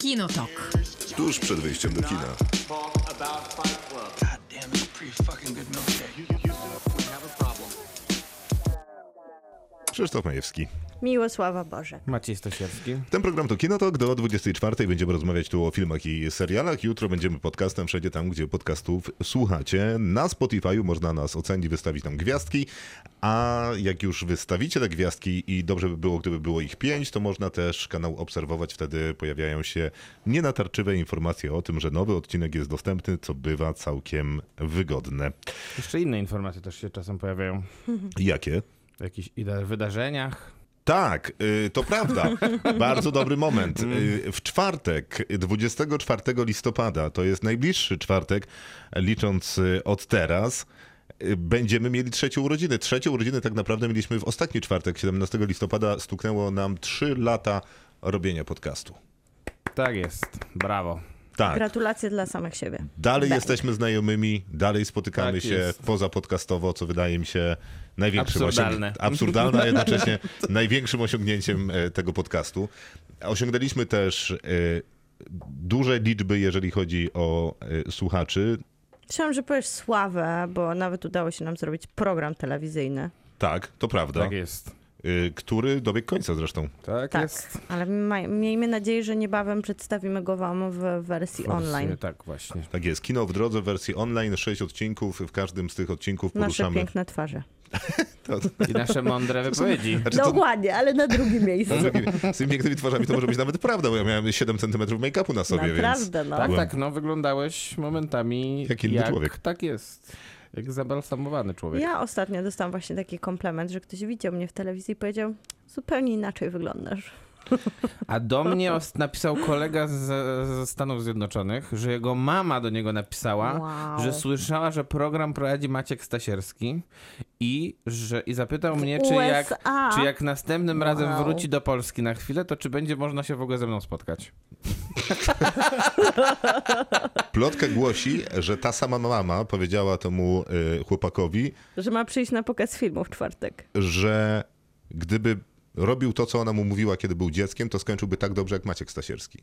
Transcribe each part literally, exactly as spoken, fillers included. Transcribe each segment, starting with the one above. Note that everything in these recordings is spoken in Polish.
Kinotok. Tuż przed wyjściem do kina. Krzysztof Majewski. Miłosława Boże. Maciej Stosiewski. Ten program to Kinotok. Do dwudziestej czwartej będziemy rozmawiać tu o filmach i serialach. Jutro będziemy podcastem wszędzie tam, gdzie podcastów słuchacie. Na Spotify'u można nas ocenić, wystawić tam gwiazdki. A jak już wystawicie te gwiazdki i dobrze by było, gdyby było ich pięć, to można też kanał obserwować. Wtedy pojawiają się nienatarczywe informacje o tym, że nowy odcinek jest dostępny, co bywa całkiem wygodne. Jeszcze inne informacje też się czasem pojawiają. Jakie? W jakichś wydarzeniach. Tak, to prawda. Bardzo dobry moment. W czwartek, dwudziestego czwartego listopada, to jest najbliższy czwartek, licząc od teraz, będziemy mieli trzecie urodziny. Trzecie urodziny tak naprawdę mieliśmy w ostatni czwartek, siedemnastego listopada. Stuknęło nam trzy lata robienia podcastu. Tak jest. Brawo. Tak. Gratulacje dla samych siebie. Dalej Daj. jesteśmy znajomymi, dalej spotykamy Tak się jest. poza podcastowo, co wydaje mi się największym Absurdalne. osiągnięciem. Absurdalne, a jednocześnie największym osiągnięciem e, tego podcastu. Osiągnęliśmy też e, duże liczby, jeżeli chodzi o e, słuchaczy. Myślałam, że powiesz sławę, bo nawet udało się nam zrobić program telewizyjny. Tak, to prawda. Tak jest. E, który dobiegł końca zresztą. Tak, Tak, jest. ale ma, miejmy nadzieję, że niebawem przedstawimy go wam w wersji online. Tak, właśnie. Tak jest. Kino w drodze w wersji online, sześć odcinków. W każdym z tych odcinków Nasze poruszamy... piękne twarze. To, I nasze mądre wypowiedzi. znaczy, to, Dokładnie, ale na drugim miejscu. z tymi pięknymi twarzami to może być nawet prawda, bo ja miałem siedem centymetrów make-upu na sobie, więc... Naprawdę, no. Tak, Byłem- tak, no wyglądałeś momentami Jak inny człowiek. Tak jest. Jak zabalsamowany człowiek. Ja ostatnio dostałam właśnie taki komplement, że ktoś widział mnie w telewizji i powiedział, zupełnie inaczej wyglądasz. A do mnie os- napisał kolega z, ze Stanów Zjednoczonych, że jego mama do niego napisała, Wow. że słyszała, że program prowadzi Maciek Stasierski i, że, i zapytał mnie, W czy U S jak, A. czy jak następnym razem Wow. wróci do Polski na chwilę, to czy będzie można się w ogóle ze mną spotkać. Plotka głosi, że ta sama mama powiedziała temu y, chłopakowi, Że ma przyjść na pokaz filmu w czwartek. że gdyby robił to, co ona mu mówiła, kiedy był dzieckiem, to skończyłby tak dobrze jak Maciek Stasierski.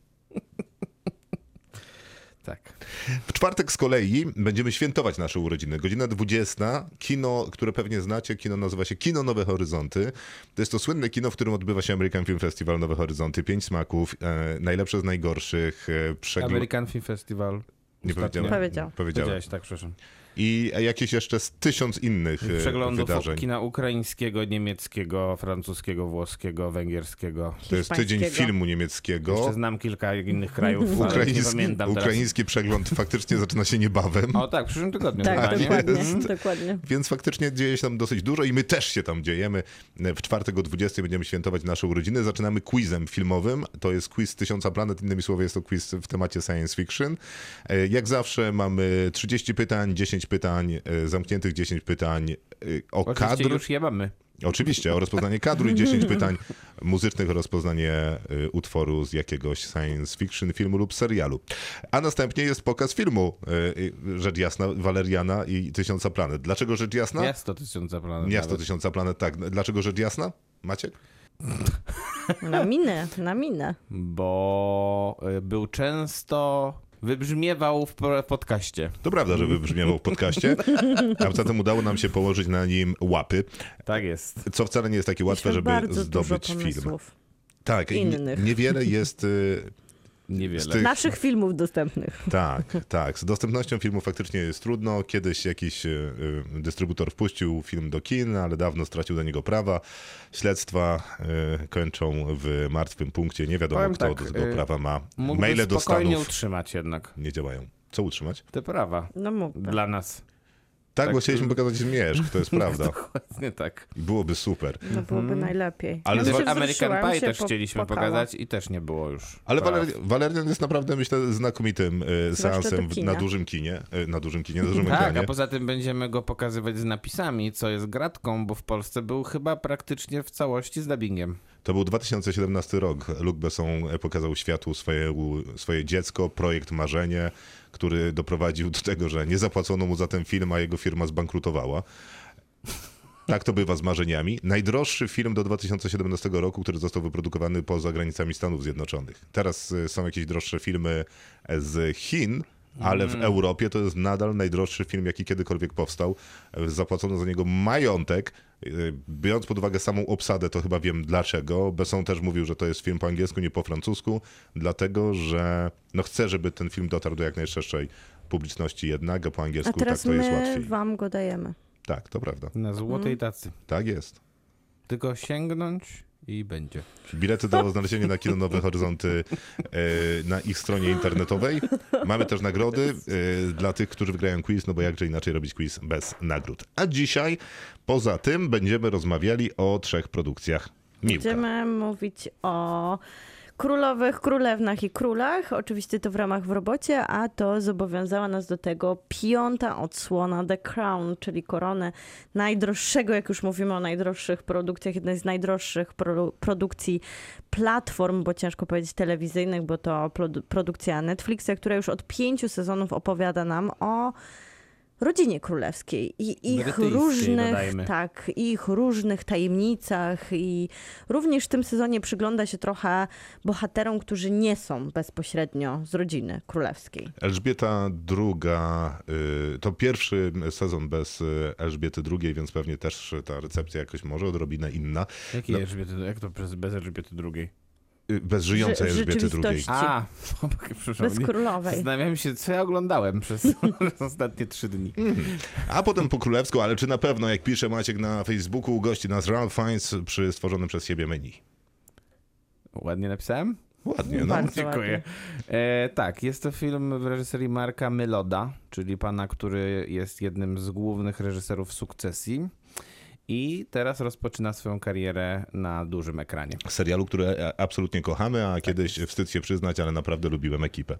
Tak. W czwartek z kolei będziemy świętować nasze urodziny. Godzina dwudziesta. Kino, które pewnie znacie, kino nazywa się Kino Nowe Horyzonty. To jest to słynne kino, w którym odbywa się American Film Festival Nowe Horyzonty. Pięć smaków, e, najlepsze z najgorszych. E, przegl- American Film Festival. Nie Ostatnio. powiedziałem. Powiedział. Powiedziałem. Powiedziałeś, tak, przepraszam. I jakieś jeszcze z tysiąc innych e, Przeglądów wydarzeń. kina ukraińskiego, niemieckiego, francuskiego, włoskiego, węgierskiego. To jest tydzień hiszpańskiego. filmu niemieckiego. Jeszcze znam kilka innych krajów, ale nie Ukraiński, pamiętam teraz. ukraiński przegląd faktycznie zaczyna się niebawem. O tak, w przyszłym tygodniu. Tak, chyba, nie? dokładnie, jest. dokładnie. Więc faktycznie dzieje się tam dosyć dużo i my też się tam dziejemy. W czwartek o dwudziestej będziemy świętować nasze urodziny. Zaczynamy quizem filmowym. To jest quiz Tysiąca Planet. Innymi słowy jest to quiz w temacie science fiction. Jak zawsze mamy trzydzieści pytań, dziesięć pytań, zamkniętych dziesięć pytań o Oczywiście kadr. już je mamy. Oczywiście, o rozpoznanie kadru i dziesięć pytań muzycznych o rozpoznanie y, utworu z jakiegoś science fiction filmu lub serialu. A następnie jest pokaz filmu y, y, Rzecz Jasna, Waleriana i Tysiąca Planet. Dlaczego Rzecz Jasna? Miasto Tysiąca Planet. Miasto nawet. Tysiąca Planet, tak. Dlaczego Rzecz Jasna? Maciek? Na minę, na minę. Bo y, był często... Wybrzmiewał w pro- podcaście. To prawda, że wybrzmiewał w podcaście, a zatem udało nam się położyć na nim łapy, Tak jest. co wcale nie jest takie łatwe, Mieliśmy żeby bardzo zdobyć dużo film. pomysłów. Tak, i innych. nie- niewiele jest... Y, Niewiele. Z tych- Naszych filmów dostępnych. Tak, tak. Z dostępnością filmu faktycznie jest trudno. Kiedyś jakiś y, y, dystrybutor wpuścił film do kin, ale dawno stracił do niego prawa. Śledztwa y, kończą w martwym punkcie. Nie wiadomo, Powiem kto tak, do tego y, prawa ma. Mógłby Maile do spokojnie Stanów utrzymać jednak nie działają. Co utrzymać? te prawa No mógłby. dla nas. Tak, Tak, bo chcieliśmy y- pokazać Zmierzch, to jest prawda. Dokładnie tak. I byłoby super. No byłoby najlepiej. Ale Ja z- się American wzruszyłam, Pie się też po- chcieliśmy płakała. pokazać i też nie było już. Ale praw. Waler- Walerian jest naprawdę, myślę, znakomitym y, Zwłaszcza seansem do w- kina. na dużym kinie. Y, na dużym kinie, na dużym Tak, ekranie. a poza tym będziemy go pokazywać z napisami, co jest gratką, bo w Polsce był chyba praktycznie w całości z dubbingiem. To był dwa tysiące siedemnasty rok. Luc Besson pokazał światu swoje, swoje dziecko, projekt Marzenie, który doprowadził do tego, że nie zapłacono mu za ten film, a jego firma zbankrutowała. Tak to bywa z marzeniami. Najdroższy film do dwa tysiące siedemnastego roku, który został wyprodukowany poza granicami Stanów Zjednoczonych. Teraz y, są jakieś droższe filmy z Chin, ale w Europie to jest nadal najdroższy film, jaki kiedykolwiek powstał. Zapłacono za niego majątek. Biorąc pod uwagę samą obsadę, to chyba wiem dlaczego. Besson też mówił, że to jest film po angielsku, nie po francusku, dlatego że no chce, żeby ten film dotarł do jak najszerszej publiczności jednak, a po A angielsku teraz tak to jest my łatwiej. wam go dajemy. Tak, to prawda. Na złotej tacy. Tak jest. Tylko sięgnąć i będzie. Bilety do znalezienia na Kino Nowe Horyzonty e, na ich stronie internetowej. Mamy też nagrody e, dla tych, którzy wygrają quiz, no bo jakże inaczej robić quiz bez nagród. A dzisiaj poza tym będziemy rozmawiali o trzech produkcjach. Miłka. Będziemy mówić o królowych, królewnach i królach. Oczywiście to w ramach w robocie, a to zobowiązała nas do tego piąta odsłona The Crown, czyli koronę najdroższego, jak już mówimy o najdroższych produkcjach, jednej z najdroższych pro, produkcji platform, bo ciężko powiedzieć telewizyjnych, bo to produ- produkcja Netflixa, która już od pięciu sezonów opowiada nam o rodzinie królewskiej i ich Brytyjskiej, różnych, dodajmy. tak, ich różnych tajemnicach i również w tym sezonie przygląda się trochę bohaterom, którzy nie są bezpośrednio z rodziny królewskiej. Elżbieta druga, y, to pierwszy sezon bez y, Elżbiety drugiej, więc pewnie też ta recepcja jakoś może odrobinę inna. Jaki No. Elżbiety, jak to bez, bez Elżbiety drugiej? Y, Bez żyjącej Ży- Elżbiety drugiej. rzeczywistości. A, przepraszam. Bez królowej. Zastanawiam się, co ja oglądałem przez ostatnie trzy dni. A potem po królewsku, ale czy na pewno, jak pisze Maciek na Facebooku, gości nas Ralph Fiennes przy stworzonym przez siebie menu. Ładnie napisałem? Ładnie, no. Bardzo Dziękuję. ładnie. E, tak, jest to film w reżyserii Marka Mylloda, czyli pana, który jest jednym z głównych reżyserów Sukcesji i teraz rozpoczyna swoją karierę na dużym ekranie. Serialu, który e- absolutnie kochamy, a kiedyś wstyd się przyznać, ale naprawdę lubiłem ekipę.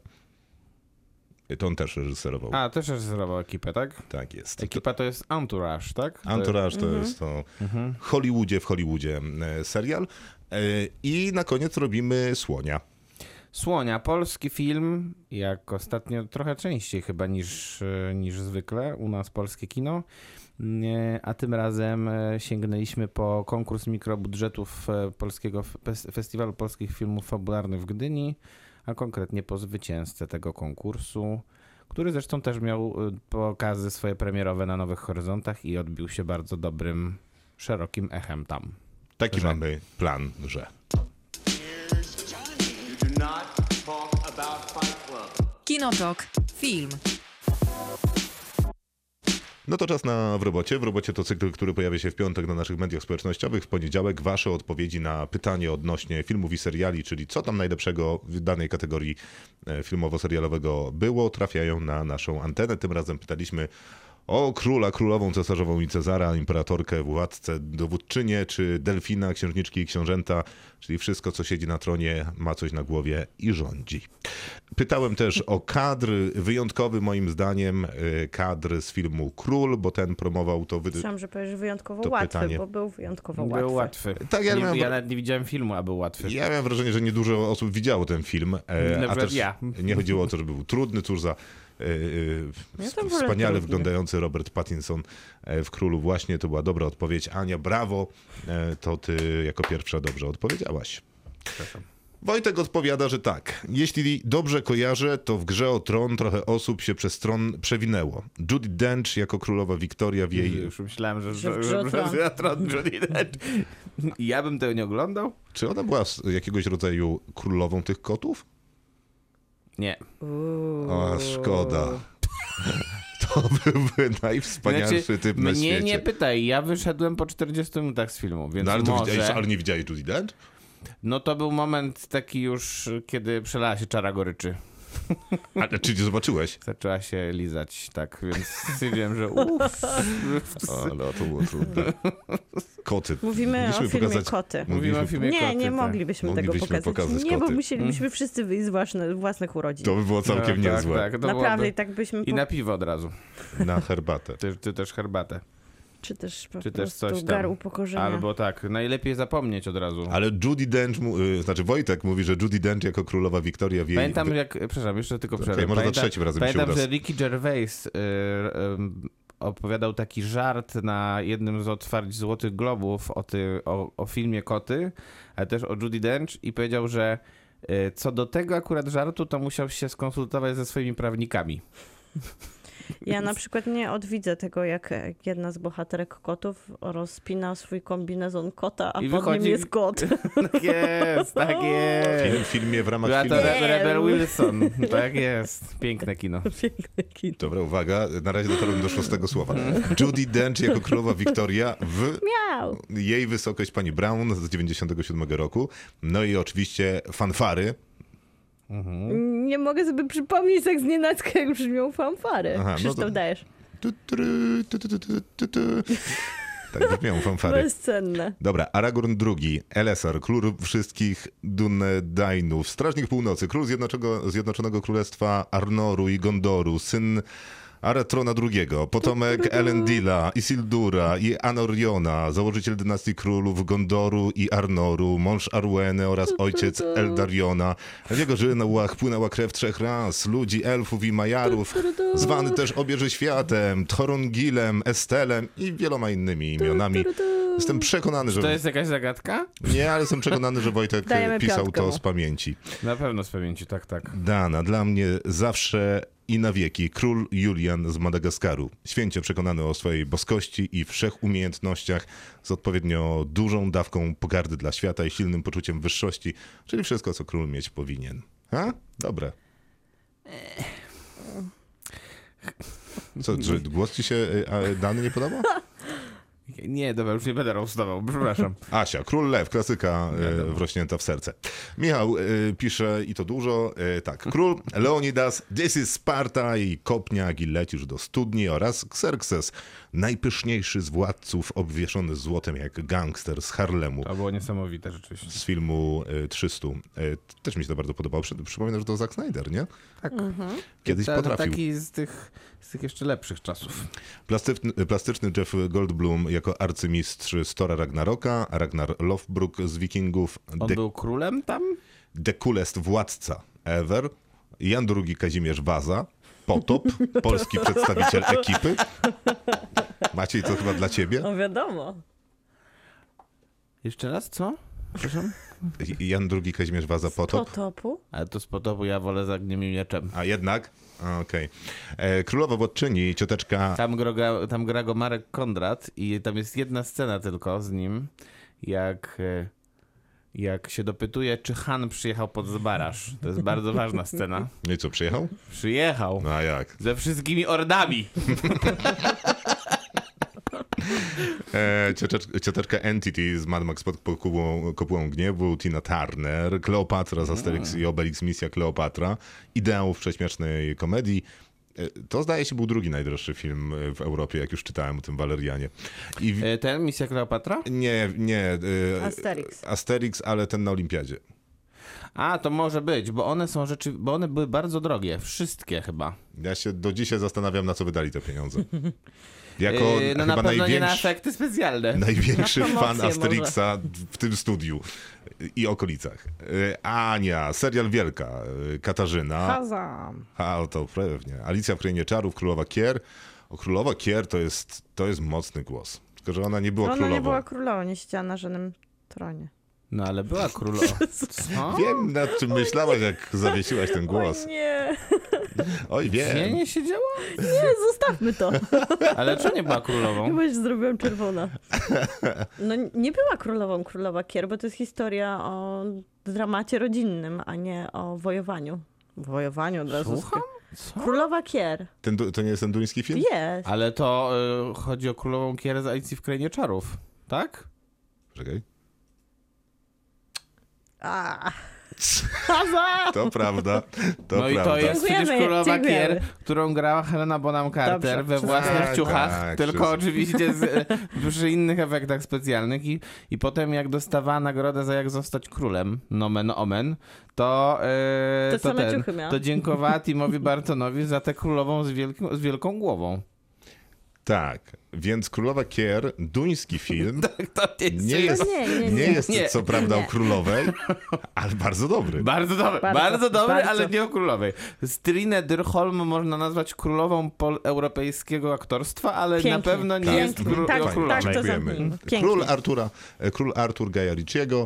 To on też reżyserował. A, też reżyserował ekipę, tak? Tak jest. Ekipa to jest Entourage, tak? To Entourage to Mhm. jest to Mhm. Hollywoodzie w Hollywoodzie e, serial. E, I na koniec robimy Słonia. Słonia, polski film, jak ostatnio trochę częściej chyba niż, e, niż zwykle u nas polskie kino, Nie, a tym razem e, sięgnęliśmy po konkurs mikrobudżetów e, polskiego fes- Festiwalu Polskich Filmów Fabularnych w Gdyni, a konkretnie po zwycięzcę tego konkursu, który zresztą też miał e, pokazy swoje premierowe na Nowych Horyzontach i odbił się bardzo dobrym, szerokim echem tam. Taki Że- mamy plan, że... You do not talk about Fight Club. Kinotok. Film. No to czas na W robocie. W robocie to cykl, który pojawia się w piątek na naszych mediach społecznościowych. W poniedziałek wasze odpowiedzi na pytanie odnośnie filmów i seriali, czyli co tam najlepszego w danej kategorii e, filmowo-serialowego było, trafiają na naszą antenę. Tym razem pytaliśmy o króla, królową, cesarzową i Cezara, imperatorkę, władcę, dowódczynię, czy delfina, księżniczki i książęta, czyli wszystko, co siedzi na tronie, ma coś na głowie i rządzi. Pytałem też o kadr, wyjątkowy moim zdaniem y, kadr z filmu Król, bo ten promował to... Wy... Myślałam, że powiesz wyjątkowo To łatwy, pytanie. bo był wyjątkowo łatwy. Był łatwy. Tak, ja nie, miałem- ja nawet nie widziałem filmu, a był łatwy. Ja miałem wrażenie, że niedużo osób widziało ten film, e, Na a przykład też ja. nie chodziło o to, że był trudny, cóż za e, e, Ja to w- wolę wspaniale trudny. wyglądający Robert Pattinson e, w Królu. Właśnie to była dobra odpowiedź. Ania, brawo, e, to ty jako pierwsza dobrze odpowiedziałaś. Przepraszam. Wojtek odpowiada, że tak. Jeśli dobrze kojarzę, to w Grze o Tron trochę osób się przez tron przewinęło. Judi Dench jako królowa Wiktoria w jej... Już myślałem, że, Że w że, Grze o że, Tron. że Tron Judi Dench. Ja bym tego nie oglądał? Czy ona była z jakiegoś rodzaju królową tych kotów? Nie. Uuu. O, szkoda. To byłby najwspanialszy Znaczy, typ na mnie świecie. nie pytaj, ja wyszedłem po czterdziestu minutach z filmu, więc No ale, to może... widziałeś, ale nie widziałeś Judi Dench? No to był moment taki już, kiedy przelała się czara goryczy. Ale czy nie zobaczyłeś? Zaczęła się lizać, tak, więc stwierdziłem, że uff. Ale to było trudne. Koty. Mówimy Mogliśmy o filmie pokazać- Koty. Mówimy o filmie Nie, Koty, nie tak. moglibyśmy, Moglibyśmy tego pokazać. pokazać Nie, bo koty. musielibyśmy wszyscy wyjść z własne, własnych urodzin. To by było całkiem No, niezłe. Tak, tak, to Naprawdę, byłoby... i tak byśmy... I Po... na piwo od razu. Na herbatę. Ty, ty też herbatę. Czy też po Czy też prostu coś tam. gar upokorzenia. Albo tak, najlepiej zapomnieć od razu. Ale Judi Dench, mu- y, znaczy Wojtek mówi, że Judi Dench jako królowa Wiktoria w jej... Pamiętam jak, przepraszam, jeszcze tylko przerwę. Okej, może za Pamiętam, trzecim razem się Pamiętam, uraz. że Ricky Gervais y, y, opowiadał taki żart na jednym z otwarć Złotych Globów o, ty, o, o filmie Koty, ale też o Judi Dench i powiedział, że y, co do tego akurat żartu, to musiał się skonsultować ze swoimi prawnikami. Ja na przykład nie odwidzę tego, jak jedna z bohaterek kotów rozpina swój kombinezon kota, a I pod wychodzi- nim jest kot. Tak jest, tak jest. Film, w filmie w ramach Była filmu... to Re- Rebel Wilson. Tak jest. Piękne kino. Piękny kino. Dobra, uwaga, na razie dotarłem do szóstego słowa. Judi Dench jako królowa Wiktoria w Miau! jej wysokość pani Brown z dziewięćdziesiątego siódmego roku. No i oczywiście fanfary. Nie mogę sobie przypomnieć jak znienacka, jak brzmią fanfary. Aha, no Krzysztof, to- dajesz. Tu, tu, tu, tu, tu, tu, tu, tu. Tak brzmią fanfary. Bezcenne. Dobra, Aragorn drugi, Elessar, król wszystkich Dunedainów, strażnik północy, król Zjednoczonego, Zjednoczonego Królestwa Arnoru i Gondoru, syn Aratrona drugiego, potomek Elendila, Isildura i Anoriona, założyciel dynastii królów Gondoru i Arnoru, mąż Arweny oraz ojciec Eldariona. W jego żyłach płynęła krew trzech ras, ludzi, elfów i majarów, zwany też obieży światem, Thorongilem, Estelem i wieloma innymi imionami. Jestem przekonany, To że... jest jakaś zagadka? Nie, ale jestem przekonany, że Wojtek Dajemy pisał piątkę to mu. z pamięci. Na pewno z pamięci, tak, tak. Dana, dla mnie zawsze i na wieki król Julian z Madagaskaru. Święcie przekonany o swojej boskości i wszechumiejętnościach z odpowiednio dużą dawką pogardy dla świata i silnym poczuciem wyższości, czyli wszystko, co król mieć powinien. Ha? Dobre. Co, że głos ci się y, a, dany nie podoba? Nie, dobra, już nie będę roastował, przepraszam. Asia, Król Lew, klasyka e, wrośnięta w serce. Michał e, pisze, i to dużo, e, tak. Król Leonidas, this is Sparta i kopniak i lecisz do studni oraz Xerxes, najpyszniejszy z władców, obwieszony złotem jak gangster z Harlemu. To było niesamowite rzeczywiście. Z filmu e, trzysta. E, też mi się to bardzo podobało. Przy- Przypominam, że to Zack Snyder, nie? Tak. Kiedyś To- to potrafił. Taki z tych, z tych jeszcze lepszych czasów. Plastyczny, plastyczny Jeff Goldblum jako arcymistrz z Thora Ragnaroka, Ragnar Lothbrok z Wikingów, On The był królem tam? The coolest władca ever, Jan drugi Kazimierz Waza, Potop, polski przedstawiciel ekipy. Maciej, to chyba dla ciebie. No wiadomo. Jeszcze raz, co? Przepraszam? Jan drugi Kazimierz Waza, Potop. Potopu? Ale to z potopu ja wolę z Agniem i Mieczem. A jednak? A, okej. E, Królowa Władczyni, cioteczka... Tam, gra, tam gra go Marek Kondrat i tam jest jedna scena tylko z nim, jak, e, jak się dopytuje, czy Han przyjechał pod Zbaraż. To jest bardzo ważna scena. No i co, przyjechał? Przyjechał. No a jak? Ze wszystkimi ordami. E, cioteczka, cioteczka Entity z Mad Max pod kopułą, kopułą gniewu, Tina Turner, Kleopatra z Asterix i Obelix, Misja Kleopatra, Ideałów prześmiesznej komedii. E, To zdaje się był drugi najdroższy film w Europie, jak już czytałem o tym Walerianie. I w... E, Ten, Misja Kleopatra? Nie, nie. e, Asterix. Asterix, ale ten na Olimpiadzie. A, to może być, bo one są rzeczy, bo one były bardzo drogie. Wszystkie chyba. Ja się do dzisiaj zastanawiam, na co wydali te pieniądze. Jako E, no na chyba pewno nie na największy, efekty specjalne. największy Na promocję fan Asterixa w tym studiu i okolicach. E, Ania, serial Wielka, e, Katarzyna. Hazam. A, to pewnie. Alicja w Krainie Czarów, Królowa Kier. O, Królowa Kier to jest, to jest mocny głos. Tylko, że ona nie była Ona królową. nie była królową, nie siedziała na żadnym tronie. No ale była królowa. Co? Wiem, nad czym myślałaś, jak zawiesiłaś ten głos. O nie, Oj, Nie, wiem. nie siedziała? nie, zostawmy to. Ale czy nie była królową? Chyba się zrobiłam czerwona. No nie była królową królowa Kier, bo to jest historia o dramacie rodzinnym, a nie o wojowaniu. Wojowaniu od razu. Słucham? Co? Królowa Kier. Ten, du- to nie jest ten duński film? Jest. Ale to y, chodzi o królową Kierę z Alicji w Krainie Czarów, tak? Czekaj. A. Haza! To prawda, to no i prawda. to jest przecież Dziękujemy, królowa dziękujemy. Kier, którą grała Helena Bonham Carter Dobrze, we wszystko. własnych Tak, ciuchach, tak, tylko wszystko. oczywiście z, e, przy innych efektach specjalnych i, i potem jak dostawała nagrodę za jak zostać królem, nomen omen, to, e, Te to, same ten, ciuchy miała. to dziękowała Timowi Bartonowi za tę królową z, wielkim, z wielką głową. Tak. Więc Królowa Kier, duński film, To nie, nie jest, nie, nie, nie. nie jest Nie. co prawda Nie. o królowej, ale bardzo dobry. Bardzo dobry, bardzo, Bardzo, dobry, bardzo. ale nie o królowej. Strine Dyrholm można nazwać królową pol- europejskiego aktorstwa, ale na Pięknie, pewno nie pięknie. jest kró- Tak, o tak, królowej. to Dziękujemy. zamknijmy. Pięknie. Król Artura, e, król Artur Gaja Ricciego.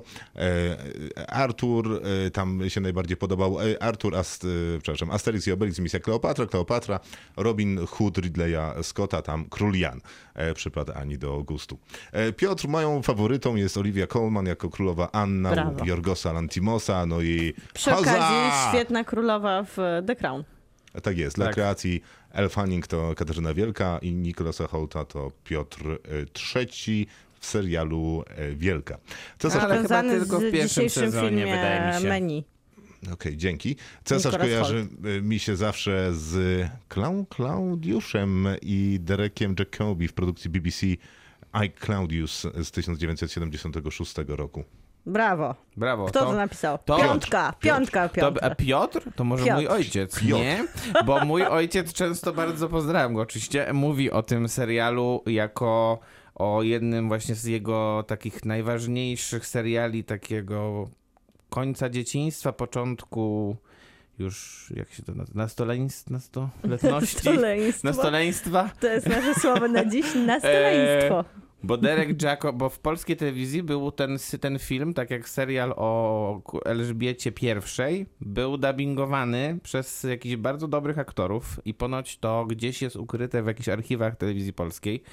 E, Artur e, tam się najbardziej podobał. E, Artur, Ast, e, przepraszam, Asterix i Obelix, Misja Kleopatra, Kleopatra, Robin Hood Ridleya Scotta, tam Król Jan. E, przypadł Ani do gustu. E, Piotr, moją faworytą jest Olivia Colman jako królowa Anna Brawo. u Jorgosa Lanthimosa, no i Przy Hoza! okazji świetna królowa w The Crown. Tak jest, dla Tak. kreacji Elle Fanning to Katarzyna Wielka i Nicolasa Holta to Piotr e, trzeci w serialu e, Wielka. Cesarz Ale chyba Związany tylko w z pierwszym dzisiejszym sezonie, filmie wydaje mi się. Menu. Okej, dzięki. Cesarz Nicolas kojarzy y, mi się zawsze z Clau Claudiuszem i Derekiem Jacobi w produkcji B B C I Claudius z tysiąc dziewięćset siedemdziesiątego szóstego roku. Brawo. Brawo. Kto to, napisał? to- Piątka, Piotr. piątka, To, piątka. a Piotr? To może Piotr. mój ojciec, Piotr. nie? Bo mój ojciec często, bardzo pozdrawiam go oczywiście, mówi o tym serialu jako o jednym właśnie z jego takich najważniejszych seriali takiego końca dzieciństwa, początku już, jak się to nazywa, nastoleństwa, nastoletności, Nastoleństwo. nastoleństwa. To jest nasze słowo na dziś, nastoleństwo. Bo Derek Jacob, bo w polskiej telewizji był ten, ten film, tak jak serial o Elżbiecie I, był dubbingowany przez jakichś bardzo dobrych aktorów i ponoć to gdzieś jest ukryte w jakichś archiwach telewizji polskiej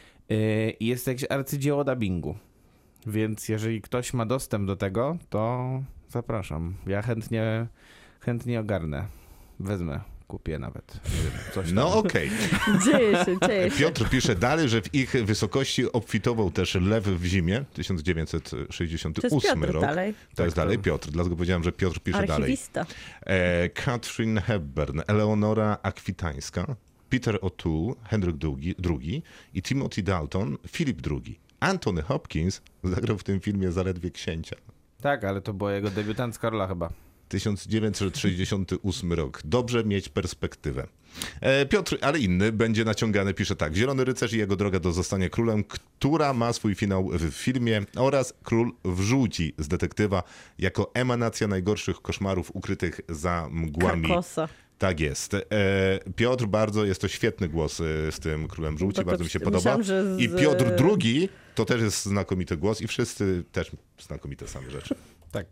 yy, i jest jakieś arcydzieło dubbingu. Więc jeżeli ktoś ma dostęp do tego, to zapraszam. Ja chętnie, chętnie ogarnę. Wezmę. Kupię nawet. Nie wiem, coś tam. No okej. Dzieje się, dzieje się. Piotr pisze dalej, że w ich wysokości obfitował też Lew w zimie, tysiąc dziewięćset sześćdziesiąty To jest ósmy Piotr rok. dalej. To jest Tak, dalej to- Piotr, dlatego powiedziałem, że Piotr pisze dalej. Archiwista. E, Katrin Hepburn, Eleonora Akwitańska, Peter O'Toole, Henryk drugi, drugi i Timothy Dalton, Filip drugi. Anthony Hopkins zagrał w tym filmie zaledwie księcia. Tak, ale to była jego debiutancka rola chyba. tysiąc dziewięćset sześćdziesiąty ósmy rok. Dobrze mieć perspektywę. E, Piotr, ale inny, będzie naciągany, pisze tak. Zielony Rycerz i jego droga do zostania królem, która ma swój finał w filmie, oraz Król w żółci z detektywa jako emanacja najgorszych koszmarów ukrytych za mgłami. Karkosa. Tak jest. E, Piotr, bardzo jest to świetny głos e, z tym Królem w żółci, Bo to bardzo mi się myślałam, podoba. że z- I Piotr drugi to też jest znakomity głos i wszyscy też znakomite same rzeczy. Tak.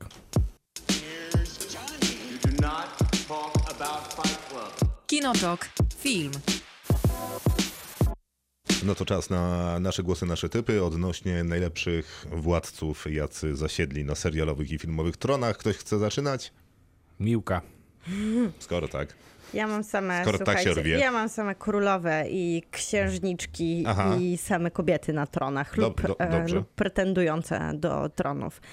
You do not talk about Fight Club. Kinotok. Film. No to czas na nasze głosy, nasze typy odnośnie najlepszych władców, jacy zasiedli na serialowych i filmowych tronach. Ktoś chce zaczynać? Miłka. Skoro tak. Ja mam same, Skoro tak się słuchajcie, rwie. ja mam same królowe i księżniczki Aha. i same kobiety na tronach Dob- lub, do- e, dobrze. lub pretendujące do tronów.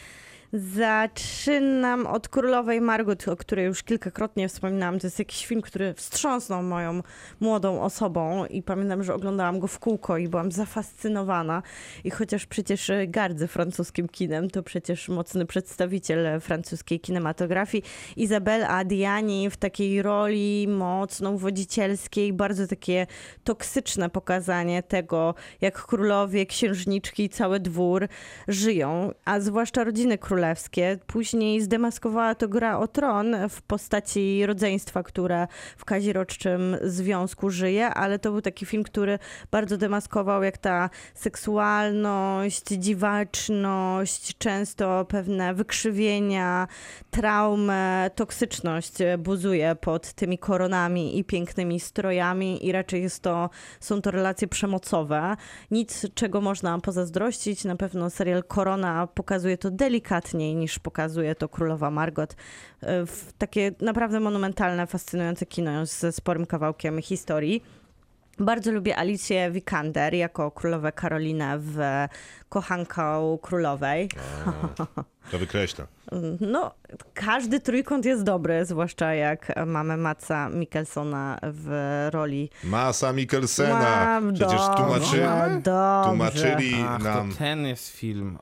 Zaczynam od Królowej Margot, o której już kilkakrotnie wspominałam. To jest jakiś film, który wstrząsnął moją młodą osobą i pamiętam, że oglądałam go w kółko i byłam zafascynowana. I chociaż przecież gardzę francuskim kinem, to przecież mocny przedstawiciel francuskiej kinematografii. Isabelle Adjani w takiej roli mocno uwodzicielskiej, bardzo takie toksyczne pokazanie tego, jak królowie, księżniczki i cały dwór żyją, a zwłaszcza rodziny królewskie. Później zdemaskowała to Gra o Tron w postaci rodzeństwa, które w kaziroczczym związku żyje, ale to był taki film, który bardzo demaskował, jak ta seksualność, dziwaczność, często pewne wykrzywienia, traumę, toksyczność buzuje pod tymi koronami i pięknymi strojami i raczej jest to, są to relacje przemocowe. Nic, czego można pozazdrościć. Na pewno serial Korona pokazuje to delikatniej niż pokazuje to Królowa Margot. W takie naprawdę monumentalne, fascynujące kino ze sporym kawałkiem historii. Bardzo lubię Alicję Vikander jako królowę Karolinę w Kochanką Królowej. To wykreśla. No, każdy trójkąt jest dobry, zwłaszcza jak mamy Matsa Mikkelsona w roli. Masa Mikkelsena. Mam Przecież dobrze, tłumaczy, dobrze. tłumaczyli Ach, nam... to ten jest film.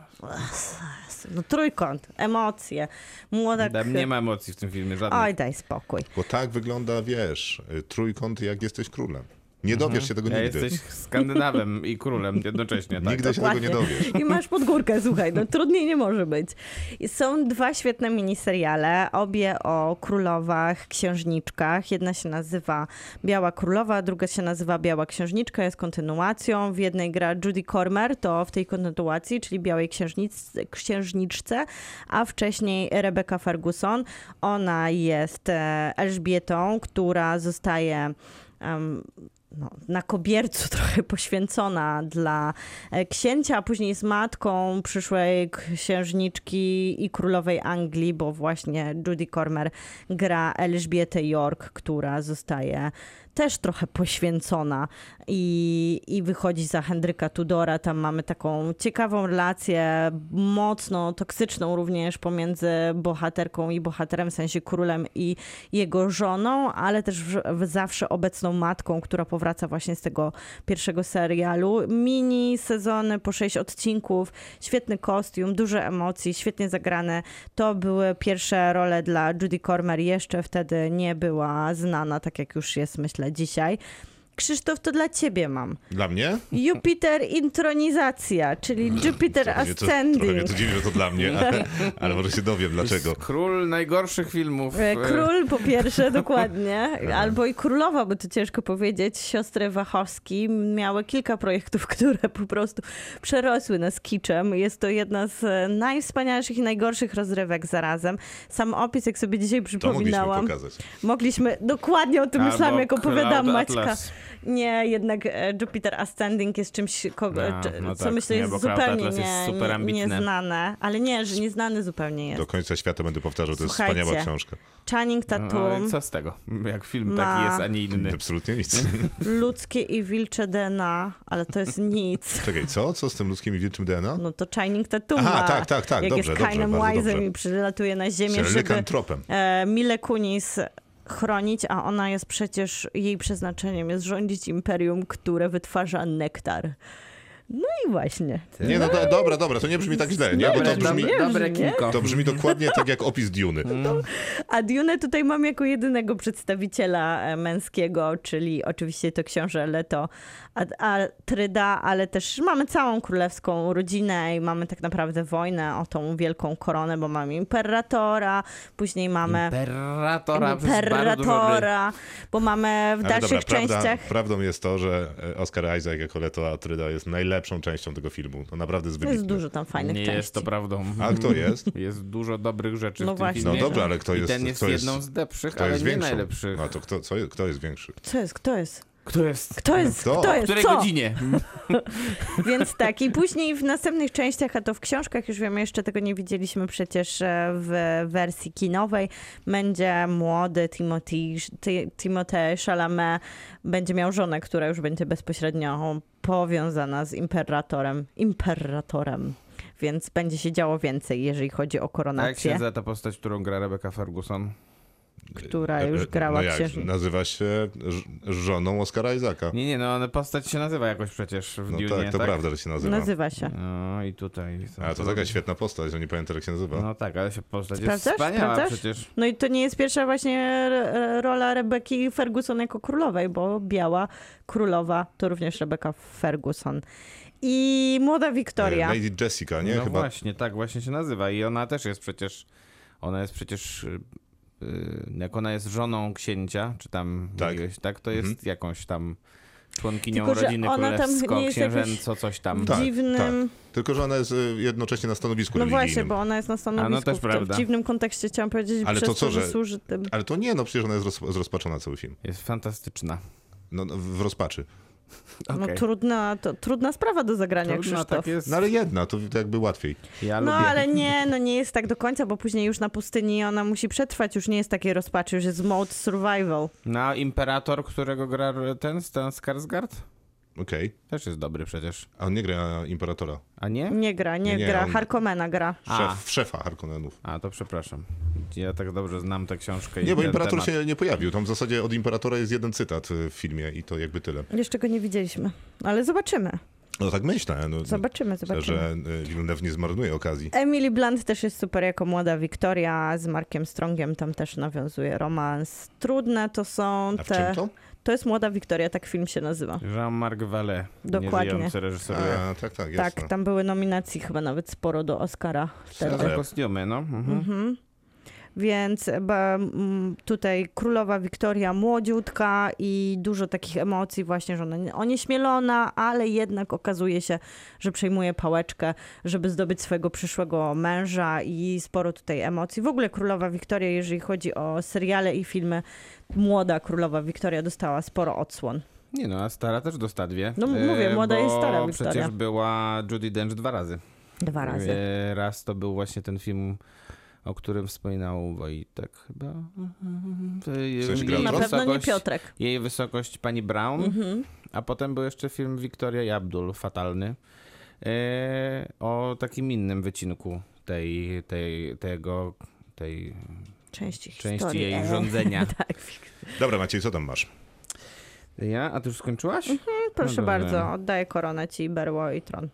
No trójkąt, emocje. Młoda... Tam nie ma emocji w tym filmie żadnych. Oj, daj spokój. Bo tak wygląda, wiesz, trójkąt, jak jesteś królem. Nie dowiesz się tego Ja nigdy. jesteś Skandynawem i królem jednocześnie, tak? Nigdy się tego nie dowiesz. I masz pod górkę, słuchaj, no trudniej nie może być. I są dwa świetne miniseriale, obie o królowach, księżniczkach. Jedna się nazywa Biała Królowa, druga się nazywa Biała Księżniczka, jest kontynuacją. W jednej gra Judy Cormer, to w tej kontynuacji, czyli Białej Księżnic, Księżniczce, a wcześniej Rebecca Ferguson. Ona jest e, Elżbietą, która zostaje um, no, na kobiercu trochę poświęcona dla księcia, a później jest matką przyszłej księżniczki i królowej Anglii, bo właśnie Judy Cormer gra Elżbietę York, która zostaje też trochę poświęcona i, i wychodzi za Henryka Tudora. Tam mamy taką ciekawą relację, mocno toksyczną również pomiędzy bohaterką i bohaterem, w sensie królem i jego żoną, ale też w, w zawsze obecną matką, która powraca właśnie z tego pierwszego serialu. Mini sezony po sześć odcinków, świetny kostium, dużo emocji, świetnie zagrane. To były pierwsze role dla Judy Cormer, jeszcze wtedy nie była znana, tak jak już jest, myślę, dzisiaj. Krzysztof, to dla ciebie mam. Dla mnie? Jupiter intronizacja, czyli Jupiter Trochę mnie to, Ascending. trochę mnie to dziwi, że to dla mnie, ale, ale może się dowiem dlaczego. Jest król najgorszych filmów. E, Król po pierwsze, dokładnie, albo i królowa, bo to ciężko powiedzieć. Siostry Wachowski miały kilka projektów, które po prostu przerosły nas kiczem. Jest to jedna z najwspanialszych i najgorszych rozrywek zarazem. Sam opis, jak sobie dzisiaj To mogliśmy przypominałam, pokazać. mogliśmy, dokładnie o tym Albo myślałam, jak opowiadam Cloud Maćka. Atlas. Nie, jednak e, Jupiter Ascending jest czymś, ko- No, czy- no co tak, myślę nie, jest bo Cloud zupełnie Atlas jest nie, super nie, ambitne. nieznane. Ale nie, że nieznany zupełnie jest. Do końca świata będę powtarzał, to jest Słuchajcie. wspaniała książka. Channing No, Tatum, i co z tego? Jak film Ma- taki jest, a nie inny. Absolutnie nic. ludzkie i wilcze D N A, ale to jest nic. Czekaj, co? Co z tym ludzkim i wilczym D N A? No to Channing Tatum Aha, ma, tak, tak, tak, jak dobrze, jest dobrze, Kynem bardzo Wise'em dobrze. i przylatuje na ziemię, Z żeby lykantropem. e, Milę Kunis chronić, a ona jest przecież, jej przeznaczeniem jest rządzić imperium, które wytwarza nektar. No i właśnie. Nie, no do, dobra, dobra, to nie brzmi tak źle, nie? Bo to Dobre, brzmi, dobre, dobre nie? kinko. to brzmi dokładnie tak jak opis Duny. A Dune tutaj mam jako jedynego przedstawiciela e, męskiego, czyli oczywiście to książę Leto Ad- Atryda, ale też mamy całą królewską rodzinę i mamy tak naprawdę wojnę o tą wielką koronę, bo mamy imperatora, później mamy Imperatora, przez bardzo dużo gry. imperatora, bo mamy w Ale dalszych dobra, prawda, częściach... prawdą jest to, że Oscar Isaac jako Leto Atryda jest najlepszą częścią tego filmu. To naprawdę jest To jest wybitne. dużo tam fajnych Nie części. jest to prawdą. A kto jest? Jest dużo dobrych rzeczy No w tym właśnie. filmie. No dobra, ale kto I jest, ten jest kto jest, jedną z lepszych, kto ale jest nie większą? najlepszych. A to kto, co, kto jest większy? Co jest? Kto jest? Kto jest? Kto jest? Kto? Kto W jest? której Co? godzinie? Więc tak, i później w następnych częściach, a to w książkach już wiemy, jeszcze tego nie widzieliśmy przecież e, w wersji kinowej, będzie młody Timothy, Ti- Timothée Chalamet, będzie miał żonę, która już będzie bezpośrednio powiązana z imperatorem. Imperatorem. Więc będzie się działo więcej, jeżeli chodzi o A jak się koronację, nazywa ta postać, którą gra Rebecca Ferguson? która E, e, już grała no jak, księżniczką. nazywa się ż- żoną Oscara Isaaca. Nie, nie, no ale postać się nazywa jakoś przecież w No Dune, tak, to tak? prawda, że się nazywa. Nazywa się. No i tutaj... są- A to taka świetna postać, że nie pamiętam jak się nazywa. No tak, ale się postać jest Sprawdzasz? wspaniała Sprawdzasz? przecież. No i to nie jest pierwsza właśnie e, rola Rebeki Ferguson jako królowej, bo Biała Królowa to również Rebecca Ferguson. I młoda E, Wiktoria. Lady Jessica, nie? No Chyba. właśnie, tak właśnie się nazywa i ona też jest przecież, ona jest przecież, y, y, jak ona jest żoną księcia, czy tam Tak. jakiegoś, tak, to jest Mhm. jakąś tam członkinią Tylko, że rodziny ona tam nie jest królewsko-księżęco, coś tam. Tak, dziwnym... Tylko, że ona jest y, jednocześnie na stanowisku No religijnym. właśnie, bo ona jest na stanowisku. A, no też w, to, prawda. w dziwnym kontekście chciałam powiedzieć, Ale przez to co, że że- służy tym. Ale to nie, no przecież ona jest roz, zrozpaczona cały film. Jest fantastyczna. No, no w rozpaczy. No Okej. trudna, to, trudna sprawa do zagrania, Trudno, Krzysztof. tak jest. No ale jedna, to jakby łatwiej. Ja No lubię. ale nie, no nie jest tak do końca, bo później już na pustyni ona musi przetrwać, już nie jest takiej rozpaczy, już jest mode survival. No a imperator, którego gra ten Stan Skarsgård? Okej. Też jest dobry przecież. A on nie gra Imperatora. A nie? Nie gra, nie, Nie, nie, gra, on- Harkomena gra. A. Szef, szefa Harkonnenów. A, to przepraszam. Ja tak dobrze znam tę książkę i Nie, bo ten Imperator temat. się nie pojawił. Tam w zasadzie od Imperatora jest jeden cytat y, w filmie i to jakby tyle. Jeszcze go nie widzieliśmy, ale zobaczymy, No tak myślę. No, zobaczymy, myślę, zobaczymy. że y, Villeneuve nie zmarnuje okazji. Emily Blunt też jest super jako młoda Wiktoria, z Markiem Strongiem tam też nawiązuje romans. Trudne to są A w te... czym to? To jest Młoda Wiktoria, tak film się nazywa. Jean-Marc Vallée. Dokładnie. Nieżyjący reżyseruje. A, tak, tak, jasne. Tak, tam były nominacji chyba nawet sporo do Oscara wtedy. Za kostiumy, no. Mhm. Mhm. Więc ba, m, tutaj królowa Wiktoria młodziutka i dużo takich emocji właśnie, że ona nie- onieśmielona, ale jednak okazuje się, że przejmuje pałeczkę, żeby zdobyć swojego przyszłego męża i sporo tutaj emocji. W ogóle królowa Wiktoria, jeżeli chodzi o seriale i filmy, młoda królowa Wiktoria dostała sporo odsłon. Nie no, a stara też dostała dwie. No, mówię, E, młoda bo jest stara Wiktoria. przecież była Judi Dench dwa razy. Dwa razy. E, Raz to był właśnie ten film, o którym wspominał Wojtek chyba. W sensie grał Na Tron? pewno nie Piotrek. Jej wysokość pani Brown, Mhm. a potem był jeszcze film Wiktoria i Abdul, fatalny, e, o takim innym wycinku tej, tej, tego, tej Części części historii. jej E. rządzenia. Tak. Dobra, Maciej, co tam masz? Ja? A ty już skończyłaś? Proszę No dobrze. bardzo, oddaję koronę ci, berło i tron.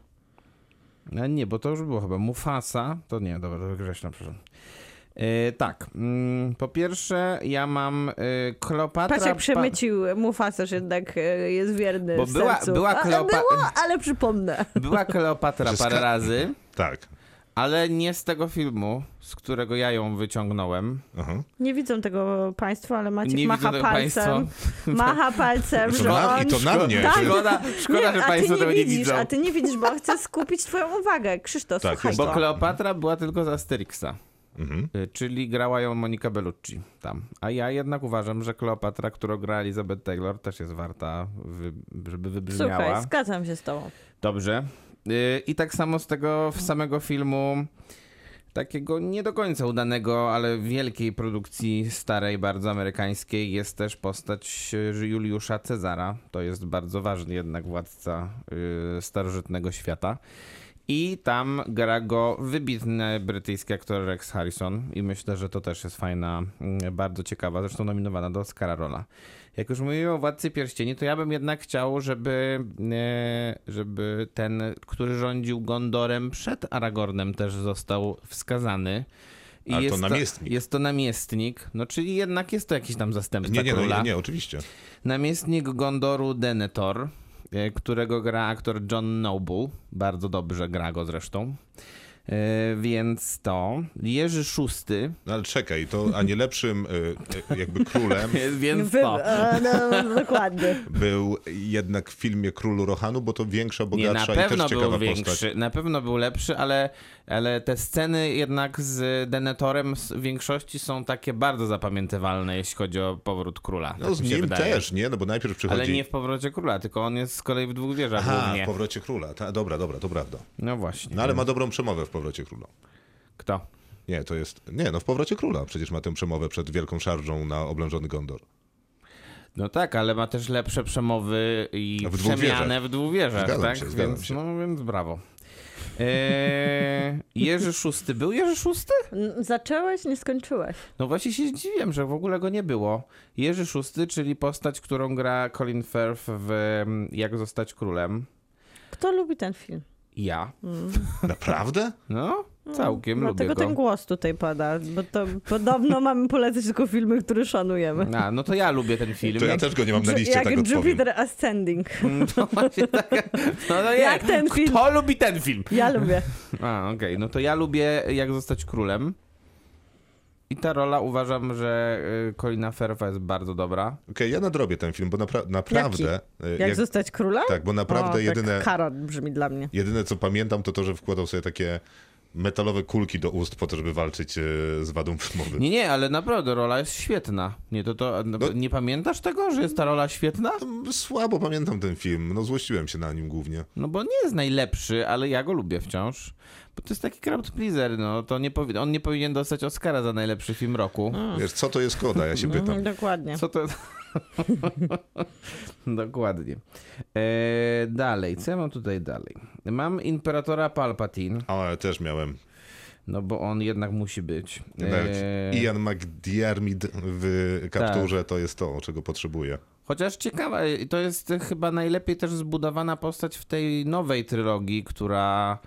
A nie, bo to już było chyba Mufasa. To nie, dobra, to Grześna, przepraszam. E, tak, mm, po pierwsze ja mam e, Kleopatra... Patrz jak pa- przemycił Mufasa, że jednak e, jest wierny Bo w była- sercu. była A, Kleopa- Było, ale przypomnę. Była Kleopatra Że parę ska- razy, Tak. ale nie z tego filmu, z którego ja ją wyciągnąłem. Aha. Nie widzą tego państwo, ale Maciek Nie macha widzą tego palcem. państwo. Macha palcem, To że na, on... I to na mnie. Tak. Szkoda, szkoda Nie, że a państwo ty nie tego nie widzisz, widzą. a ty nie widzisz, bo chcę skupić twoją uwagę. Krzysztof, Tak, słuchaj jest Bo to. Kleopatra była tylko z Asterixa. Mhm. Y, Czyli grała ją Monica Bellucci tam. A ja jednak uważam, że Kleopatra, którą gra Elizabeth Taylor, też jest warta, wy, żeby wybrzmiała. Słuchaj, zgadzam się z tobą. Dobrze. Y, I tak samo z tego samego filmu, takiego nie do końca udanego, ale wielkiej produkcji starej, bardzo amerykańskiej, jest też postać y, Juliusza Cezara. To jest bardzo ważny jednak władca y, starożytnego świata. I tam gra go wybitny brytyjski aktor Rex Harrison i myślę, że to też jest fajna, mm, bardzo ciekawa, zresztą nominowana do Oscara rola. Jak już mówimy o Władcy Pierścieni, to ja bym jednak chciał, żeby, e, żeby ten, który rządził Gondorem przed Aragornem, też został wskazany. I Ale to jest namiestnik. Jest to namiestnik, no czyli jednak jest to jakiś tam zastępca Nie, nie, no, króla. nie, nie, oczywiście. Namiestnik Gondoru Denethor, e, którego gra aktor John Noble. Bardzo dobrze gra go zresztą. E, Więc to. Jerzy Szósty. No ale czekaj, to a nie lepszym y, y, jakby królem Więc Wy... to. E, no, dokładnie. był jednak w filmie Królu Rohanu, bo to większa, Nie, na bogatsza i też pewno ciekawa był postać. większy, na pewno był lepszy, ale, ale te sceny jednak z Denetorem w większości są takie bardzo zapamiętywalne, jeśli chodzi o powrót króla. No tak z mi się nim wydaje. też, nie? No bo najpierw przychodzi... Ale nie w powrocie króla, tylko on jest z kolei w dwóch wieżach Aha, głównie. w Powrocie Króla. Ta, dobra, dobra, to prawda. No właśnie. No ale ma dobrą przemowę w Powrocie Króla. Kto? Nie, to jest... Nie, no w Powrocie Króla przecież ma tę przemowę przed wielką szarżą na oblężony Gondor. No tak, ale ma też lepsze przemowy i W dwóch przemianę wieżach. w dwóch wieżach, Zgadzam tak? się, zgadzam więc, się. No więc brawo. Eee, Jerzy Szósty. Był Jerzy Szósty? N- Zacząłeś, nie skończyłeś. No właśnie się zdziwiłem, że w ogóle go nie było. Jerzy Szósty, czyli postać, którą gra Colin Firth w mm, Jak zostać królem. Kto lubi ten film? Ja. Naprawdę? No, całkiem lubię Dlatego go. ten głos tutaj pada, bo to podobno mamy polecać tylko filmy, które szanujemy. A, no to ja lubię ten film. To ja też go nie mam na Ju- liście, Jak tak odpowiem. Jupiter Ascending. No właśnie tak. No, no Jak ten film. Kto lubi ten film? Ja lubię. A, okej. No to ja lubię Jak zostać królem. I ta rola uważam, że y, Colina Firtha jest bardzo dobra. Okej, ja nadrobię ten film, bo napra- naprawdę... y, Jak, zostać królem? Tak, bo naprawdę o, jedyne... Tak karot brzmi dla mnie. Jedyne co pamiętam to to, że wkładał sobie takie metalowe kulki do ust po to, żeby walczyć e, z wadą przemowy. Nie, nie, ale naprawdę rola jest świetna. Nie, to, to No- nie pamiętasz tego, że jest ta rola świetna? Słabo pamiętam ten film, no złościłem się na nim głównie. No bo nie jest najlepszy, ale ja go lubię wciąż. Bo to jest taki crowd pleaser, no. To nie powi- on nie powinien dostać Oscara za najlepszy film roku. Wiesz, co to jest Koda, ja się pytam. Mhm, dokładnie. Co to... Dokładnie. E, dalej, co ja mam tutaj dalej? Mam Imperatora Palpatine, Ale też miałem. no bo on jednak musi być. Nawet E, Ian McDiarmid w kapturze to jest to, czego potrzebuję. Chociaż ciekawe, to jest chyba najlepiej też zbudowana postać w tej nowej trylogii, która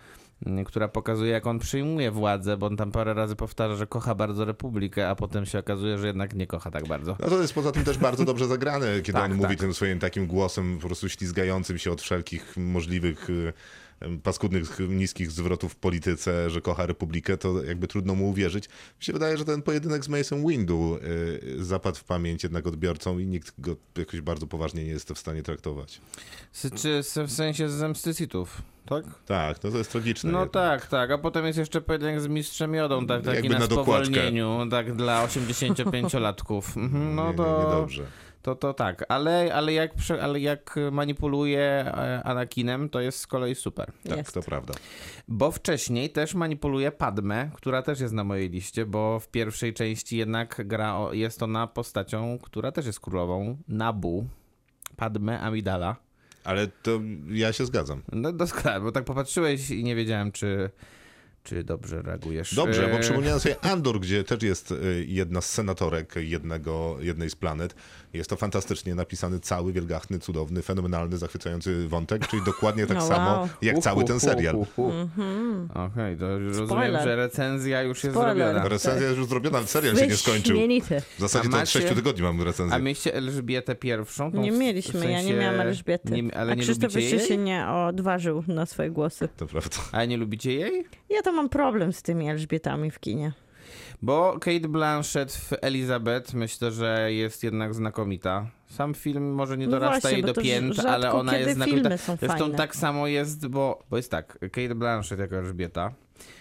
która pokazuje, jak on przyjmuje władzę, bo on tam parę razy powtarza, że kocha bardzo Republikę, a potem się okazuje, że jednak nie kocha tak bardzo. No to jest poza tym też bardzo dobrze zagrane, kiedy Tak, on mówi tak. tym swoim takim głosem po prostu ślizgającym się od wszelkich możliwych y, paskudnych, niskich zwrotów w polityce, że kocha Republikę, to jakby trudno mu uwierzyć. Mi się wydaje, że ten pojedynek z Mace'em Windu y, zapadł w pamięć jednak odbiorcom i nikt go jakoś bardzo poważnie nie jest w stanie traktować. S- Czy w sensie z Zemsty Sithów, tak? Tak, no to jest tragiczne. No jednak. tak, tak, a potem jest jeszcze pojedynek z Mistrzem Jodą, tak, taki Jakby na na dokładkę. spowolnieniu, tak dla osiemdziesięciopięciolatków. Mhm, no Nie, to, nie, niedobrze. to, to tak, ale, ale, jak, prze- ale jak manipuluje e, Anakinem, to jest z kolei super. Tak, Jest. to prawda. Bo wcześniej też manipuluje Padmę, która też jest na mojej liście, bo w pierwszej części jednak gra, o, jest ona postacią, która też jest królową, Nabu, Padmę Amidala. Ale to ja się zgadzam. No doskonale, bo tak popatrzyłeś i nie wiedziałem, czy, czy dobrze reagujesz. Dobrze, bo E, przypomniałem sobie Andor, gdzie też jest y, jedna z senatorek jednego, jednej z planet. Jest to fantastycznie napisany, cały, wielgachny, cudowny, fenomenalny, zachwycający wątek, czyli dokładnie tak No samo wow. jak Uhu, cały ten hu, serial. hu, hu. Mhm. Okej, to już rozumiem, Spoiler. że recenzja już jest Spoiler. zrobiona. Recenzja jest już zrobiona, ale serial się nie skończył. Wyśmienity. W zasadzie A to od macie- sześciu tygodni mam A recenzję. mieliście Elżbietę pierwszą? Tą Nie w- mieliśmy, w ja nie sensie- miałam Elżbiety. Nie, ale A nie Krzysztof lubicie jeszcze jej? się nie odważył na swoje głosy. To prawda. A nie lubicie jej? Ja to mam problem z tymi Elżbietami w kinie. Bo Kate Blanchett w Elizabeth myślę, że jest jednak znakomita. Sam film może nie No dorasta właśnie, jej bo do to pięt, rzadko ale ona kiedy jest znakomita. filmy są Zresztą fajne. tak samo jest, bo, bo jest tak, Kate Blanchett jako Elżbieta,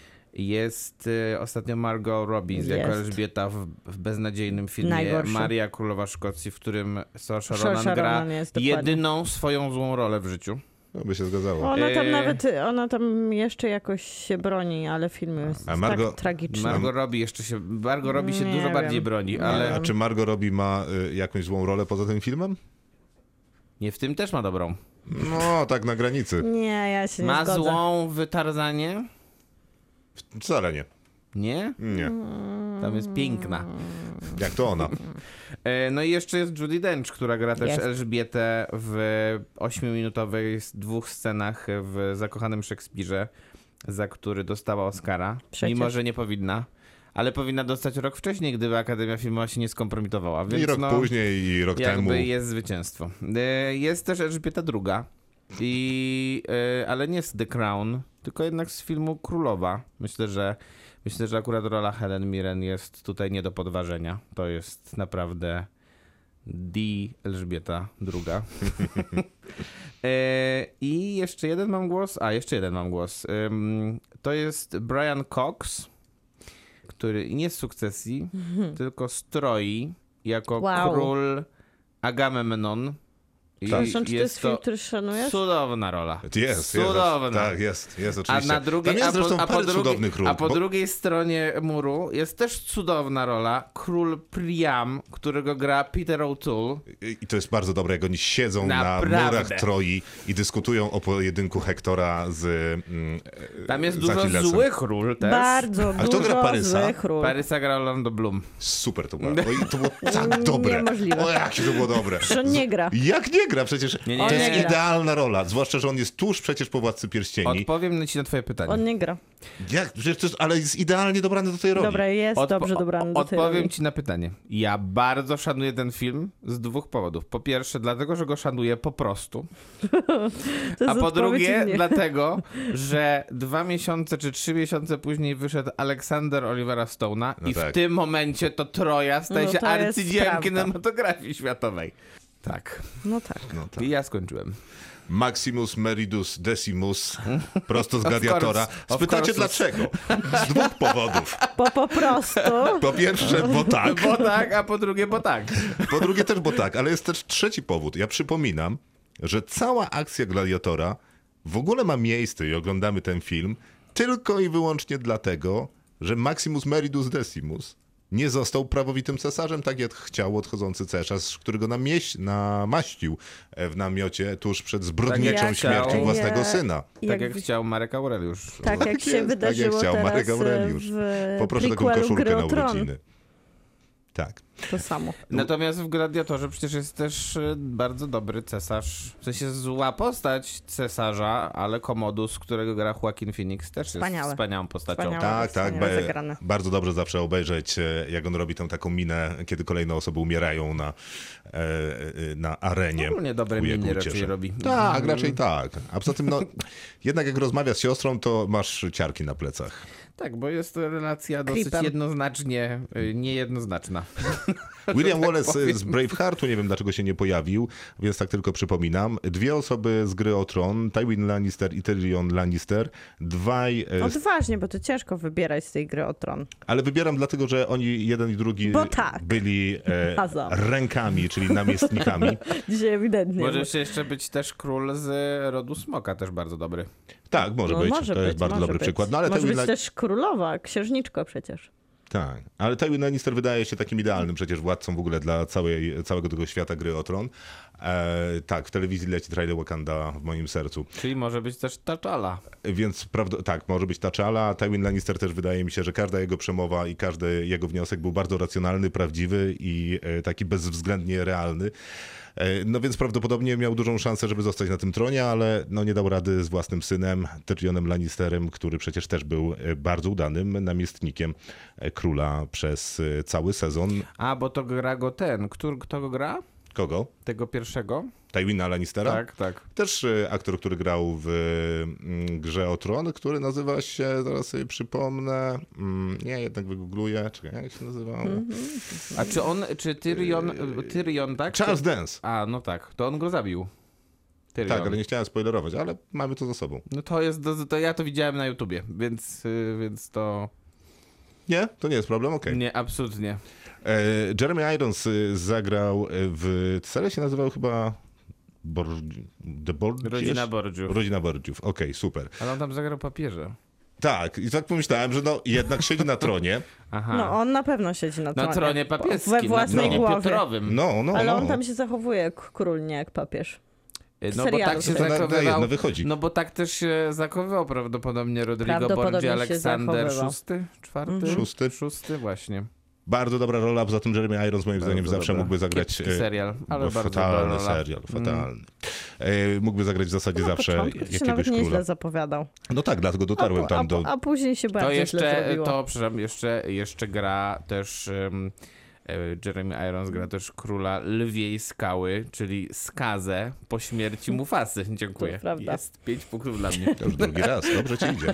jest y, ostatnio Margot Robbie jako Jest. Elżbieta w, w beznadziejnym filmie Najgorszy. Maria Królowa Szkocji, w którym Saoirse Saoirse Ronan gra Ronan jest, dokładnie. jedyną swoją złą rolę w życiu. No by się zgadzało. Ona tam Eee. nawet, ona tam jeszcze jakoś się broni, ale film jest A Margot- tak tragiczny. Margot Robbie jeszcze się, Margot Robbie się Nie dużo wiem. bardziej broni, Nie ale A czy Margot Robbie ma y, jakąś złą rolę poza tym filmem? nie w tym też ma dobrą. No, tak na granicy. Nie, ja się nie Ma zgodzę. złą w Tarzanie? Wcale nie. Nie? Nie. Tam jest piękna. Jak to ona? E, No i jeszcze jest Judi Dench, która gra też Jest. Elżbietę w ośmiominutowej dwóch scenach w Zakochanym Szekspirze, za który dostała Oscara. Przecież. Mimo, że nie powinna. Ale powinna dostać rok wcześniej, gdyby Akademia Filmowa się nie skompromitowała. Więc I rok no, później, i rok jakby temu. jest zwycięstwo. E, Jest też Elżbieta druga. I, e, ale nie z The Crown, tylko jednak z filmu Królowa. Myślę, że myślę, że akurat rola Helen Mirren jest tutaj nie do podważenia. To jest naprawdę The Elżbieta druga. e, I jeszcze jeden mam głos. A, jeszcze jeden mam głos. Ym, to jest Brian Cox, który nie z Sukcesji, tylko z Troi jako Wow. król Agamemnon. I Przepraszam, czy to jest film, który szanujesz? cudowna rola. Jest, Cudowna. jest. Tak, jest, jest A oczywiście. na drugiej, Tam jest a po, zresztą a po, parę drugiej, cudownych ról. a po bo- drugiej stronie muru jest też cudowna rola król Priam, którego gra Peter O'Toole. I to jest bardzo dobre, jak oni siedzą Naprawdę. na murach Troi i dyskutują o pojedynku Hektora z mm, Tam jest z dużo Achillesem. złych ról też. Bardzo A kto gra dużo Parysa? złych ról. Parysa gra Orlando Bloom. Super to było. Oj, to było tak dobre. Niemożliwe. O, jakie to było dobre. Przecież on nie gra. Jak nie gra? Przecież Nie, nie, to nie jest gra. idealna rola. Zwłaszcza, że on jest tuż przecież po Władcy Pierścieni. Odpowiem ci na twoje pytanie. On nie gra. Jak? Przecież to jest, ale jest idealnie dobrany do tej roli. Dobra, jest Odpo- dobrze dobrany do tej Odpowiem roli. ci na pytanie. Ja bardzo szanuję ten film z dwóch powodów. Po pierwsze, dlatego, że go szanuję po prostu. To A jest po odpowiedź drugie, nie. dlatego, że dwa miesiące czy trzy miesiące później wyszedł Aleksander Olivera Stone'a No i tak. w tym momencie to Troja staje No się to jest arcydziełem prawda. kinematografii światowej. Tak. No tak. No tak. I ja skończyłem. Maximus Meridus Decimus, prosto z Of Gladiatora. course, of Spytacie course. dlaczego? Z dwóch powodów. Bo po prostu... Po pierwsze, bo tak. Bo tak, a po drugie, bo tak. Po drugie też, bo tak. Ale jest też trzeci powód. Ja przypominam, że cała akcja Gladiatora w ogóle ma miejsce i oglądamy ten film tylko i wyłącznie dlatego, że Maximus Meridus Decimus nie został prawowitym cesarzem, tak jak chciał odchodzący cesarz, który go namieś, namaścił w namiocie tuż przed zbrodniczą Tak jak śmiercią chciał. własnego Ja- syna. Tak jak Jak, chciał Marek Aureliusz. tak jak Tak się jest, wydarzyło tak jak chciał teraz Marek Aureliusz. w Poproszę taką prequelu koszulkę Gry na o Tron. urodziny. Tak. to samo. Natomiast w Gladiatorze przecież jest też y, bardzo dobry cesarz. W sensie zła postać cesarza, ale Commodus, którego gra Joaquin Phoenix, też Wspaniałe. jest wspaniałą postacią. Wspaniałe. Tak, tak. Wspaniale Be, zagrane. bardzo dobrze zawsze obejrzeć, e, jak on robi tą taką minę, kiedy kolejne osoby umierają na, e, e, na arenie. Ogólnie dobre Ku jego miny raczej uciesze. robi. Tak, raczej tak. A poza tym, no, jednak jak rozmawia z siostrą, to masz ciarki na plecach. Tak, bo jest to relacja dosyć Creepem. jednoznacznie y, niejednoznaczna. William tak Wallace powiem. z Braveheartu, nie wiem dlaczego się nie pojawił, więc tak tylko przypominam. Dwie osoby z Gry o Tron, Tywin Lannister i Tyrion Lannister. Dwaj, e, Odważnie, bo to ciężko wybierać z tej Gry o Tron. ale wybieram dlatego, że oni jeden i drugi Bo tak. byli e, Hazard. rękami, czyli namiestnikami. Dzisiaj ewidentnie. Może jeszcze być też król z rodu Smoka, też bardzo dobry. Tak, może No, być. może to być, jest bardzo może dobry być. przykład. No, ale może Tywin być La- też królowa, księżniczko przecież. Tak, ale Tywin Lannister wydaje się takim idealnym przecież władcą w ogóle dla całej, całego tego świata Gry o Tron. E, tak, w telewizji leci trailer Wakanda w moim sercu. Czyli może być też T'Challa. Więc prawdo- tak, może być T'Challa. Tywin Lannister też wydaje mi się, że każda jego przemowa i każdy jego wniosek był bardzo racjonalny, prawdziwy i e, taki bezwzględnie realny. E, no więc prawdopodobnie miał dużą szansę, żeby zostać na tym tronie, ale no nie dał rady z własnym synem, Tyrionem Lannisterem, który przecież też był e, bardzo udanym namiestnikiem e, króla przez e, cały sezon. A, bo to gra go ten. Kto, kto go gra? Kogo? Tego pierwszego? Tywina Lannistera? Tak, tak. Też e, aktor, który grał w mm, Grze o Tron, który nazywa się, zaraz sobie przypomnę, mm, nie, jednak wygoogluję, czekaj, jak się nazywał? A czy on, czy Tyrion, Tyrion tak? Charles Dance. A, no tak, to on go zabił. Tyrion. Tak, ale nie chciałem spoilerować, ale mamy to za sobą. No to jest, to, to ja to widziałem na YouTubie, więc, y, więc to Nie? To nie jest problem? Okej. nie, absolutnie. E, Jeremy Irons y, zagrał w, serial się nazywał chyba Bor... The Borgies? Rodzina Borgiów. Rodzina Borgiów, okej, super. Ale on tam zagrał papieża. Tak, i tak pomyślałem, że no jednak siedzi na tronie. Aha. No on na pewno siedzi na tronie. na tronie papieskim, We na własnej tronie głowie. Piotrowym. No, no, Ale no. on tam się zachowuje jak król, nie jak papież. No bo serialu tak się to na, na zachowywał. jedno wychodzi. No bo tak też się zachowywał prawdopodobnie Rodrigo Prawdopodobnie Borgi, się Aleksander zachowywał. szósty, czwarty? Mhm. Szósty. Szósty, właśnie. Bardzo dobra rola, poza tym Jeremy Irons moim zdaniem Bardzo zawsze dobra. mógłby zagrać... Kiepski e, serial, ale bo bardzo fatalny dobra rola. serial, fatalny. E, mógłby zagrać w zasadzie Na zawsze początku to się nawet jakiegoś nieźle króla. zapowiadał. No tak, dlatego dotarłem a, tam a, do... a później się To bardzo źle jeszcze, zrobiło. to, przepraszam, jeszcze, jeszcze gra też... Um, Jeremy Irons gra też króla Lwiej Skały, czyli Skazę po śmierci Mufasy. Dziękuję. To prawda. Jest pięć punktów dla mnie. To już drugi raz, dobrze ci idzie.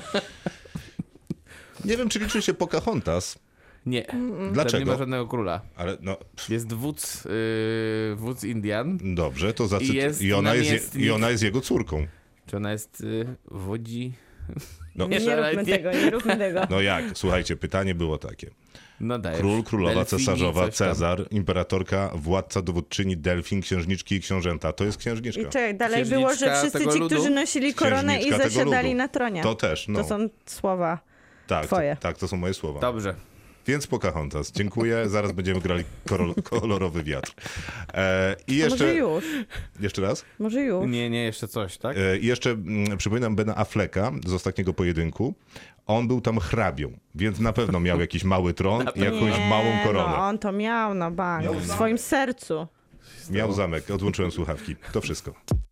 Nie wiem, czy liczy się Pocahontas, Nie, tam Dlaczego? nie ma żadnego króla. ale no Jest wódz, yy, wódz Indian. dobrze, to zacyt... I jest I, ona jest, je- namiestnik. I ona jest jego córką. Czy ona jest yy, wodzi? No, Nie, nie róbmy tego, nie róbmy tego. no jak? Słuchajcie, pytanie było takie. No dajesz. Król, królowa, Delfini, cesarzowa, coś tam. Cezar, imperatorka, władca, dowódczyni, delfin, księżniczki i książęta. To jest księżniczka. I czekaj, dalej było, że Księżniczka wszyscy tego ci, ludu? którzy nosili koronę i Księżniczka tego zasiadali ludu. na tronie. To też, no. To są słowa. tak, twoje. To, tak, to są moje słowa. Dobrze. Więc Pocahontas. Dziękuję. Zaraz będziemy grali korol- kolorowy wiatr. E, I A jeszcze... Może już, Jeszcze raz? może już. Nie, nie, jeszcze coś, tak? E, I jeszcze mm, przypominam Bena Afflecka z ostatniego pojedynku. On był tam hrabią, więc na pewno miał jakiś mały tron i jakąś Nie, małą koronę. No, on to miał na bank, w swoim sercu. Miał zamek, odłączyłem słuchawki. To wszystko.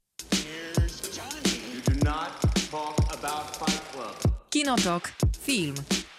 You do not talk about Fight Club. Kinotok. Film.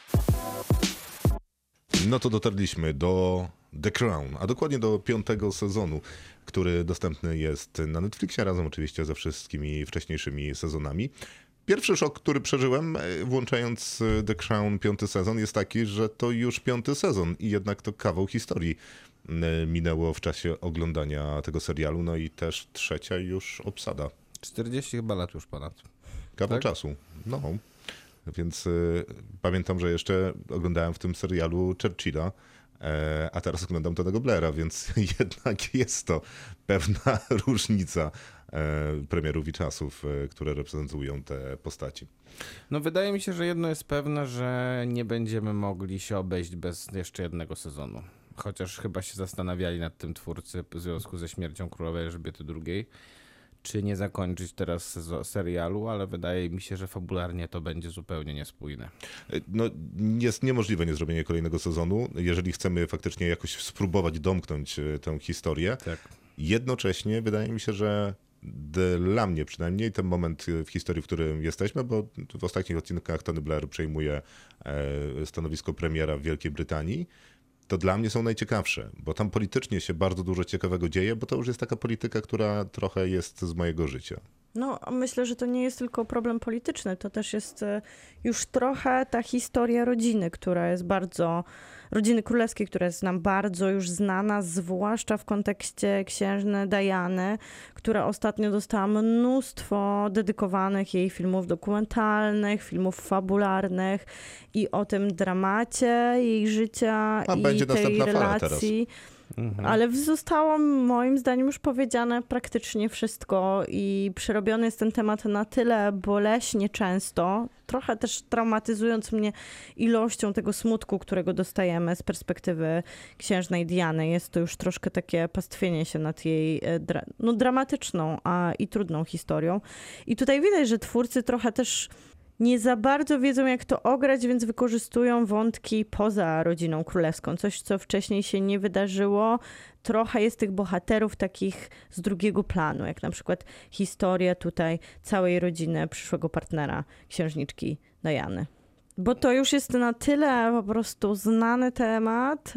No to dotarliśmy do The Crown, a dokładnie do piątego sezonu, który dostępny jest na Netflixie, razem oczywiście ze wszystkimi wcześniejszymi sezonami. Pierwszy szok, który przeżyłem, e, włączając e, The Crown piąty sezon, jest taki, że to już piąty sezon i jednak to kawał historii e, minęło w czasie oglądania tego serialu, no i też trzecia już obsada. czterdzieści chyba lat już ponad. Kawał Tak? czasu. No, więc y, pamiętam, że jeszcze oglądałem w tym serialu Churchilla, e, a teraz oglądam Tonego Blaira, więc jednak jest to pewna różnica e, premierów i czasów, e, które reprezentują te postaci. No wydaje mi się, że jedno jest pewne, że nie będziemy mogli się obejść bez jeszcze jednego sezonu. Chociaż chyba się zastanawiali nad tym twórcy w związku ze śmiercią królowej Elżbiety drugiej. czy nie zakończyć teraz sezo- serialu, ale wydaje mi się, że fabularnie to będzie zupełnie niespójne. No, jest niemożliwe nie zrobienie kolejnego sezonu, jeżeli chcemy faktycznie jakoś spróbować domknąć e, tę historię. Tak. Jednocześnie wydaje mi się, że dla mnie przynajmniej ten moment w historii, w którym jesteśmy, bo w ostatnich odcinkach Tony Blair przejmuje e, stanowisko premiera w Wielkiej Brytanii, to dla mnie są najciekawsze, bo tam politycznie się bardzo dużo ciekawego dzieje, bo to już jest taka polityka, która trochę jest z mojego życia. No, myślę, że to nie jest tylko problem polityczny, to też jest e, już trochę ta historia rodziny, która jest bardzo, rodziny królewskiej, która jest nam bardzo już znana, zwłaszcza w kontekście księżny Diany, która ostatnio dostała mnóstwo dedykowanych jej filmów dokumentalnych, filmów fabularnych i o tym dramacie jej życia A i będzie tej następna fala relacji. Mhm. Ale zostało moim zdaniem już powiedziane praktycznie wszystko i przerobiony jest ten temat na tyle boleśnie często, trochę też traumatyzując mnie ilością tego smutku, którego dostajemy z perspektywy księżnej Diany. Jest to już troszkę takie pastwienie się nad jej dra- no, dramatyczną a i trudną historią. I tutaj widać, że twórcy trochę też nie za bardzo wiedzą, jak to ograć, więc wykorzystują wątki poza rodziną królewską. Coś, co wcześniej się nie wydarzyło. Trochę jest tych bohaterów takich z drugiego planu, jak na przykład historia tutaj całej rodziny przyszłego partnera księżniczki Diany. Bo to już jest na tyle po prostu znany temat,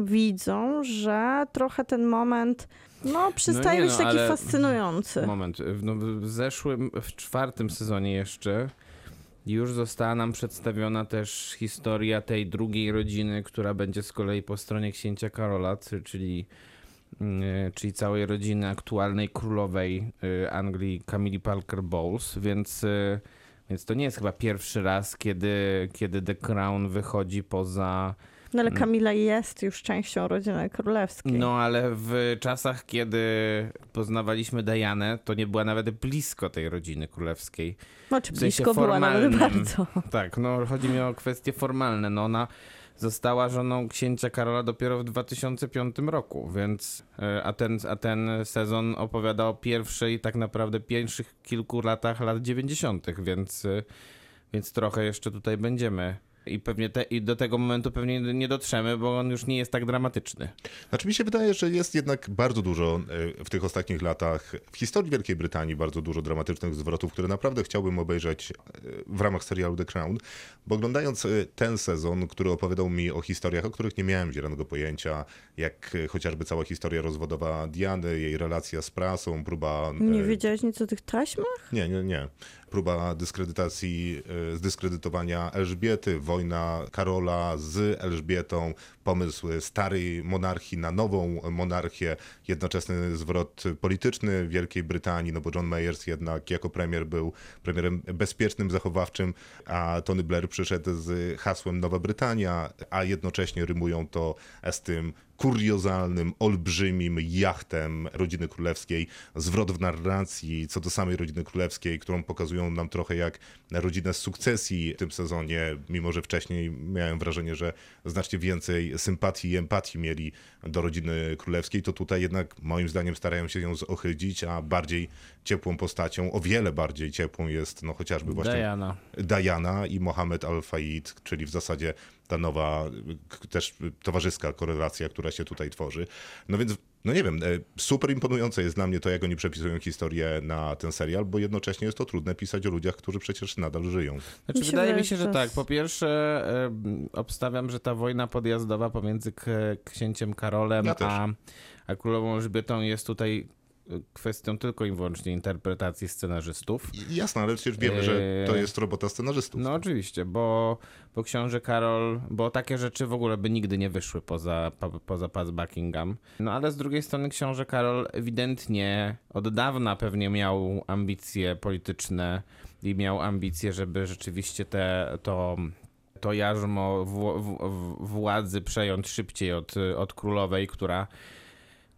widzą, że trochę ten moment no, przestaje No nie, być no, taki ale- fascynujący. Moment, w, no, w zeszłym, w czwartym sezonie jeszcze już została nam przedstawiona też historia tej drugiej rodziny, która będzie z kolei po stronie księcia Karola, c- czyli, yy, czyli całej rodziny aktualnej królowej yy, Anglii Camilla Parker Bowles, więc, yy, więc to nie jest chyba pierwszy raz, kiedy, kiedy The Crown wychodzi poza... No ale Kamila jest już częścią rodziny królewskiej. No ale w czasach, kiedy poznawaliśmy Dianę, to nie była nawet blisko tej rodziny królewskiej. No, czy w sensie blisko była nawet formalnym. bardzo. Tak, no chodzi mi o kwestie formalne. No ona została żoną księcia Karola dopiero w dwa tysiące piątym roku, więc e, a ten, a ten sezon opowiada o pierwszej, tak naprawdę pierwszych kilku latach lat dziewięćdziesiątych, więc, e, więc trochę jeszcze tutaj będziemy. I pewnie te, i do tego momentu pewnie nie dotrzemy, bo on już nie jest tak dramatyczny. Znaczy mi się wydaje, że jest jednak bardzo dużo e, w tych ostatnich latach w historii Wielkiej Brytanii bardzo dużo dramatycznych zwrotów, które naprawdę chciałbym obejrzeć e, w ramach serialu The Crown, bo oglądając e, ten sezon, który opowiadał mi o historiach, o których nie miałem zielonego pojęcia, jak e, chociażby cała historia rozwodowa Diany, jej relacja z prasą, próba... e, Nie wiedziałeś nic o tych taśmach? Nie, nie, nie. Próba dyskredytacji, e, zdyskredytowania Elżbiety, wojna Karola z Elżbietą, pomysł starej monarchii na nową monarchię, jednoczesny zwrot polityczny Wielkiej Brytanii, no bo John Mayers jednak jako premier był premierem bezpiecznym, zachowawczym, a Tony Blair przyszedł z hasłem Nowa Brytania, a jednocześnie rymują to z tym kuriozalnym, olbrzymim jachtem rodziny królewskiej, zwrot w narracji co do samej rodziny królewskiej, którą pokazują nam trochę jak rodzinę z sukcesji w tym sezonie, mimo że wcześniej miałem wrażenie, że znacznie więcej sympatii i empatii mieli do rodziny królewskiej, to tutaj jednak moim zdaniem starają się ją zohydzić, a bardziej ciepłą postacią, o wiele bardziej ciepłą jest no chociażby właśnie Diana. Diana i Mohammed Al-Fayed, czyli w zasadzie ta nowa, k- też towarzyska korelacja, która się tutaj tworzy. No więc, no nie wiem, e, super imponujące jest dla mnie to, jak oni przepisują historię na ten serial, bo jednocześnie jest to trudne pisać o ludziach, którzy przecież nadal żyją. Znaczy, Mi się wydaje mi wydaje, się, że że tak. s- Po pierwsze, em, obstawiam, że ta wojna podjazdowa pomiędzy k- księciem Karolem Ja też. a, a królową Elżbietą jest tutaj y, kwestią tylko i wyłącznie interpretacji scenarzystów. I jasne, ale przecież wiemy, że to jest robota scenarzystów. No oczywiście, bo, bo książę Karol, bo takie rzeczy w ogóle by nigdy nie wyszły poza, po, poza pas Buckingham. No ale z drugiej strony książę Karol ewidentnie od dawna pewnie miał ambicje polityczne i miał ambicje, żeby rzeczywiście te, to, to jarzmo w, w, w, władzy przejąć szybciej od, od królowej, która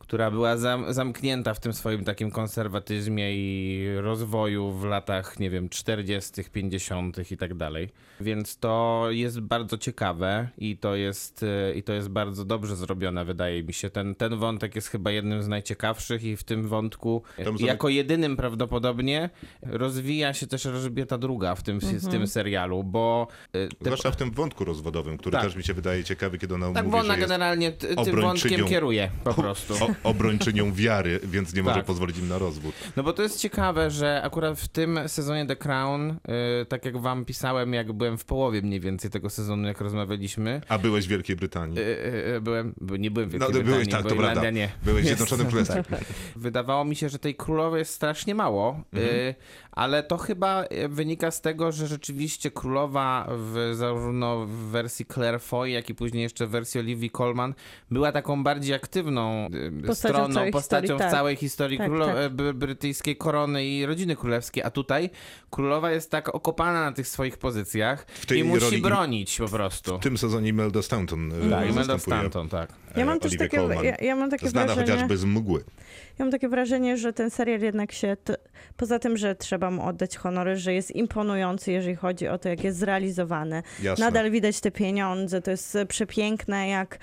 która była zam, zamknięta w tym swoim takim konserwatyzmie i rozwoju w latach, nie wiem, czterdziestych, pięćdziesiątych i tak dalej. Więc to jest bardzo ciekawe i to jest, i to jest bardzo dobrze zrobione, wydaje mi się. Ten, ten wątek jest chyba jednym z najciekawszych i w tym wątku Tam jako jedynym prawdopodobnie rozwija się też Elżbieta druga w tym, Mhm. w tym serialu, bo... y, Te... Zwłaszcza w tym wątku rozwodowym, który Tak. też mi się wydaje ciekawy, kiedy ona Tak, mówi, bo ona że jest generalnie t- tym obrończynią- wątkiem kieruje po prostu. o, obrończynią wiary, więc nie może Tak. pozwolić im na rozwód. No bo to jest ciekawe, że akurat w tym sezonie The Crown, y, tak jak wam pisałem, jak byłem w połowie mniej więcej tego sezonu, jak rozmawialiśmy, A byłeś w Wielkiej Brytanii. y, y, y, byłem, by- nie byłem w No, Wielkiej ty byłeś, Brytanii, tak, bo to Irlandia prawda. nie. Byłeś w Jest- Zjednoczonym Królestwie. Wydawało mi się, że tej królowej jest strasznie mało, y, ale to chyba wynika z tego, że rzeczywiście królowa w, zarówno w wersji Claire Foy, jak i później jeszcze w wersji Olivia Colman była taką bardziej aktywną y, Postacią stroną, całej postacią historii, w tak. całej historii Tak, królo- tak. b- brytyjskiej korony i rodziny królewskiej, a tutaj królowa jest tak okopana na tych swoich pozycjach W tej i musi roli- bronić po prostu. W tym sezonie Imelda Stanton e, Tak, Imelda zastępuje, Stanton, tak. e, Ja mam też Olivię takie, Colman. ja, ja mam takie Znana wrażenie... chociażby z Mgły. Ja mam takie wrażenie, że ten serial jednak się, t- poza tym, że trzeba mu oddać honory, że jest imponujący, jeżeli chodzi o to, jak jest zrealizowany. Jasne. Nadal widać te pieniądze, to jest przepiękne, jak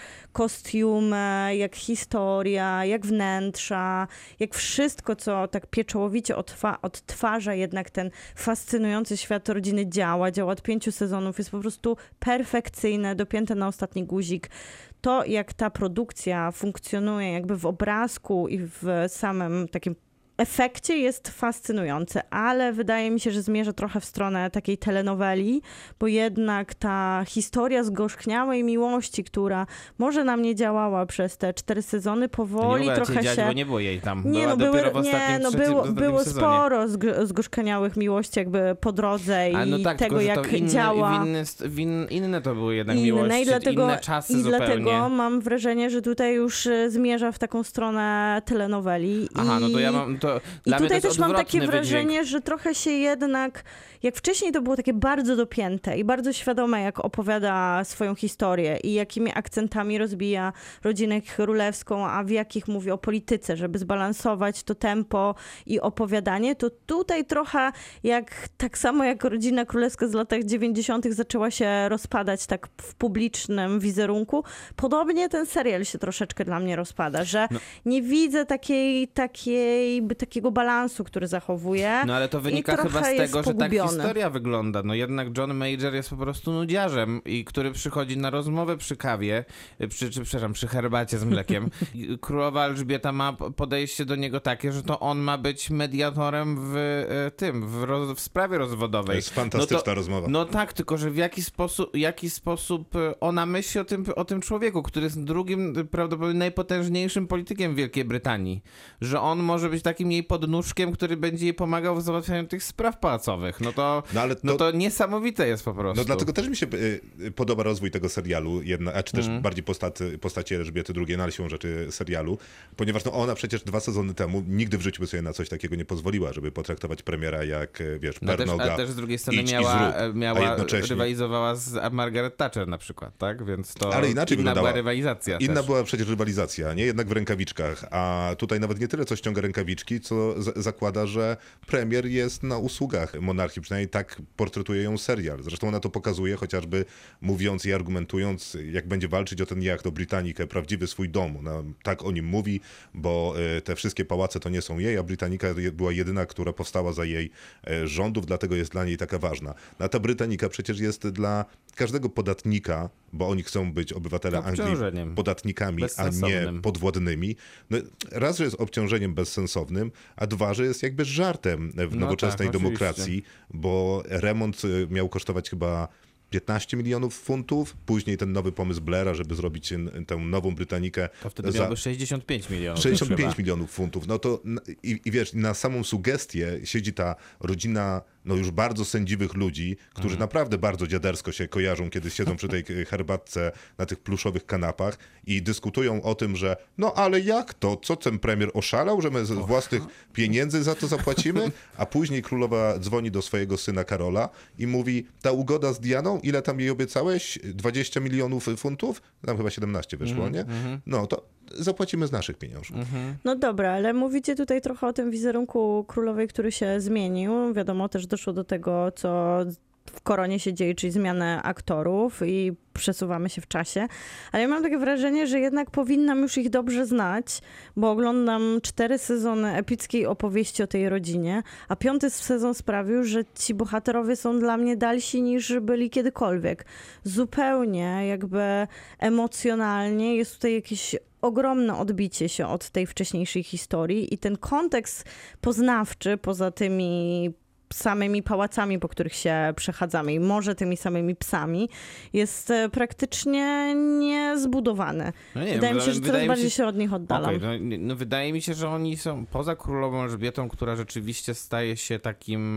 kostiumy, jak historia, jak wnętrza, jak wszystko, co tak pieczołowicie odtwa- odtwarza jednak ten fascynujący świat rodziny działa, działa od pięciu sezonów, jest po prostu perfekcyjne, dopięte na ostatni guzik. To, jak ta produkcja funkcjonuje jakby w obrazku i w samym takim efekcie jest fascynujące, ale wydaje mi się, że zmierza trochę w stronę takiej telenoweli, bo jednak ta historia zgorzkniałej miłości, która może na mnie działała przez te cztery sezony, To nie powoli mogła trochę cię dziać, się... bo nie było jej tam. Nie, Była no, były, dopiero w nie, ostatnim no trzecim, było, ostatnim było sezonie. sporo zg- zgorzkniałych miłości jakby po drodze i Ale no tak, tego, tylko, że jak to inny, działa. Inny, win, inne to były jednak Inne miłości, i dlatego, inne czasy i zupełnie. dlatego mam wrażenie, że tutaj już e, zmierza w taką stronę telenoweli. Aha, I... no to ja mam... To, I dla mnie to tutaj jest też mam takie odwrotny wrażenie, wydźwięk. że trochę się jednak, jak wcześniej to było takie bardzo dopięte i bardzo świadome, jak opowiada swoją historię i jakimi akcentami rozbija rodzinę królewską, a w jakich mówi o polityce, żeby zbalansować to tempo i opowiadanie, to tutaj trochę jak tak samo jak rodzina królewska z latach dziewięćdziesiątych zaczęła się rozpadać tak w publicznym wizerunku, podobnie ten serial się troszeczkę dla mnie rozpada, że No. nie widzę takiej, takiej, by takiego balansu, który zachowuje. No ale to wynika trochę chyba z jest tego, że tak pogubiony. historia wygląda. No jednak John Major jest po prostu nudziarzem i który przychodzi na rozmowę przy kawie, y, przy, czy, przepraszam, przy herbacie z mlekiem. I Królowa Elżbieta ma p- podejście do niego takie, że to on ma być mediatorem w y, tym, w, roz, w sprawie rozwodowej. To jest fantastyczna no to, rozmowa. No tak, tylko że w jaki sposób, jaki sposób y, ona myśli o tym, o tym człowieku, który jest drugim, y, prawdopodobnie najpotężniejszym politykiem Wielkiej Brytanii. Że on może być takim jej podnóżkiem, który będzie jej pomagał w załatwianiu tych spraw pałacowych. No to, No ale to- no to niesamowite jest po prostu. No dlatego też mi się y, y, podoba rozwój tego serialu, jedna, a czy też Mhm. bardziej postaci, postaci Elżbiety drugiej, no ale siłą rzeczy serialu, ponieważ no ona przecież dwa sezony temu nigdy w życiu by sobie na coś takiego nie pozwoliła, żeby potraktować premiera jak, y, wiesz, No też, pernoga, ale też z drugiej strony idź i miała, zrób, e, a miała jednocześnie... rywalizowała z Margaret Thatcher na przykład, tak? Więc to Ale inaczej inna wyglądała. była rywalizacja Inna też. była przecież rywalizacja, nie? Jednak w rękawiczkach, a tutaj nawet nie tyle co ściąga rękawiczki, co z- zakłada, że premier jest na usługach monarchii, przynajmniej tak portretuje ją serial. Zresztą ona to pokazuje, chociażby mówiąc i argumentując, jak będzie walczyć o ten jacht, o Britannikę, prawdziwy swój dom. No, tak o nim mówi, bo y, te wszystkie pałace to nie są jej, a Britannica je- była jedyna, która powstała za jej e, rządów, dlatego jest dla niej taka ważna. No, a ta Britannica przecież jest dla każdego podatnika, bo oni chcą być obywatele Anglii Obciążeniem. podatnikami, a nie Bezsensownym. podwładnymi. No, raz, że jest obciążeniem bezsensownym, a dwa, że jest jakby żartem w No nowoczesnej tak, demokracji, bo remont y, miał kosztować chyba piętnaście milionów funtów, później ten nowy pomysł Blaira, żeby zrobić n- tę nową Brytanikę To wtedy za miałby sześćdziesiąt pięć milionów. sześćdziesiąt pięć chyba. milionów funtów. No to n- i, i wiesz, na samą sugestię siedzi ta rodzina no już bardzo sędziwych ludzi, którzy naprawdę bardzo dziadersko się kojarzą, kiedy siedzą przy tej herbatce na tych pluszowych kanapach i dyskutują o tym, że no ale jak to? Co ten premier oszalał, że my z własnych pieniędzy za to zapłacimy? A później królowa dzwoni do swojego syna Karola i mówi, ta ugoda z Dianą, ile tam jej obiecałeś? dwadzieścia milionów funtów? Tam chyba siedemnaście wyszło, nie? No to zapłacimy z naszych pieniążków. Mhm. No dobra, ale mówicie tutaj trochę o tym wizerunku królowej, który się zmienił. Wiadomo, też doszło do tego, co w Koronie się dzieje, czyli zmianę aktorów i przesuwamy się w czasie. Ale ja mam takie wrażenie, że jednak powinnam już ich dobrze znać, bo oglądam cztery sezony epickiej opowieści o tej rodzinie, a piąty sezon sprawił, że ci bohaterowie są dla mnie dalsi niż byli kiedykolwiek. Zupełnie jakby emocjonalnie jest tutaj jakieś ogromne odbicie się od tej wcześniejszej historii i ten kontekst poznawczy, poza tymi samymi pałacami, po których się przechadzamy i może tymi samymi psami, jest e, praktycznie niezbudowany. No nie wiem, wydaje mi się, że wydaje coraz mi bardziej się- się od nich oddalam. Okej, no, no wydaje mi się, że oni są poza królową Elżbietą, która rzeczywiście staje się takim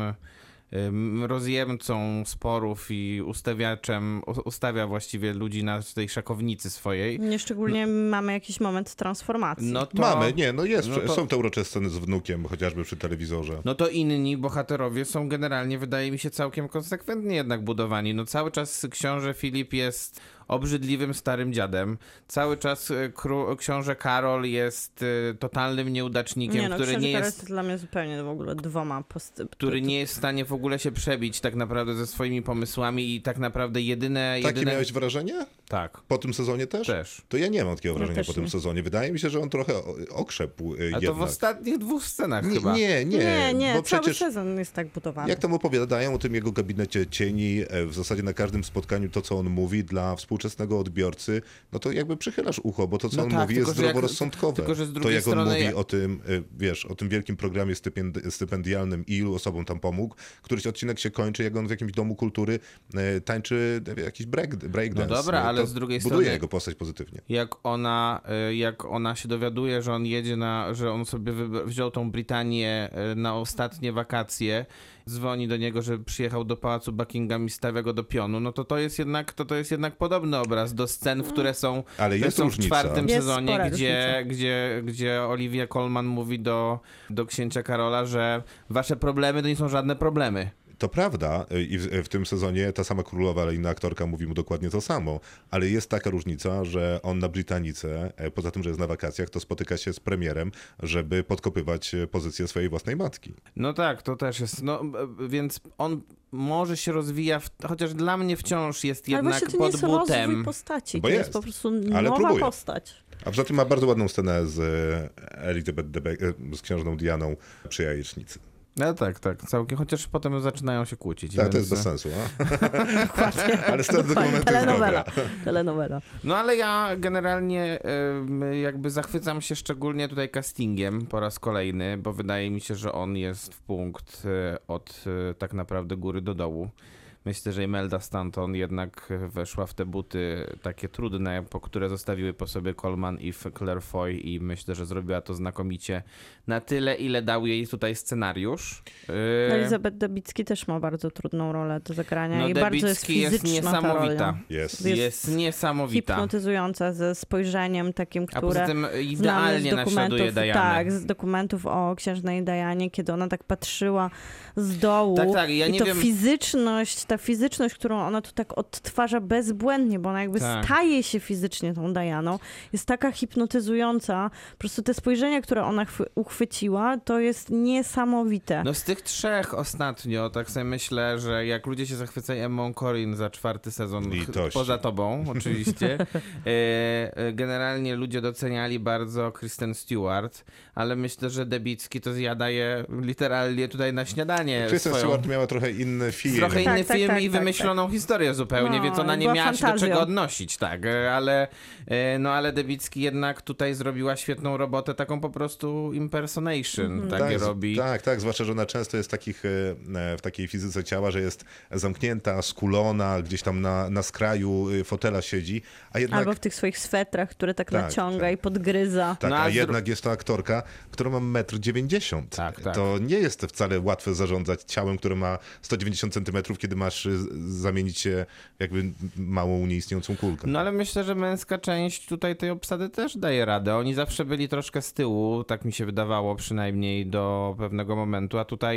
ym, rozjemcą sporów i ustawiaczem, u- ustawia właściwie ludzi na tej szachownicy swojej. Nieszczególnie mamy jakiś moment transformacji. No to, Mamy, nie, no jest, no to- są te urocze sceny z wnukiem, chociażby przy telewizorze. No to inni bohaterowie są generalnie, wydaje mi się, całkiem konsekwentnie jednak budowani. No cały czas książę Filip jest obrzydliwym starym dziadem. Cały czas e, kró- książę Karol jest e, totalnym nieudacznikiem, nie no, który książę nie Karol jest... jest dla mnie zupełnie w ogóle dwoma post... który nie jest w stanie w ogóle się przebić tak naprawdę ze swoimi pomysłami i tak naprawdę jedyne... Takie jedyne... miałeś wrażenie? Tak, Po tym sezonie też? też. To ja nie mam takiego wrażenia też po tym nie. sezonie. Wydaje mi się, że on trochę o- okrzepł y, A jednak. to w ostatnich dwóch scenach nie, chyba. nie, nie, Nie, nie, bo cały przecież sezon jest tak budowany. jak tam opowiadają o tym jego gabinecie cieni, e, w zasadzie na każdym spotkaniu to, co on mówi dla współczesnego odbiorcy, no to jakby przychylasz ucho, bo to, co No on tak, mówi, tylko jest że jak- zdroworozsądkowe. tylko że z to drugiej jak on strony mówi ja- o tym, e, wiesz, o tym wielkim programie stypendy- stypendialnym i ilu osobom tam pomógł, któryś odcinek się kończy, jak on w jakimś domu kultury e, tańczy e, jakiś break, breakdance. No dobra, nie? ale To z drugiej buduje strony- jego postać pozytywnie. Jak ona, y, jak ona się dowiaduje, że on jedzie na, że on sobie wy- wziął tą Brytanię y, na ostatnie wakacje, dzwoni do niego, że przyjechał do pałacu Buckingham i stawia go do pionu, no to to jest jednak, to, to jest jednak podobny obraz do scen, w które są, Ale które jest są w różnica. czwartym Jest sezonie, spora gdzie, różnica. gdzie, gdzie Olivia Colman mówi do, do księcia Karola, że wasze problemy to nie są żadne problemy. To prawda i w, w tym sezonie ta sama królowa, ale inna aktorka mówi mu dokładnie to samo, ale jest taka różnica, że on na Brytanice, e, poza tym, że jest na wakacjach, to spotyka się z premierem, żeby podkopywać e, pozycję swojej własnej matki. No tak, to też jest, no e, więc on może się rozwija, w, chociaż dla mnie wciąż jest Ale jednak właśnie to nie pod jest rozwój butem. postaci, Bo to jest. jest, po prostu ale nowa próbuje. postać. A poza tym ma bardzo ładną scenę z e, Elizabeth Debicki, e, z księżną Dianą przy jajecznicy. No tak, tak, całkiem, chociaż potem zaczynają się kłócić. Tak, to więc- jest bez sensu, a? Dokładnie. Ale scena tego Dokładnie. momentu jest Telenowela. dobra. Telenowela. No ale ja generalnie ym, jakby zachwycam się szczególnie tutaj castingiem po raz kolejny, bo wydaje mi się, że on jest w punkt y, od y, tak naprawdę góry do dołu. Myślę, że Imelda Stanton jednak weszła w te buty takie trudne, po które zostawiły po sobie Coleman i Claire Foy i myślę, że zrobiła to znakomicie na tyle, ile dał jej tutaj scenariusz. Yy, Elizabeth Debicki też ma bardzo trudną rolę do zagrania no i bardzo jest Debicki jest fizyczna ta niesamowita. rola. Jest. Jest Jest niesamowita. Hipnotyzująca ze spojrzeniem takim, A które poza tym znamy idealnie z naśladuje dokumentów, Dianę. tak, z dokumentów o księżnej Dianie, kiedy ona tak patrzyła z dołu. Tak, tak, ja I nie to wiem- fizyczność, ta fizyczność, którą ona tu tak odtwarza bezbłędnie, bo ona jakby Tak. staje się fizycznie tą Dianą, jest taka hipnotyzująca. Po prostu te spojrzenie, które ona chwy- uchwyciła, to jest niesamowite. No z tych trzech ostatnio, tak sobie myślę, że jak ludzie się zachwycają Emmą Corrin za czwarty sezon, Litości. poza tobą oczywiście, e, e, generalnie ludzie doceniali bardzo Kristen Stewart, ale myślę, że Debicki to zjada je literalnie tutaj na śniadanie. Kristen swoją- Stewart miała trochę inny film. Trochę inny Tak, tak, film tak, i tak, wymyśloną historię zupełnie, No, więc ona nie była miała się do fantazją. czego odnosić, tak, e, ale e, no ale Debicki jednak tutaj zrobiła świetną robotę, taką po prostu impersonation, Mhm. takie z- robi. Tak, tak, zwłaszcza, że ona często jest takich, e, w takiej fizyce ciała, że jest zamknięta, skulona, gdzieś tam na, na skraju e, fotela siedzi, a jednak... Albo w tych swoich swetrach, które tak, Tak, naciąga tak. i podgryza. Tak, No, a a z dru- jednak jest to aktorka, która ma metr dziewięćdziesiąt. Tak, tak. To nie jest wcale łatwe zarządzać ciałem, które ma sto dziewięćdziesiąt centymetrów, kiedy masz y, zamienić się jakby małą, nieistniejącą kulkę. No ale myślę, że męska część tutaj tej obsady też daje radę. Oni zawsze byli troszkę z tyłu, tak mi się wydawało przynajmniej do pewnego momentu, a tutaj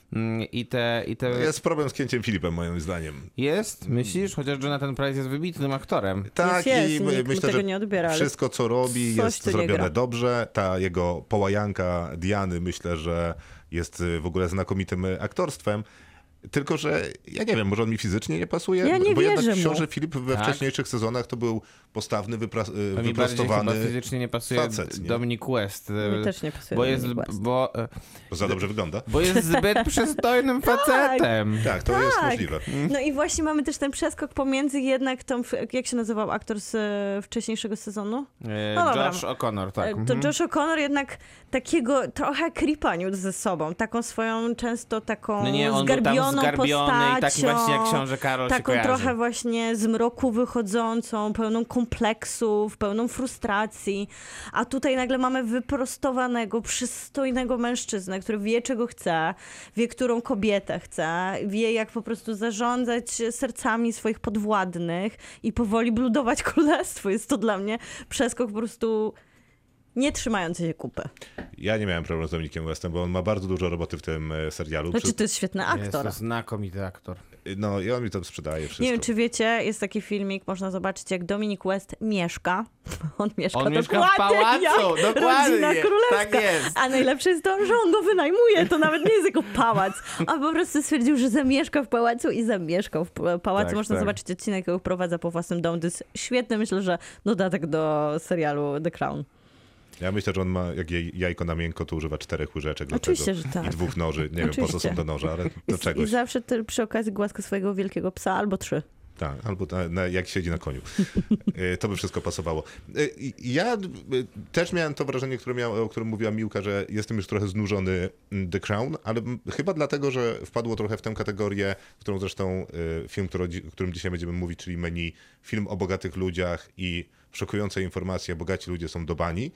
Mm, I te, i te... Jest problem z Kieńciem Filipem, moim zdaniem. Jest? Myślisz? Chociaż Jonathan Pryce jest wybitnym aktorem. Tak, Jest, i jest, nikt mu myślę, tego że nie odbiera, ale wszystko, co robi, coś jest tu nie zrobione gra. dobrze. Ta jego połajanka Diany, myślę, że jest w ogóle znakomitym aktorstwem. Tylko, że ja nie wiem, może on mi fizycznie nie pasuje, Ja nie bo wierzę jednak mu. książę Filip we Tak. wcześniejszych sezonach to był postawny, wypra- To mi bardziej wyprostowany chyba fizycznie nie pasuje facet, nie? Dominic West. Mi też nie pasuje Bo jest, Dominic West. bo, Bo za dobrze wygląda. bo jest zbyt przystojnym facetem. Tak, to jest Tak. możliwe. No i właśnie mamy też ten przeskok pomiędzy jednak tą, jak się nazywał aktor z e, wcześniejszego sezonu? E, No dobra. Josh O'Connor, tak. E, To mhm. Josh O'Connor jednak takiego trochę creepa niósł ze sobą, taką swoją często taką No nie, on był tam zgarbioną zgarbiony postacią, i taki właśnie jak książę Karol się taką kojarzy. trochę właśnie z mroku wychodzącą, pełną kompleksów, pełną frustracji, a tutaj nagle mamy wyprostowanego, przystojnego mężczyznę, który wie, czego chce, wie, którą kobietę chce, wie, jak po prostu zarządzać sercami swoich podwładnych i powoli bludować królestwo. Jest to dla mnie przeskok po prostu nie trzymający się kupy. Ja nie miałem problemu z Dominikiem Westem, bo on ma bardzo dużo roboty w tym e, serialu. Znaczy, to jest świetny Jest aktor. to znakomity aktor. No i on mi to sprzedaje wszystko. Nie wiem, czy wiecie, jest taki filmik, można zobaczyć, jak Dominic West mieszka. On mieszka On mieszka w dokładnie pałacu, jak dokładnie, rodzina królewska. tak jest. A najlepsze jest to, że on go wynajmuje, to nawet nie jest jego pałac. On po prostu stwierdził, że zamieszka w pałacu i zamieszkał w pa- pałacu. Tak, Można tak. zobaczyć odcinek, jak prowadza po własnym domu. To jest świetny, myślę, że dodatek do serialu The Crown. Ja myślę, że on ma, jak jej jajko na miękko, to używa czterech łyżeczek do Oczywiście, tego. że tak. I dwóch noży. Nie wiem, po co Oczywiście. są te noże, ale do I, czegoś. I zawsze te, przy okazji głaska swojego wielkiego psa, albo trzy. Tak, albo na, na, jak siedzi na koniu. E, To by wszystko pasowało. E, i- Ja e, też miałem to wrażenie, które miał, o którym mówiła Miłka, że jestem już trochę znużony mm, The Crown, ale m- chyba dlatego, że wpadło trochę w tę kategorię, którą zresztą e, film, który, o którym dzisiaj będziemy mówić, czyli menu, film o bogatych ludziach i szokujące informacje, bogaci ludzie są do bani.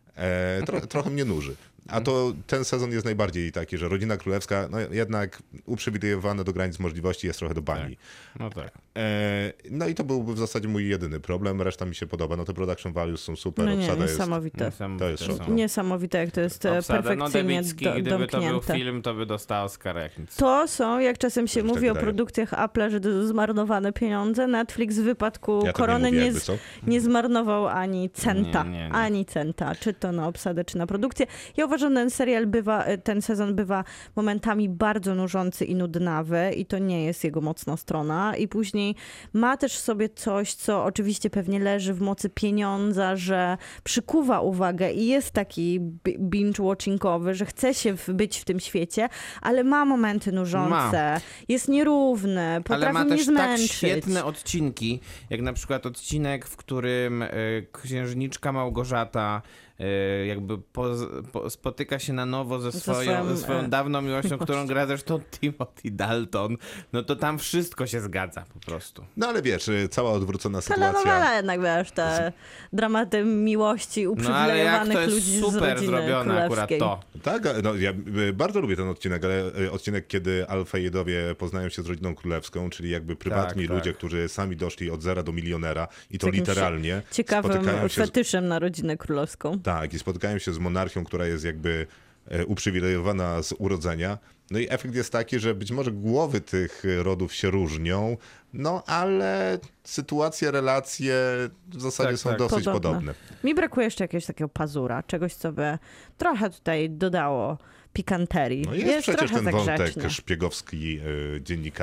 E, tro, trochę mnie nuży. A to ten sezon jest najbardziej taki, że rodzina królewska, no jednak uprzywilejowana do granic możliwości, jest trochę do bani. No tak. E, no i to byłby w zasadzie mój jedyny problem, reszta mi się podoba. No te production values są super, No nie, obsada jest... niesamowite. To jest szok. Niesamowite, jak to jest e, Obsada, no perfekcyjnie Debicki, do, gdyby to był domknięte. film, to by dostał Oscara jak nic. To są, jak czasem się Też tak mówi o wydaje. produkcjach Apple'a, że to zmarnowane pieniądze. Netflix w wypadku Ja tak Korony nie mówię, nie, jakby z- co. nie zmarnował ani centa. Nie, nie, nie. Ani centa, czy to na obsadę, czy na produkcję. Ja uważam, że ten serial bywa, ten sezon bywa momentami bardzo nużący i nudnawy i to nie jest jego mocna strona. I później ma też w sobie coś, co oczywiście pewnie leży w mocy pieniądza, że przykuwa uwagę i jest taki bi- binge-watchingowy, że chce się w, być w tym świecie, ale ma momenty nużące. Jest nierówny, potrafi Ale ma mnie też tak zmęczyć. świetne odcinki, jak na przykład odcinek, w którym e, księżniczka Małgorzata e, jakby po, po, spotyka się na nowo ze swoją, swoją, ze swoją e, dawną miłością, którą gra zresztą Timothy Dalton. No to tam wszystko się zgadza po prostu. No ale wiesz, y, cała odwrócona sytuacja. Telenowela jednak, wiesz, te dramaty miłości No ale jak uprzywilejowanych to jest ludzi z super rodziny zrobione akurat królewskiej. to. Tak, a- no, ja y, bardzo lubię ten odcinek, ale y, odcinek, kiedy Alfejedowie poznają się z rodziną królewską, czyli jakby prywatni Tak, ludzie, tak. którzy sami doszli od zera do milionera i to Z jakimś literalnie. Ciekawym spotykają się z, fetyszem na rodzinę królewską. tak, i spotykają się z monarchią, która jest jakby e, uprzywilejowana z urodzenia. No i efekt jest taki, że być może głowy tych rodów się różnią, no ale sytuacje, relacje w zasadzie Tak, są tak. dosyć Podobne. podobne. Mi brakuje jeszcze jakiegoś takiego pazura, czegoś, co by trochę tutaj dodało pikanterii. No jest, przecież trochę ten za wątek grzeczny. szpiegowski, e,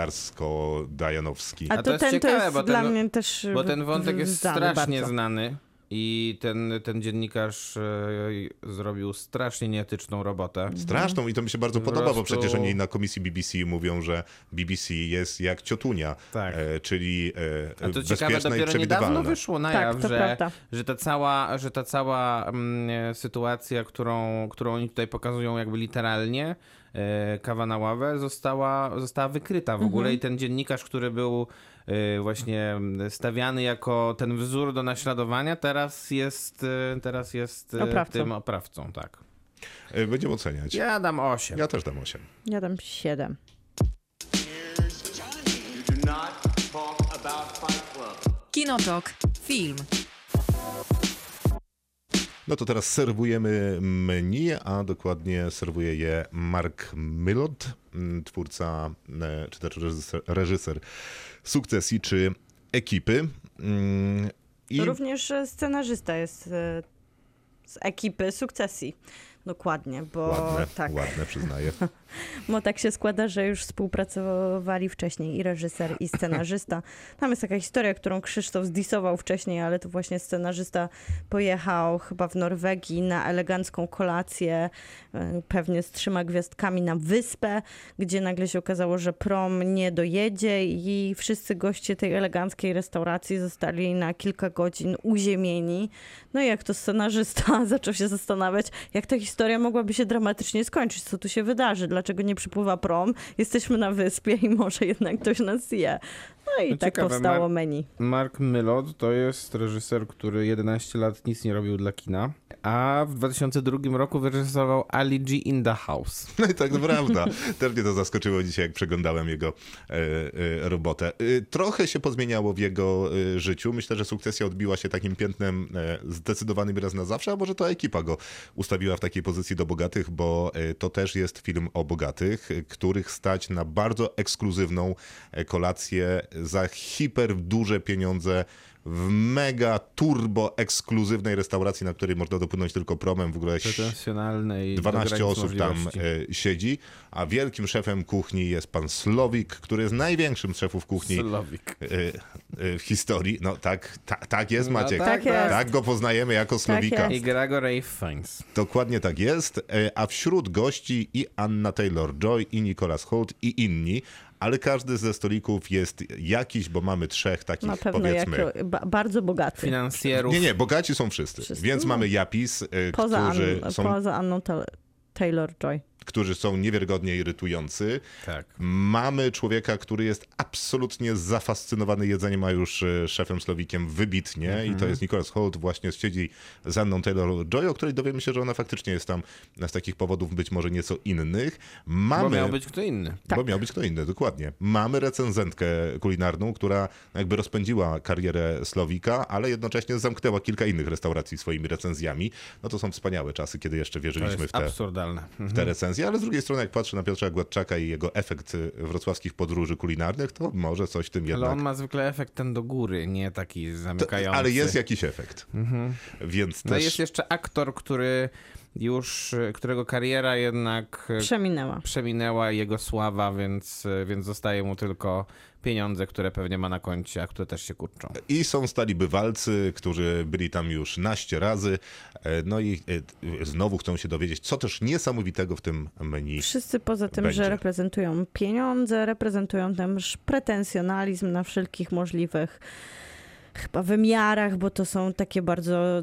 dziennikarsko-dajanowski. A, A to, to jest ten ciekawe, to jest bo dla ten- mnie też Bo ten wątek w- jest znany strasznie bardzo. znany i ten, ten dziennikarz e, zrobił strasznie nieetyczną robotę. Straszną i to mi się bardzo Po podoba, bo prostu- przecież oni na komisji B B C mówią, że B B C jest jak ciotunia, Tak. e, czyli e, A to ciekawe, bezpieczna i dopiero niedawno przewidywalna. wyszło na Tak, jaw, to że, prawda. że ta cała, że ta cała mm, sytuacja, którą, którą oni tutaj pokazują jakby literalnie, e, kawa na ławę, została, została wykryta w ogóle i ten dziennikarz, który był e, właśnie stawiany jako ten wzór do naśladowania, teraz jest, e, teraz jest e, Oprawcą. tym oprawcą, tak. E, Będziemy oceniać. Ja, Ja dam osiem. też dam osiem. Ja dam siedem. You do not talk about Fight Club. Kinotok. Film. No to teraz serwujemy menu, a dokładnie serwuje je Mark Mylod, twórca, czy też reżyser, reżyser Sukcesji, czy Ekipy. I... Również scenarzysta jest e, z Ekipy Sukcesji. Dokładnie, bo Ładne, tak. ładne, przyznaję. Bo tak się składa, że już współpracowali wcześniej i reżyser, i scenarzysta. Tam jest taka historia, którą Krzysztof zdisował wcześniej, ale to właśnie scenarzysta pojechał chyba w Norwegii na elegancką kolację, pewnie z trzema gwiazdkami na wyspę, gdzie nagle się okazało, że prom nie dojedzie i wszyscy goście tej eleganckiej restauracji zostali na kilka godzin uziemieni. No i jak to scenarzysta zaczął się zastanawiać, jak ta historia mogłaby się dramatycznie skończyć, co tu się wydarzy, dlaczego nie przypływa prom, jesteśmy na wyspie i może jednak ktoś nas zje. No i No tak ciekawe, powstało Mar- menu. Mark Mylod to jest reżyser, który jedenaście lat nic nie robił dla kina, a w dwa tysiące drugim roku wyreżyserował Ali G in the House. No i tak prawda. Też mnie to zaskoczyło dzisiaj, jak przeglądałem jego e, e, robotę. E, trochę się pozmieniało w jego e, życiu. Myślę, że Sukcesja odbiła się takim piętnem e, zdecydowanym raz na zawsze, a może to ekipa go ustawiła w takiej pozycji do bogatych, bo e, to też jest film o bogatych, e, których stać na bardzo ekskluzywną e, kolację za hiper duże pieniądze w mega turbo ekskluzywnej restauracji, na której można dopłynąć tylko promem. W ogóle Pretensjonalnej. dwanaście osób tam e, siedzi, a wielkim szefem kuchni jest pan Slowik, który jest największym z szefów kuchni Slowik. e, e, w historii. No tak, ta, tak jest, No Maciek. tak, Tak jest. Tak go poznajemy jako Slowika. jest. I gra Ray Fiennes. Dokładnie tak jest. E, a wśród gości i Anna Taylor-Joy, i Nicholas Hoult, i inni. Ale każdy ze stolików jest jakiś, bo mamy trzech takich, Na pewno powiedzmy. jako, ba, bardzo bogaty. Finansjerów. Nie, nie, bogaci są wszyscy. Wszyscy? Więc mamy Japis, e, Poza, którzy, Ann, są, poza Anną Ta- Taylor-Joy. którzy są niewiarygodnie irytujący. Tak. Mamy człowieka, który jest absolutnie zafascynowany jedzeniem, a już e, szefem Slowikiem wybitnie Mhm. i to jest Nicholas Hoult, właśnie siedzi z Anną Taylor-Joy, o której dowiemy się, że ona faktycznie jest tam z takich powodów być może nieco innych. Mamy... Bo miał być kto inny. Tak. Bo miał być kto inny, dokładnie. Mamy recenzentkę kulinarną, która jakby rozpędziła karierę Slowika, ale jednocześnie zamknęła kilka innych restauracji swoimi recenzjami. No to są wspaniałe czasy, kiedy jeszcze To wierzyliśmy jest w te, absurdalne. w te recenzje, ale z drugiej strony jak patrzę na Piotra Gładczaka i jego efekt wrocławskich podróży kulinarnych, to może coś w tym Ale jednak... on ma zwykle efekt ten do góry, nie taki To, zamykający. ale jest jakiś efekt. Więc No też... jest jeszcze aktor, który już, którego kariera jednak Przeminęła. przeminęła, jego sława, więc, więc zostaje mu tylko pieniądze, które pewnie ma na koncie, a które też się kurczą. I są stali bywalcy, którzy byli tam już naście razy, e, no i e, znowu chcą się dowiedzieć, co też niesamowitego w tym menu. Wszyscy poza tym, będzie. że reprezentują pieniądze, reprezentują też pretensjonalizm na wszelkich możliwych chyba wymiarach, bo to są takie bardzo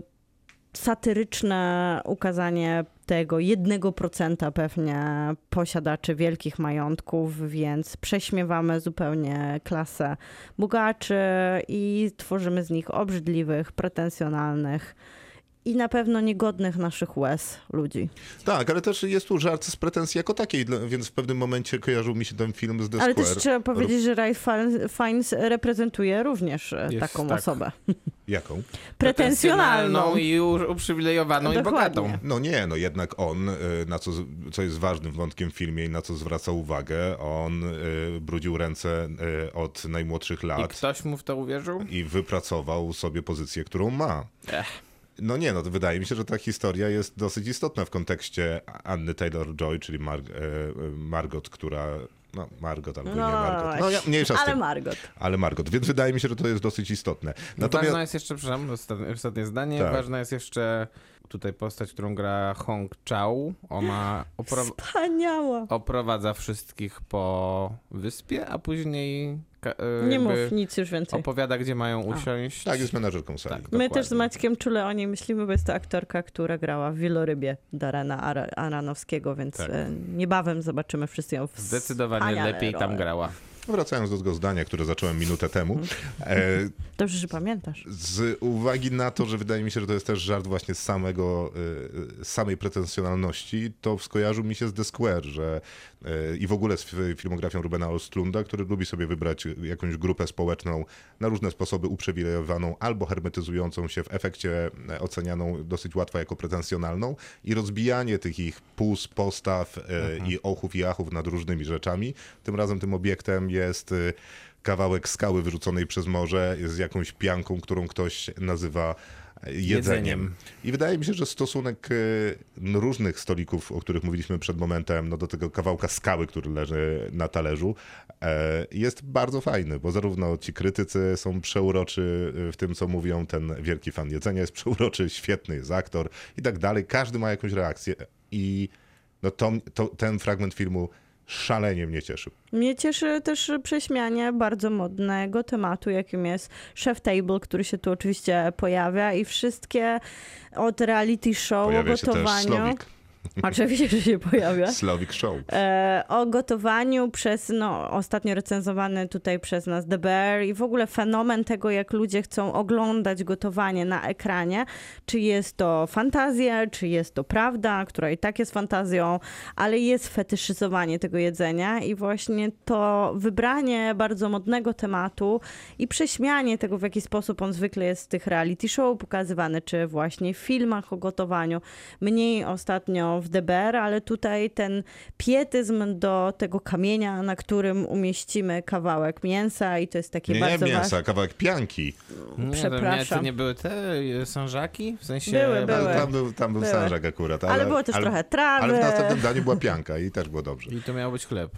satyryczne ukazanie tego jednego procenta pewnie posiadaczy wielkich majątków, więc prześmiewamy zupełnie klasę bogaczy i tworzymy z nich obrzydliwych, pretensjonalnych i na pewno niegodnych naszych łez ludzi. Tak, ale też jest tu żart z pretensji jako takiej, dla- więc w pewnym momencie kojarzył mi się ten film z The Ale Square. też trzeba powiedzieć, że Ray Fiennes reprezentuje również e, Jest taką tak. osobę. Jaką? Pretensjonalną. i u- uprzywilejowaną i Dokładnie. bogatą. No nie, no jednak on, y, na co, co jest ważnym wątkiem w filmie i na co zwraca uwagę, on y, brudził ręce y, od najmłodszych I lat ktoś mu w to uwierzył? i wypracował sobie pozycję, którą ma. Ech. No nie, no to wydaje mi się, że ta historia jest dosyć istotna w kontekście Anny Taylor-Joy, czyli Mar- e, Margot, która... No, Margot albo No, nie Margot. No, ja, mniejsza z Ale tym. Margot. Ale Margot. Więc wydaje mi się, że to jest dosyć istotne. Natomiast... Ważna jest jeszcze, przepraszam, ostatnie, ostatnie zdanie, Tak. ważna jest jeszcze tutaj postać, którą gra Hong Chau. Ona opro- Wspaniała. oprowadza wszystkich po wyspie, a później ka- e, Nie mów jakby nic już więcej. opowiada, gdzie mają usiąść. Tak, jest menadżerką sali. Tak. My dokładnie. też z Maćkiem czule o niej myślimy, bo jest to aktorka, która grała w Wielorybie Darena Ara- Aronofskiego, więc Tak. e, niebawem zobaczymy wszyscy ją w Zdecydowanie wspaniale lepiej tam role. grała. Wracając do tego zdania, które zacząłem minutę temu. E, Dobrze, że pamiętasz. z uwagi na to, że wydaje mi się, że to jest też żart właśnie z samego, e, z samej pretensjonalności, to skojarzył mi się z The Square, że e, i w ogóle z filmografią Rubena Östlunda, który lubi sobie wybrać jakąś grupę społeczną na różne sposoby uprzywilejowaną albo hermetyzującą się, w efekcie ocenianą dosyć łatwo jako pretensjonalną i rozbijanie tych ich puz, postaw e, i ochów i achów nad różnymi rzeczami. Tym razem tym obiektem jest e, kawałek skały wyrzuconej przez morze z jakąś pianką, którą ktoś nazywa jedzeniem. Jedzeniem. I wydaje mi się, że stosunek e, różnych stolików, o których mówiliśmy przed momentem, no do tego kawałka skały, który leży na talerzu, e, jest bardzo fajny, bo zarówno ci krytycy są przeuroczy w tym, co mówią, ten wielki fan jedzenia jest przeuroczy, świetny jest aktor i tak dalej. Każdy ma jakąś reakcję i no to, to, ten fragment filmu szalenie mnie cieszył. Mnie cieszy też prześmianie bardzo modnego tematu, jakim jest Chef Table, który się tu oczywiście pojawia i wszystkie od reality show Pojawia o się też gotowaniu. Slowik. Oczywiście, że się pojawia. Slavic Show. E, o gotowaniu przez, no ostatnio recenzowany tutaj przez nas The Bear i w ogóle fenomen tego, jak ludzie chcą oglądać gotowanie na ekranie. Czy jest to fantazja, czy jest to prawda, która i tak jest fantazją, ale jest fetyszyzowanie tego jedzenia i właśnie to wybranie bardzo modnego tematu i prześmianie tego, w jaki sposób on zwykle jest w tych reality show pokazywany, czy właśnie w filmach o gotowaniu. Mniej ostatnio w D B R, ale tutaj ten pietyzm do tego kamienia, na którym umieścimy kawałek mięsa i to jest takie Nie, bardzo nie mięsa, ważne. kawałek pianki. Nie, Przepraszam. To, nie, to nie były te sążaki? W sensie... Były, były. Ale tam był, tam był Były. sężak akurat. Ale, Ale było też trochę trawy. Ale w następnym daniu była pianka i też było dobrze. I to miał być chleb.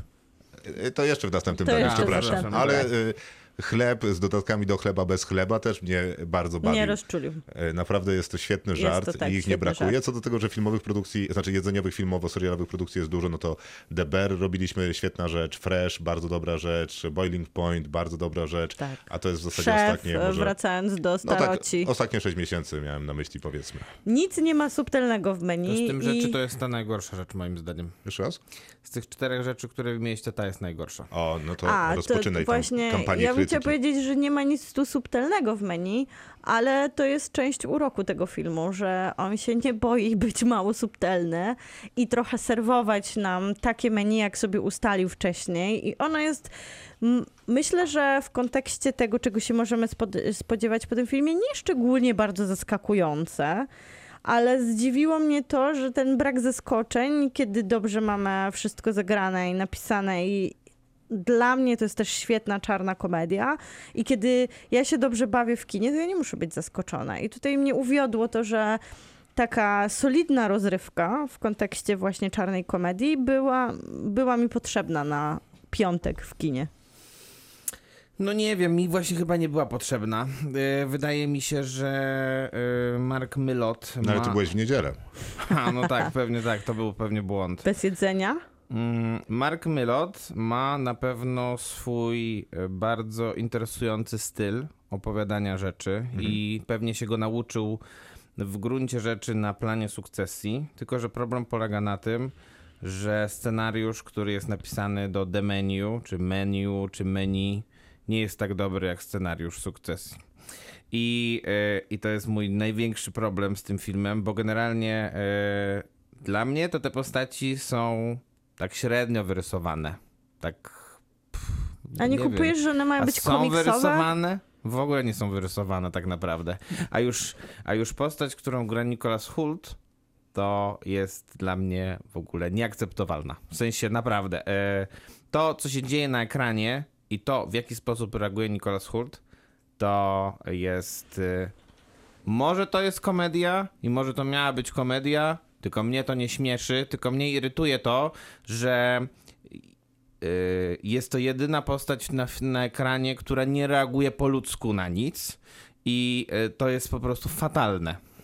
To jeszcze w następnym To daniu, jeszcze przepraszam. następnym. Ale y, chleb z dodatkami do chleba bez chleba też mnie bardzo bawił. Nie rozczulił. Y, Naprawdę jest to świetny Jest żart to tak, i ich nie świetny brakuje. żart. Co do tego, że filmowych produkcji, znaczy jedzeniowych, filmowo-serialowych produkcji jest dużo, no to The Bear robiliśmy, świetna rzecz, Fresh, bardzo dobra rzecz, Boiling Point, bardzo dobra rzecz, Tak. a to jest w zasadzie Szef, ostatnie może... wracając do No tak, staroci. ostatnie sześć miesięcy miałem na myśli, powiedzmy. Nic nie ma subtelnego w menu. To z tym i... rzeczy to jest ta najgorsza rzecz moim zdaniem. Jeszcze raz? Z tych czterech rzeczy, które wymieniście, ta jest najgorsza. O, no to A, rozpoczynaj to tam właśnie, kampanię ja bym krytyki. chciała powiedzieć, że nie ma nic tu subtelnego w menu, ale to jest część uroku tego filmu, że on się nie boi być mało subtelny i trochę serwować nam takie menu, jak sobie ustalił wcześniej. I ono jest, m- myślę, że w kontekście tego, czego się możemy spod- spodziewać po tym filmie, nie szczególnie bardzo zaskakujące. Ale zdziwiło mnie to, że ten brak zaskoczeń, kiedy dobrze mamy wszystko zagrane i napisane i dla mnie to jest też świetna czarna komedia i kiedy ja się dobrze bawię w kinie, to ja nie muszę być zaskoczona. I tutaj mnie uwiodło to, że taka solidna rozrywka w kontekście właśnie czarnej komedii była, była mi potrzebna na piątek w kinie. No nie wiem, mi właśnie chyba nie była potrzebna. Yy, Wydaje mi się, że yy, Mark Mylod ma... No ale ty byłeś w niedzielę. A, no tak, pewnie tak, to był pewnie błąd. Bez jedzenia? Mm, Mark Mylod ma na pewno swój e, bardzo interesujący styl opowiadania rzeczy Mhm. i pewnie się go nauczył w gruncie rzeczy na planie Sukcesji, tylko że problem polega na tym, że scenariusz, który jest napisany do The Menu, czy Menu, czy Menu, nie jest tak dobry jak scenariusz Sukcesji. I, e, I to jest mój największy problem z tym filmem, bo generalnie e, dla mnie to te postaci są tak średnio wyrysowane. Tak. Pff, A nie, nie kupujesz, wiem. że one mają A być są komiksowe? wyrysowane? W ogóle nie są wyrysowane tak naprawdę. A już, a już postać, którą gra Nicholas Hoult, to jest dla mnie w ogóle nieakceptowalna. W sensie naprawdę. E, to, co się dzieje na ekranie i to, w jaki sposób reaguje Nicholas Hoult, to jest... E, może to jest komedia i może to miała być komedia, tylko mnie to nie śmieszy, tylko mnie irytuje to, że yy, jest to jedyna postać na, na ekranie, która nie reaguje po ludzku na nic i yy, to jest po prostu fatalne.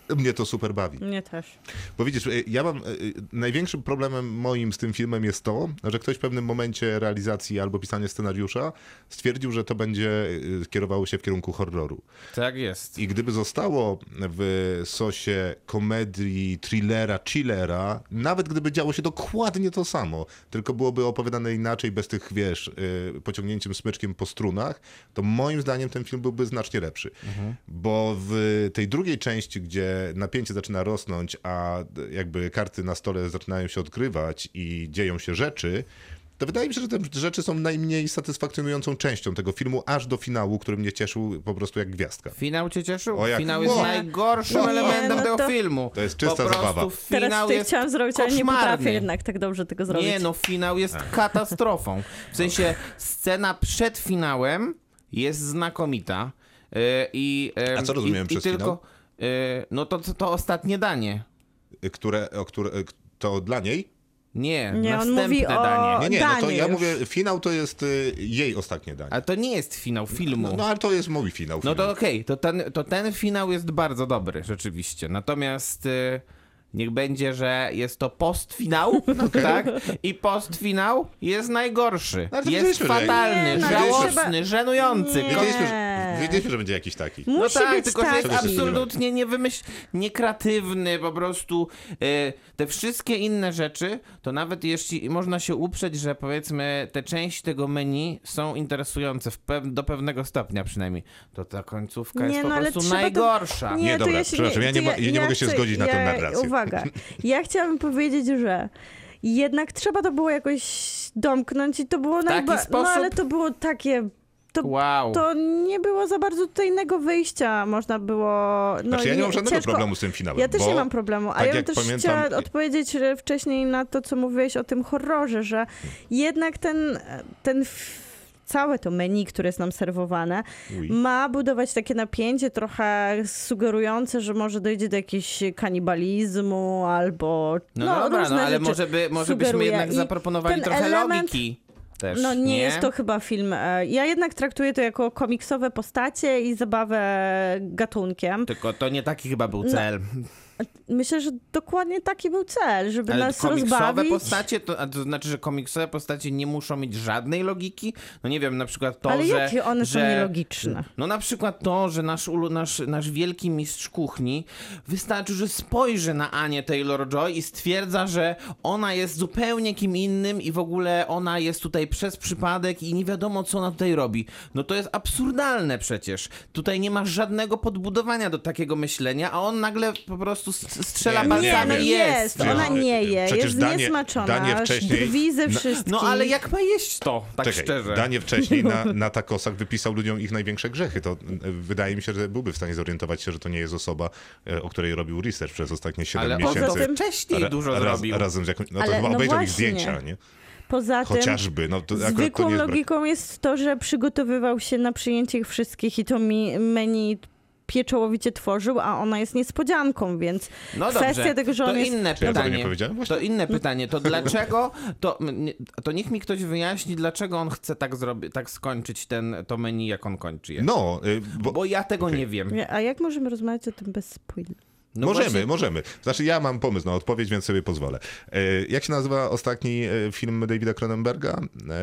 mnie to super bawi. Mnie też. Bo widzisz, ja mam, największym problemem moim z tym filmem jest to, że ktoś w pewnym momencie realizacji albo pisania scenariusza stwierdził, że to będzie kierowało się w kierunku horroru. Tak jest. I gdyby zostało w sosie komedii, thrillera, chillera, nawet gdyby działo się dokładnie to samo, tylko byłoby opowiadane inaczej, bez tych, wiesz, pociągnięciem smyczkiem po strunach, to moim zdaniem ten film byłby znacznie lepszy. Mhm. Bo w tej drugiej części, gdzie napięcie zaczyna rosnąć, a jakby karty na stole zaczynają się odkrywać i dzieją się rzeczy, to wydaje mi się, że te rzeczy są najmniej satysfakcjonującą częścią tego filmu, aż do finału, który mnie cieszył po prostu jak gwiazdka. Finał cię cieszył? O, jak- Finał jest Nie. najgorszym Nie, elementem no tego to- filmu. To jest czysta po prostu zabawa. Teraz Finał tutaj jest chciałam zrobić, ale nie koszmarny. potrafię jednak tak dobrze tego zrobić. Nie, no finał jest katastrofą. W sensie scena przed finałem jest znakomita. Yy, i, yy, A co rozumiałem i, przez i tylko, finał? Yy, no to, to, to ostatnie danie. Które, o które, to dla niej? Nie, Nie, on następne mówi o- danie. Nie, nie, no to Danie ja już. mówię, finał to jest y, jej ostatnie danie. Ale to nie jest finał filmu. No, no ale to jest mój finał. No finał. to okej, to, ten, to ten finał jest bardzo dobry, rzeczywiście. Natomiast y, niech będzie, że jest to postfinał, tak? I postfinał jest najgorszy. Ale to Jest wiedzieliśmy, że- fatalny, Nie, no, żałosny, żenujący. Nie. Ko- Wiedzieliśmy, że, wiedzieliśmy, że będzie jakiś taki. No Musi tak, być tylko że jest taki. absolutnie niewymyśl... niekreatywny, po prostu y, te wszystkie inne rzeczy, to nawet jeśli można się uprzeć, że powiedzmy te części tego menu są interesujące w pew- do pewnego stopnia przynajmniej, to ta końcówka Nie, jest po no, ale prostu trzeba to- najgorsza. Nie, to dobra, ja się przepraszam, ja nie to mo- ja nie mogę się chcę- zgodzić na tę narrację. Uwaga, ja chciałabym powiedzieć, że jednak trzeba to było jakoś domknąć i to było taki najba- No sposób? ale to było takie... To, Wow. to nie było za bardzo tutaj innego wyjścia, można było... No, Znaczy ja nie mam nie- żadnego ciężko- problemu z tym finałem. Ja też bo nie mam problemu, a tak ja bym jak też pamiętam- chciała odpowiedzieć że wcześniej na to, co mówiłeś o tym horrorze, że jednak ten, ten f- całe to menu, które jest nam serwowane, Uj. ma budować takie napięcie trochę sugerujące, że może dojdzie do jakiegoś kanibalizmu albo No, no, no dobra, różne no ale rzeczy może, by, może byśmy sugeruje. jednak I zaproponowali ten trochę element- logiki też, No nie, jest to chyba film. e, Ja jednak traktuję to jako komiksowe postacie i zabawę gatunkiem. Tylko to nie taki chyba No, był cel. Myślę, że dokładnie taki był cel, żeby Ale nas komiksowe rozbawić. postacie, to, a to znaczy, że komiksowe postacie nie muszą mieć żadnej logiki? No nie wiem, na przykład to, Ale że... jakie one że, są nielogiczne? No na przykład to, że nasz, ulu- nasz, nasz wielki mistrz kuchni wystarczy, że spojrzy na Anię Taylor-Joy i stwierdza, że ona jest zupełnie kim innym i w ogóle ona jest tutaj przez przypadek i nie wiadomo, co ona tutaj robi. No to jest absurdalne przecież. Tutaj nie ma żadnego podbudowania do takiego myślenia, a on nagle po prostu s- strzela Nie, Nie, palcami no i jest, Wiesz, ona nie je, przecież jest danie- niesmaczona, danie wcześniej- drwi ze No- wszystkich. No ale jak ma jeść to, tak Czekaj, szczerze? Danie wcześniej na, na takosach wypisał ludziom ich największe grzechy. To y, wydaje mi się, że byłby w stanie zorientować się, że to nie jest osoba, y, o której robił research przez ostatnie siedem Ale miesięcy. on to wcześniej Ra- dużo raz, zrobił. Razem z jakąś, no to Ale chyba no obejrzał ich właśnie. zdjęcia, nie? Poza tym Chociażby. No to akurat to zwykłą nie jest brak. logiką jest to, że przygotowywał się na przyjęcie ich wszystkich i to mi menu pieczołowicie tworzył, a ona jest niespodzianką, więc No kwestia dobrze, tego, że to on jest... inne Czy ja tego pytanie. nie powiedziałem właśnie? To inne pytanie, to dlaczego, to, nie- to niech mi ktoś wyjaśni, dlaczego on chce tak zrobić, tak skończyć ten, to menu, jak on kończy je. No, y, bo, Bo ja tego Okej. nie wiem. A jak możemy rozmawiać o tym bez spoilerów? No możemy, właśnie- możemy. Znaczy ja mam pomysł na odpowiedź, więc sobie pozwolę. E, jak się nazywa ostatni e, film Davida Cronenberga?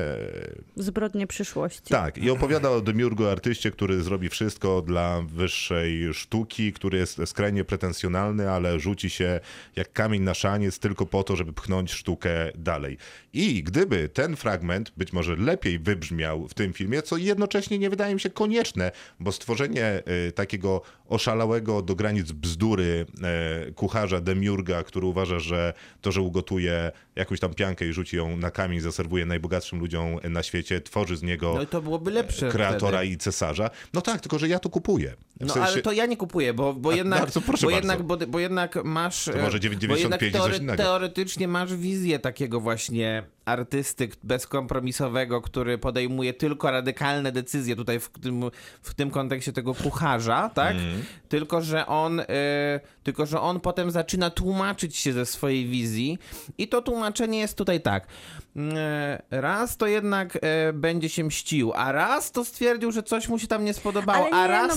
E, Zbrodnie przyszłości. Tak, i opowiada o demiurgu artyście, który zrobi wszystko dla wyższej sztuki, który jest skrajnie pretensjonalny, ale rzuci się jak kamień na szaniec tylko po to, żeby pchnąć sztukę dalej. I gdyby ten fragment być może lepiej wybrzmiał w tym filmie, co jednocześnie nie wydaje mi się konieczne, bo stworzenie y, takiego oszalałego do granic bzdury y, kucharza demiurga, który uważa, że to, że ugotuje jakąś tam piankę i rzuci ją na kamień, zaserwuje najbogatszym ludziom na świecie, tworzy z niego No i to byłoby lepsze kreatora wtedy. i cesarza. No tak, tylko że ja to kupuję. W No sensie, ale to ja nie kupuję, bo, bo A, jednak, bardzo proszę bo, bardzo. jednak bo, bo jednak masz... To może e, dziewięćdziesiąt bo jednak pięć i coś innego. teoretycznie masz wizję takiego właśnie artysty bezkompromisowego, który podejmuje tylko radykalne decyzje tutaj w tym, w tym kontekście tego kucharza, tak? Mm. Tylko, że on e, tylko, że on potem zaczyna tłumaczyć się ze swojej wizji i to tłumaczenie jest tutaj tak. E, raz to jednak e, będzie się mścił, a raz to stwierdził, że coś mu się tam nie spodobało, Ale a nie, raz no bo- coś tam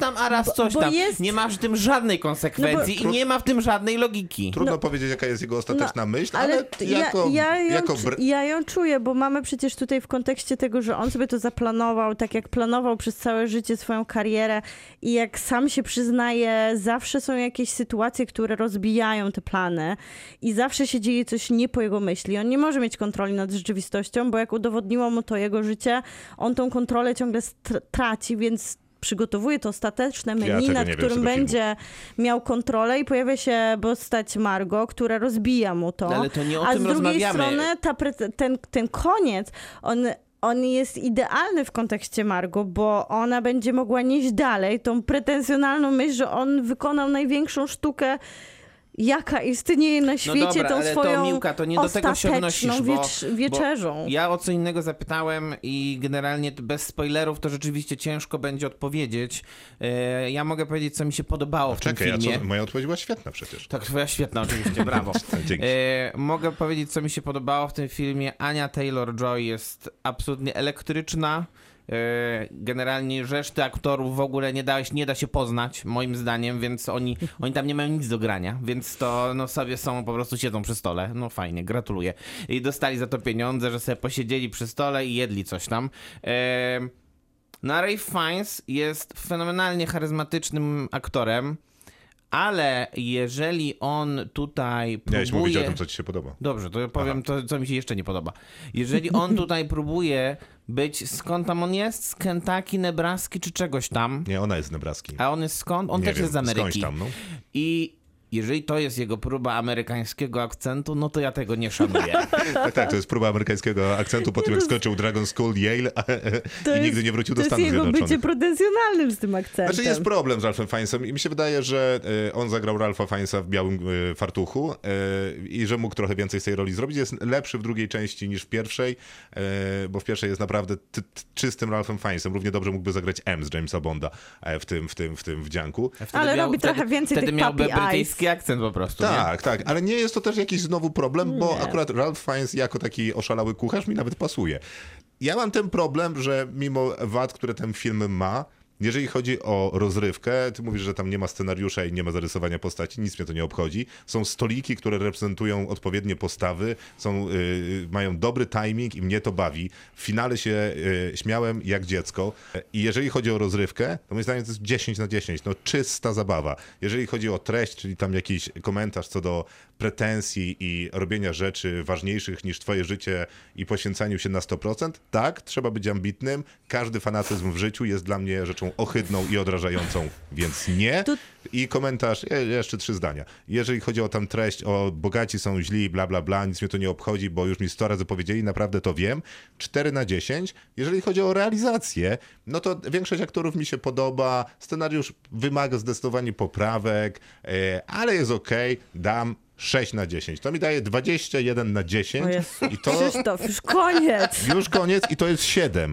tam, a raz coś bo tam. jest- Nie ma w tym żadnej konsekwencji No i nie ma w tym żadnej logiki. Trudno No, powiedzieć, jaka jest jego ostateczna myśl, ale, Ale t- jako, ja, ja, ją, jako czu- br- ja ją czuję, bo mamy przecież tutaj w kontekście tego, że on sobie to zaplanował, tak jak planował przez całe życie swoją karierę i jak sam się przyznaje, zawsze są jakieś sytuacje, które rozbijają te plany i zawsze się dzieje coś nie po jego myśli. On nie może mieć kontroli nad rzeczywistością, bo jak udowodniło mu to jego życie, on tą kontrolę ciągle str- traci, więc przygotowuje to ostateczne Ja menu, tego nad nie wiem z którym tego filmu. będzie miał kontrolę i pojawia się postać Margo, która rozbija mu to. Ale to nie o A tym z drugiej rozmawiamy. strony ta, pre- ten, ten koniec, on, on jest idealny w kontekście Margo, bo ona będzie mogła nieść dalej tą pretensjonalną myśl, że on wykonał największą sztukę, jaka istnieje na świecie, no dobra, tą ale swoją to, Miłka, to nie do tego się odnosisz, ostateczną bo, wiecz- wieczerzą. Bo ja o co innego zapytałem i generalnie to bez spoilerów to rzeczywiście ciężko będzie odpowiedzieć. E, ja mogę powiedzieć, co mi się podobało w Czekaj, tym a filmie. co, moja odpowiedź była świetna przecież. Tak, twoja świetna oczywiście, brawo. Dzięki. E, mogę powiedzieć, co mi się podobało w tym filmie. Ania Taylor-Joy jest absolutnie elektryczna. E, generalnie reszty aktorów w ogóle nie da, nie da się poznać, moim zdaniem, więc oni, oni tam nie mają nic do grania, więc to no sobie są, po prostu siedzą przy stole. No fajnie, gratuluję. I dostali za to pieniądze, że sobie posiedzieli przy stole i jedli coś tam. E, no a Ralph Fiennes jest fenomenalnie charyzmatycznym aktorem, ale jeżeli on tutaj Miałeś mówić o próbuje... tym, co ci się podoba. Dobrze, to ja powiem to, co mi się jeszcze nie podoba. Jeżeli on tutaj próbuje być, skąd tam on jest? Z Kentucky, Nebraski czy czegoś tam? Nie, ona jest z Nebraski. A on jest skąd? On Nie też wiem, jest z Ameryki. skądś tam, no. I jeżeli to jest jego próba amerykańskiego akcentu, no to ja tego nie szanuję. Tak, tak, to jest próba amerykańskiego akcentu po tym, jak skończył Dragon School, Yale To i jest- nigdy nie wrócił do To jest Stanów jego Zjednoczonych. bycie pretensjonalnym z tym akcentem. Znaczy jest problem z Ralphem Fiennesem i mi się wydaje, że y, on zagrał Ralpha Fiennesa w białym y, fartuchu y, i że mógł trochę więcej z tej roli zrobić. Jest lepszy w drugiej części niż w pierwszej, y, bo w pierwszej jest naprawdę ty, ty, czystym Ralphem Fiennesem. Równie dobrze mógłby zagrać M z Jamesa Bonda e, w tym, w tym, w tym wdzianku. Wtedy Ale robi trochę wtedy, więcej Wtedy tych miałby puppy eyes. brytyjski akcent po prostu, nie? Tak, tak, ale nie jest to też jakiś znowu problem, bo Nie. akurat Ralph Fiennes jako taki oszalały kucharz mi nawet pasuje. Ja mam ten problem, że mimo wad, które ten film ma, jeżeli chodzi o rozrywkę, ty mówisz, że tam nie ma scenariusza i nie ma zarysowania postaci, nic mnie to nie obchodzi. Są stoliki, które reprezentują odpowiednie postawy, są, yy, mają dobry timing i mnie to bawi. W finale się yy, śmiałem jak dziecko i jeżeli chodzi o rozrywkę, to moim zdaniem to jest dziesięć na dziesięć, no czysta zabawa. Jeżeli chodzi o treść, czyli tam jakiś komentarz co do pretensji i robienia rzeczy ważniejszych niż twoje życie i poświęcaniu się na sto procent, tak, trzeba być ambitnym. Każdy fanatyzm w życiu jest dla mnie rzeczą ohydną i odrażającą, więc nie. To- I komentarz, je- jeszcze trzy zdania. Jeżeli chodzi o tam treść, o bogaci są źli, bla, bla, bla, nic mnie to nie obchodzi, bo już mi sto razy powiedzieli, naprawdę to wiem. cztery na dziesięć. Jeżeli chodzi o realizację, no to większość aktorów mi się podoba, scenariusz wymaga zdecydowanie poprawek, e, ale jest okej, dam sześć na dziesięć. To mi daje dwadzieścia jeden na dziesięć O Jezu. i to Krzysztof, już koniec. już koniec i to jest siedem.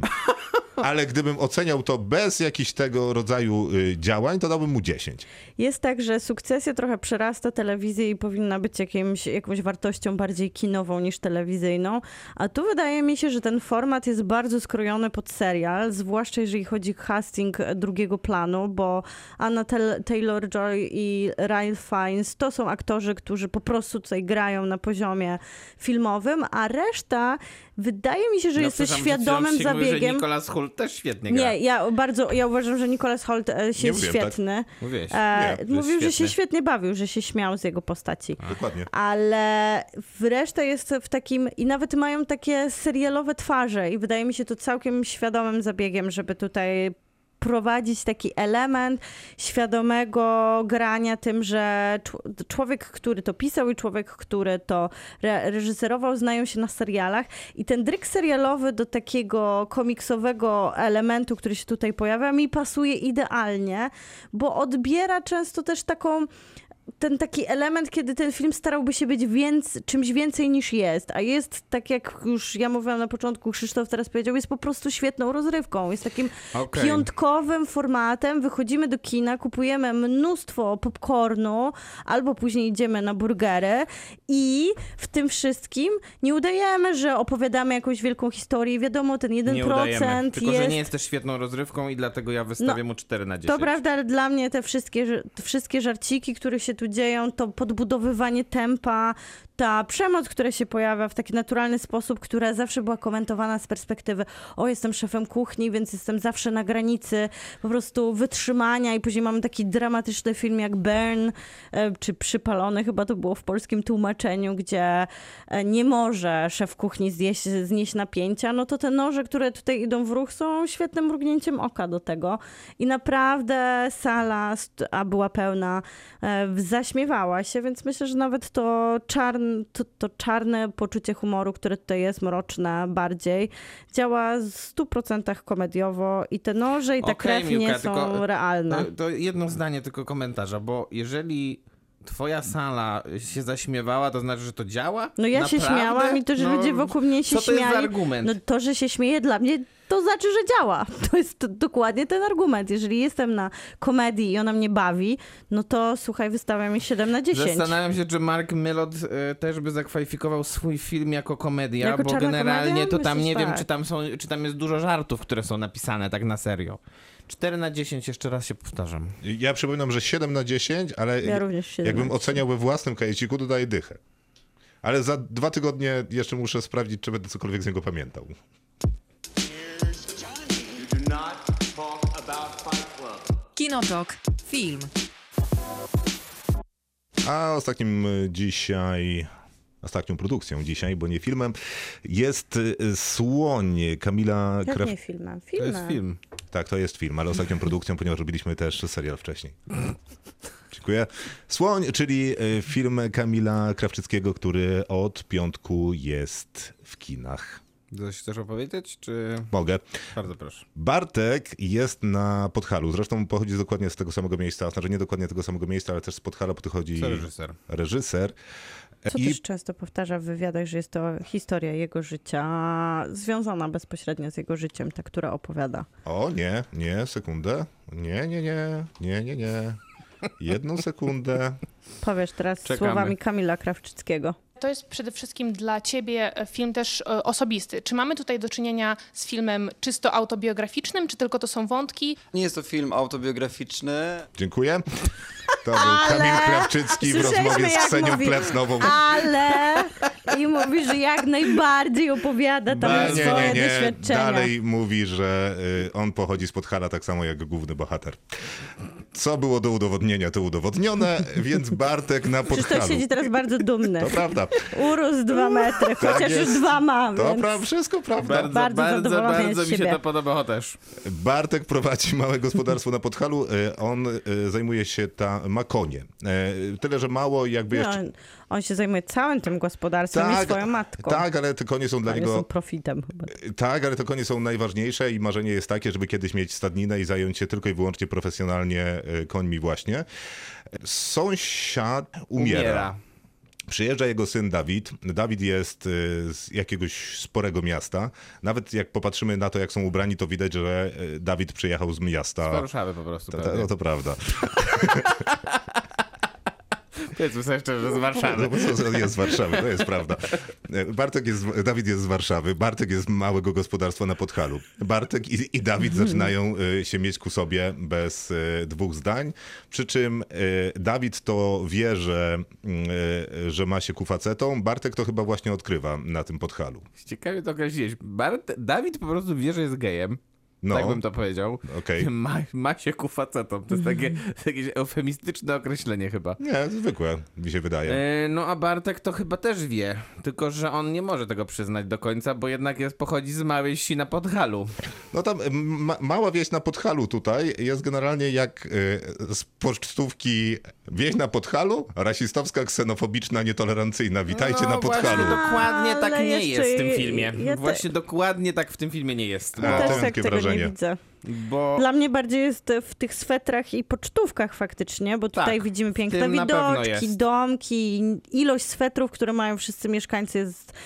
Ale gdybym oceniał to bez jakichś tego rodzaju y, działań, to dałbym mu dziesięć. Jest tak, że sukcesja trochę przerasta telewizję i powinna być jakimś, jakąś wartością bardziej kinową niż telewizyjną, a tu wydaje mi się, że ten format jest bardzo skrojony pod serial, zwłaszcza jeżeli chodzi o casting drugiego planu, bo Anna Tel- Taylor-Joy i Ralph Fiennes to są aktorzy, którzy po prostu tutaj grają na poziomie filmowym, a reszta wydaje mi się, że Ja jest to przepraszam, przed chwilą świadomym Krzysiek mówił, zabiegiem. że Nicolas Hoult też świetnie gra. Nie, ja bardzo, ja uważam, że Nicolas Hoult e, się Nie jest mówiłem, tak? świetny. Mówiłeś. E, Nie, mówił, że się świetny. świetnie bawił, że się śmiał z jego postaci. Dokładnie. Ale w reszta jest w takim, i nawet mają takie serialowe twarze i wydaje mi się to całkiem świadomym zabiegiem, żeby tutaj prowadzić taki element świadomego grania tym, że cz- człowiek, który to pisał i człowiek, który to re- reżyserował, znają się na serialach i ten dryk serialowy do takiego komiksowego elementu, który się tutaj pojawia, mi pasuje idealnie, bo odbiera często też taką ten taki element, kiedy ten film starałby się być więc, czymś więcej niż jest, a jest, tak jak już ja mówiłam na początku, Krzysztof teraz powiedział, jest po prostu świetną rozrywką, jest takim Okej. piątkowym typowym formatem wychodzimy do kina, kupujemy mnóstwo popcornu, albo później idziemy na burgery i w tym wszystkim nie udajemy, że opowiadamy jakąś wielką historię. Wiadomo, ten jeden Nie procent udajemy. Tylko, jest... że nie jest też świetną rozrywką i dlatego ja wystawię No, mu cztery na dziesięć. To prawda, ale dla mnie te wszystkie, te wszystkie żarciki, które się tu dzieją, to podbudowywanie tempa, ta przemoc, która się pojawia w taki naturalny sposób, która zawsze była komentowana z perspektywy o, jestem szefem kuchni, więc jestem zawsze na granicy po prostu wytrzymania i później mamy taki dramatyczny film jak Burn, czy Przypalony, chyba to było w polskim tłumaczeniu, gdzie nie może szef kuchni zjeść, znieść napięcia, no to te noże, które tutaj idą w ruch, są świetnym mrugnięciem oka do tego i naprawdę sala, a była pełna, zaśmiewała się, więc myślę, że nawet to czarne To, to czarne poczucie humoru, które tutaj jest, mroczne bardziej, działa w stu procentach komediowo i te noże i ta Okej, krew Miłka, nie są tylko, realne. To, to jedno zdanie tylko komentarza, bo jeżeli twoja sala się zaśmiewała, to znaczy, że to działa? No ja Naprawdę? się śmiałam i to, że no, ludzie wokół mnie się co to śmiali. jest za argument? No to, że się śmieje dla mnie, to znaczy, że działa. To jest to, dokładnie ten argument. Jeżeli jestem na komedii i ona mnie bawi, no to słuchaj, wystawiam mi siedem na dziesięć. Zastanawiam się, czy Mark Mylod y, też by zakwalifikował swój film jako komedia, Jako bo czarna generalnie komedia? to tam Myślisz, nie wiem, tak. czy tam są, czy tam jest dużo żartów, które są napisane tak na serio. cztery na dziesięć, jeszcze raz się powtarzam. Ja przypominam, że siedem na dziesięć, ale Ja również siedem jakbym na dziesięć. oceniał we własnym kajeciku, to daję dychę. Ale za dwa tygodnie jeszcze muszę sprawdzić, czy będę cokolwiek z niego pamiętał. You do not talk about Fight Club. Kinotok. Film. A ostatnim y, dzisiaj, ostatnią produkcją dzisiaj, bo nie filmem, jest y, Słoń Kamila Jak Kraw... nie filmem? To Filmem. jest film. Tak, to jest film, ale ostatnią produkcją, ponieważ robiliśmy też serial wcześniej. Dziękuję. Słoń, czyli y, film Kamila Krawczyckiego, który od piątku jest w kinach. Coś chcesz opowiedzieć, czy... Mogę. Bardzo proszę. Bartek jest na Podhalu. Zresztą pochodzi dokładnie z tego samego miejsca. Znaczy nie dokładnie tego samego miejsca, ale też z Podhala podchodzi Co reżyser? reżyser. Co I też często powtarza w wywiadach, że jest to historia jego życia, związana bezpośrednio z jego życiem, ta, która opowiada. O nie, nie, sekundę. Nie, nie, nie, nie, nie, nie. Jedną sekundę. Powiesz teraz Czekamy. słowami Kamila Krawczyckiego. To jest przede wszystkim dla ciebie film też e, osobisty. Czy mamy tutaj do czynienia z filmem czysto autobiograficznym, czy tylko to są wątki? Nie jest to film autobiograficzny. Dziękuję. To był Ale- Kamil Krawczycki w Słyszeliśmy, rozmowie z jak Ksenią mówi, Plewsnową. Ale i mówi, że jak najbardziej opowiada tam Nie, nie, swoje nie, nie. doświadczenia. Dalej mówi, że y, on pochodzi z Podhala tak samo jak główny bohater. Co było do udowodnienia, to udowodnione, więc Bartek na Krzysztof Podhalu. siedzi teraz bardzo dumny. To prawda. Urósł dwa metry, chociaż Tak jest. już dwa ma, To więc... prawda, wszystko prawda. Bardzo, Bardzo bardzo, zadowolony bardzo z mi się siebie. to podobało też. Bartek prowadzi małe gospodarstwo na Podhalu. Y, On y, zajmuje się, ta, ma konie. Y, Tyle, że mało jakby No, jeszcze... on się zajmuje całym tym gospodarstwem i swoją matką. tak, ale te konie są dla Oni niego... są profitem chyba. Tak, ale te konie są najważniejsze i marzenie jest takie, żeby kiedyś mieć stadninę i zająć się tylko i wyłącznie profesjonalnie y, końmi właśnie. Sąsiad umiera. Umiera. Przyjeżdża jego syn Dawid. Dawid jest y, z jakiegoś sporego miasta. Nawet jak popatrzymy na to, jak są ubrani, to widać, że y, Dawid przyjechał z miasta. Z Warszawy po prostu. Ta- ta- pewnie. No to prawda. Powiedzmy sobie szczerze, że z No, Warszawy. bo co- co jest z Warszawy, to jest prawda. Bartek jest, z- Dawid jest z Warszawy, Bartek jest z małego gospodarstwa na Podhalu. Bartek i, i Dawid zaczynają y, się mieć ku sobie bez y, dwóch zdań, przy czym y, Dawid to wie, że, y, że ma się ku facetom, Bartek to chyba właśnie odkrywa na tym Podhalu. Ciekawie to określiłeś. Bart... Dawid po prostu wie, że jest gejem. No, Tak bym to powiedział. okej. Ma, ma się ku facetom. To jest takie jakieś eufemistyczne określenie chyba. Nie, zwykłe, mi się wydaje. E, no a Bartek to chyba też wie, tylko że on nie może tego przyznać do końca, bo jednak jest, pochodzi z małej wsi na Podhalu. No tam ma, mała wieś na Podhalu tutaj jest generalnie jak y, z pocztówki wieś na Podhalu, rasistowska, ksenofobiczna, nietolerancyjna. Witajcie no, na Podhalu. Właśnie dokładnie tak Ale nie jeszcze jest w tym je- filmie. ja te- Właśnie dokładnie tak w tym filmie nie jest. A, Ja to też mam tak takie tego wrażenie. nie widzę. Bo Dla mnie bardziej jest w tych swetrach i pocztówkach faktycznie, bo tutaj Tak, widzimy w piękne tym na pewno widoczki, jest. domki, ilość swetrów, które mają wszyscy mieszkańcy jest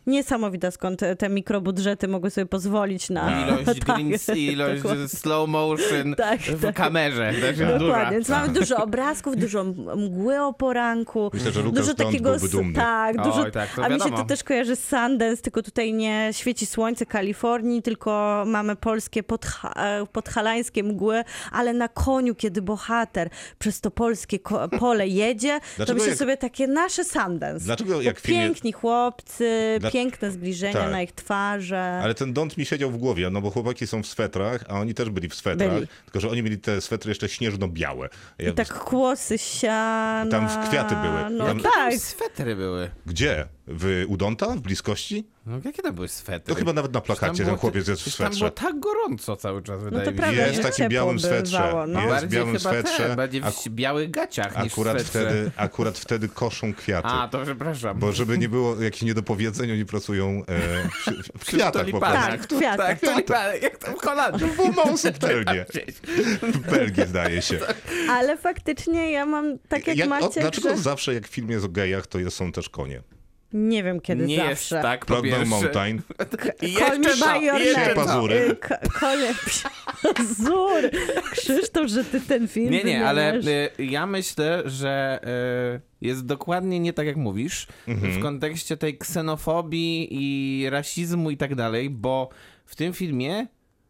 niesamowita, skąd te, te mikrobudżety mogły sobie pozwolić na... Ilość tak, green, ilość dokładnie. slow motion Tak, w tak. kamerze. Też jest duża. Dokładnie, więc mamy dużo obrazków, dużo mgły o poranku. Myślę, że Lucas Dużo Dont takiego, byłby dumny. tak, dużo, Oj, tak, to a mi się wiadomo. to też kojarzy z Sundance, tylko tutaj nie świeci słońce Kalifornii, tylko mamy polskie podha podhalańskie mgły, ale na koniu, kiedy bohater przez to polskie ko pole jedzie, Dlaczego to myślę jak- sobie takie nasze Sundance. Dlaczego jak Bo w filmie... Piękni chłopcy, Dla- piękne zbliżenia Tak. na ich twarze. Ale ten Dont mi siedział w głowie, no bo chłopaki są w swetrach, a oni też byli w swetrach, Byli. tylko że oni mieli te swetry jeszcze śnieżno-białe. Ja... I tak kłosy siana. Tam w kwiaty były. No Tam- tak. Swetry były. Gdzie? W u Donta? W bliskości? No jakie to były swetry? To chyba nawet na Przecież tam plakacie było- ten chłopiec jest w przecież Tam było swetrze. tak gorąco cały czas, wydaje to mi się. prawda, Jest w że takim ciepło białym swetrze. bywało, no. Jest w Bardziej białym chyba swetrze. te, bardziej w Ak- białych gaciach niż akurat, w swetrze. wtedy, akurat wtedy koszą kwiaty. A, to przepraszam. Bo żeby nie było jakichś niedopowiedzeń, oni pracują e, przy, w kwiatach po tulipanach. prostu. Tak, w kwiatach. Tak, tulipany, jak tam w Holandii. Było mało subtelnie. W Belgii zdaje się. Ale faktycznie ja mam tak jak, Jak, o, Maciek, dlaczego że... zawsze jak w filmie jest o gejach, to jest, są też konie? Nie wiem kiedy Nie zawsze. jest tak, po Brokeback pierwsze. Mountain, I Call me jeszcze by to, your i jeszcze name. to. pazury. Ko- Konie pazur. Krzysztof, że ty ten film Nie, nie, ale wymieniasz. y, ja myślę, że y, jest dokładnie nie tak, jak mówisz, Mhm. w kontekście tej ksenofobii i rasizmu i tak dalej, bo w tym filmie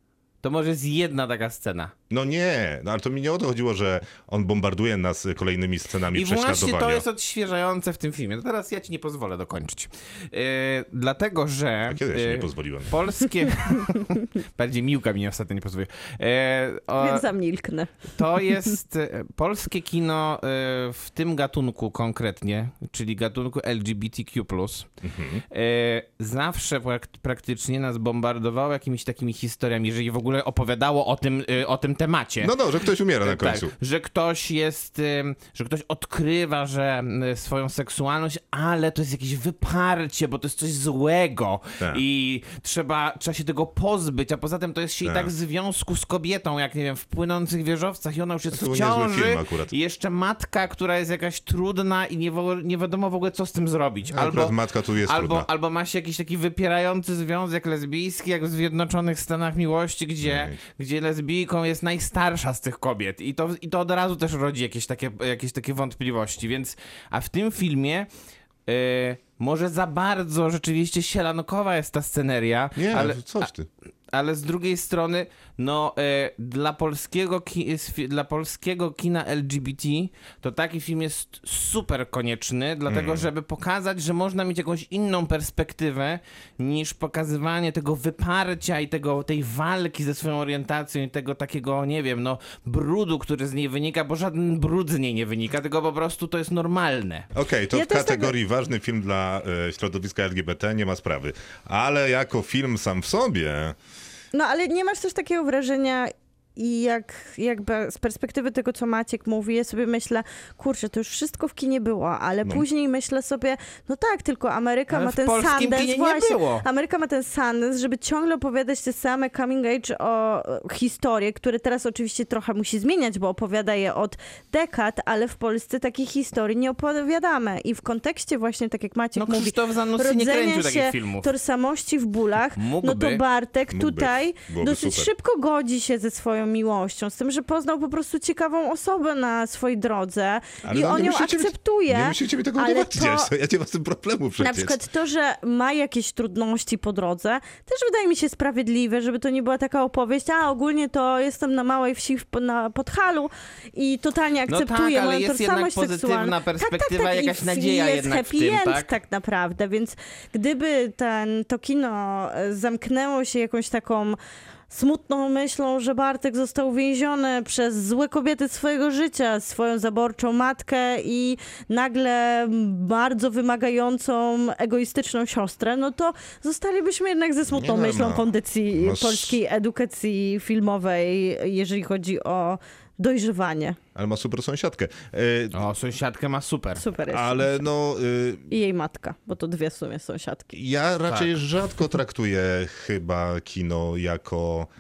to może jest jedna taka scena. No nie, no ale to mi nie o to chodziło, że on bombarduje nas kolejnymi scenami I właśnie prześladowania. to jest odświeżające w tym filmie. No teraz ja ci nie pozwolę dokończyć. Yy, dlatego, że... A kiedy ja się yy, nie pozwoliłem? Polskie... Bardziej Miłka mi ostatnio nie pozwoliła. Yy, o, Więc zamilknę. to jest e, polskie kino e, w tym gatunku konkretnie, czyli gatunku L G B T Q plus. Mhm. E, zawsze prak praktycznie nas bombardowało jakimiś takimi historiami, jeżeli w ogóle opowiadało o tym, e, o tym temacie. No no, że ktoś umiera na Tak, końcu. że ktoś jest, ym, że ktoś odkrywa, że y, swoją seksualność, ale to jest jakieś wyparcie, bo to jest coś złego Tak. i trzeba, trzeba się tego pozbyć, a poza tym to jest się Tak. i tak w związku z kobietą, jak nie wiem, w Płynących wieżowcach i ona już jest To był w niezły ciąży film akurat. i jeszcze matka, która jest jakaś trudna i nie, wo- nie wiadomo w ogóle co z tym zrobić. Akurat matka tu jest albo, trudna. albo ma się jakiś taki wypierający związek lesbijski, jak w Zjednoczonych Stanach Miłości, gdzie, Ej. gdzie lesbijką jest najstarsza z tych kobiet. I to, i to od razu też rodzi jakieś takie, jakieś takie wątpliwości. Więc, a w tym filmie yy, może za bardzo rzeczywiście sielankowa jest ta sceneria, Nie, ale, coś ty. ale z drugiej strony, no e, dla, polskiego ki- sfi- dla polskiego kina L G B T to taki film jest super konieczny, dlatego Mm. żeby pokazać, że można mieć jakąś inną perspektywę niż pokazywanie tego wyparcia i tego, tej walki ze swoją orientacją i tego takiego, nie wiem, no brudu, który z niej wynika, bo żaden brud z niej nie wynika, tylko po prostu to jest normalne. Okej, to Ja w też kategorii ważny film dla e, środowiska L G B T nie ma sprawy. Ale jako film sam w sobie... No ale nie masz też takiego wrażenia i jak jakby z perspektywy tego, co Maciek mówi, ja sobie myślę, kurczę, to już wszystko w kinie było, ale No. później myślę sobie, no tak, tylko Ameryka Ale ma w ten polskim Sundance, kinie nie właśnie, było. Ameryka ma ten Sundance, żeby ciągle opowiadać te same coming age o e, historie, które teraz oczywiście trochę musi zmieniać, bo opowiada je od dekad, ale w Polsce takich historii nie opowiadamy i w kontekście właśnie, tak jak Maciek No mówi, Krzysztof Zanussi nie rodzenia kręcił takich się filmów. tożsamości w bólach, no Mógłby. to Bartek Mógłby. tutaj Byłoby dosyć super. szybko godzi się ze swoją miłością, z tym, że poznał po prostu ciekawą osobę na swojej drodze Ale i no, on nie ją musicie mi- akceptuje. Nie musicie mi tego ale udowadniać, to- ja nie mam z tym problemu przecież. Na przykład to, że ma jakieś trudności po drodze, też wydaje mi się sprawiedliwe, żeby to nie była taka opowieść, a ogólnie to jestem na małej wsi w, na Podhalu i totalnie No akceptuję tak, ale moją jest jednak tożsamość pozytywna seksualną. perspektywa, tak, tak, tak. jakaś I w- nadzieja jest jednak w happy tym, end tak? tak naprawdę, więc gdyby ten, to kino e, zamknęło się jakąś taką smutną myślą, że Bartek został uwięziony przez złe kobiety swojego życia, swoją zaborczą matkę i nagle bardzo wymagającą, egoistyczną siostrę, no to zostalibyśmy jednak ze smutną Nie no, myślą no. kondycji No s- polskiej edukacji filmowej, jeżeli chodzi o dojrzewanie. Ale ma super sąsiadkę. E, O, sąsiadkę ma super. Super jest. ale no... y, I jej matka, bo to dwie w sumie sąsiadki. Ja raczej Tak. rzadko traktuję chyba kino jako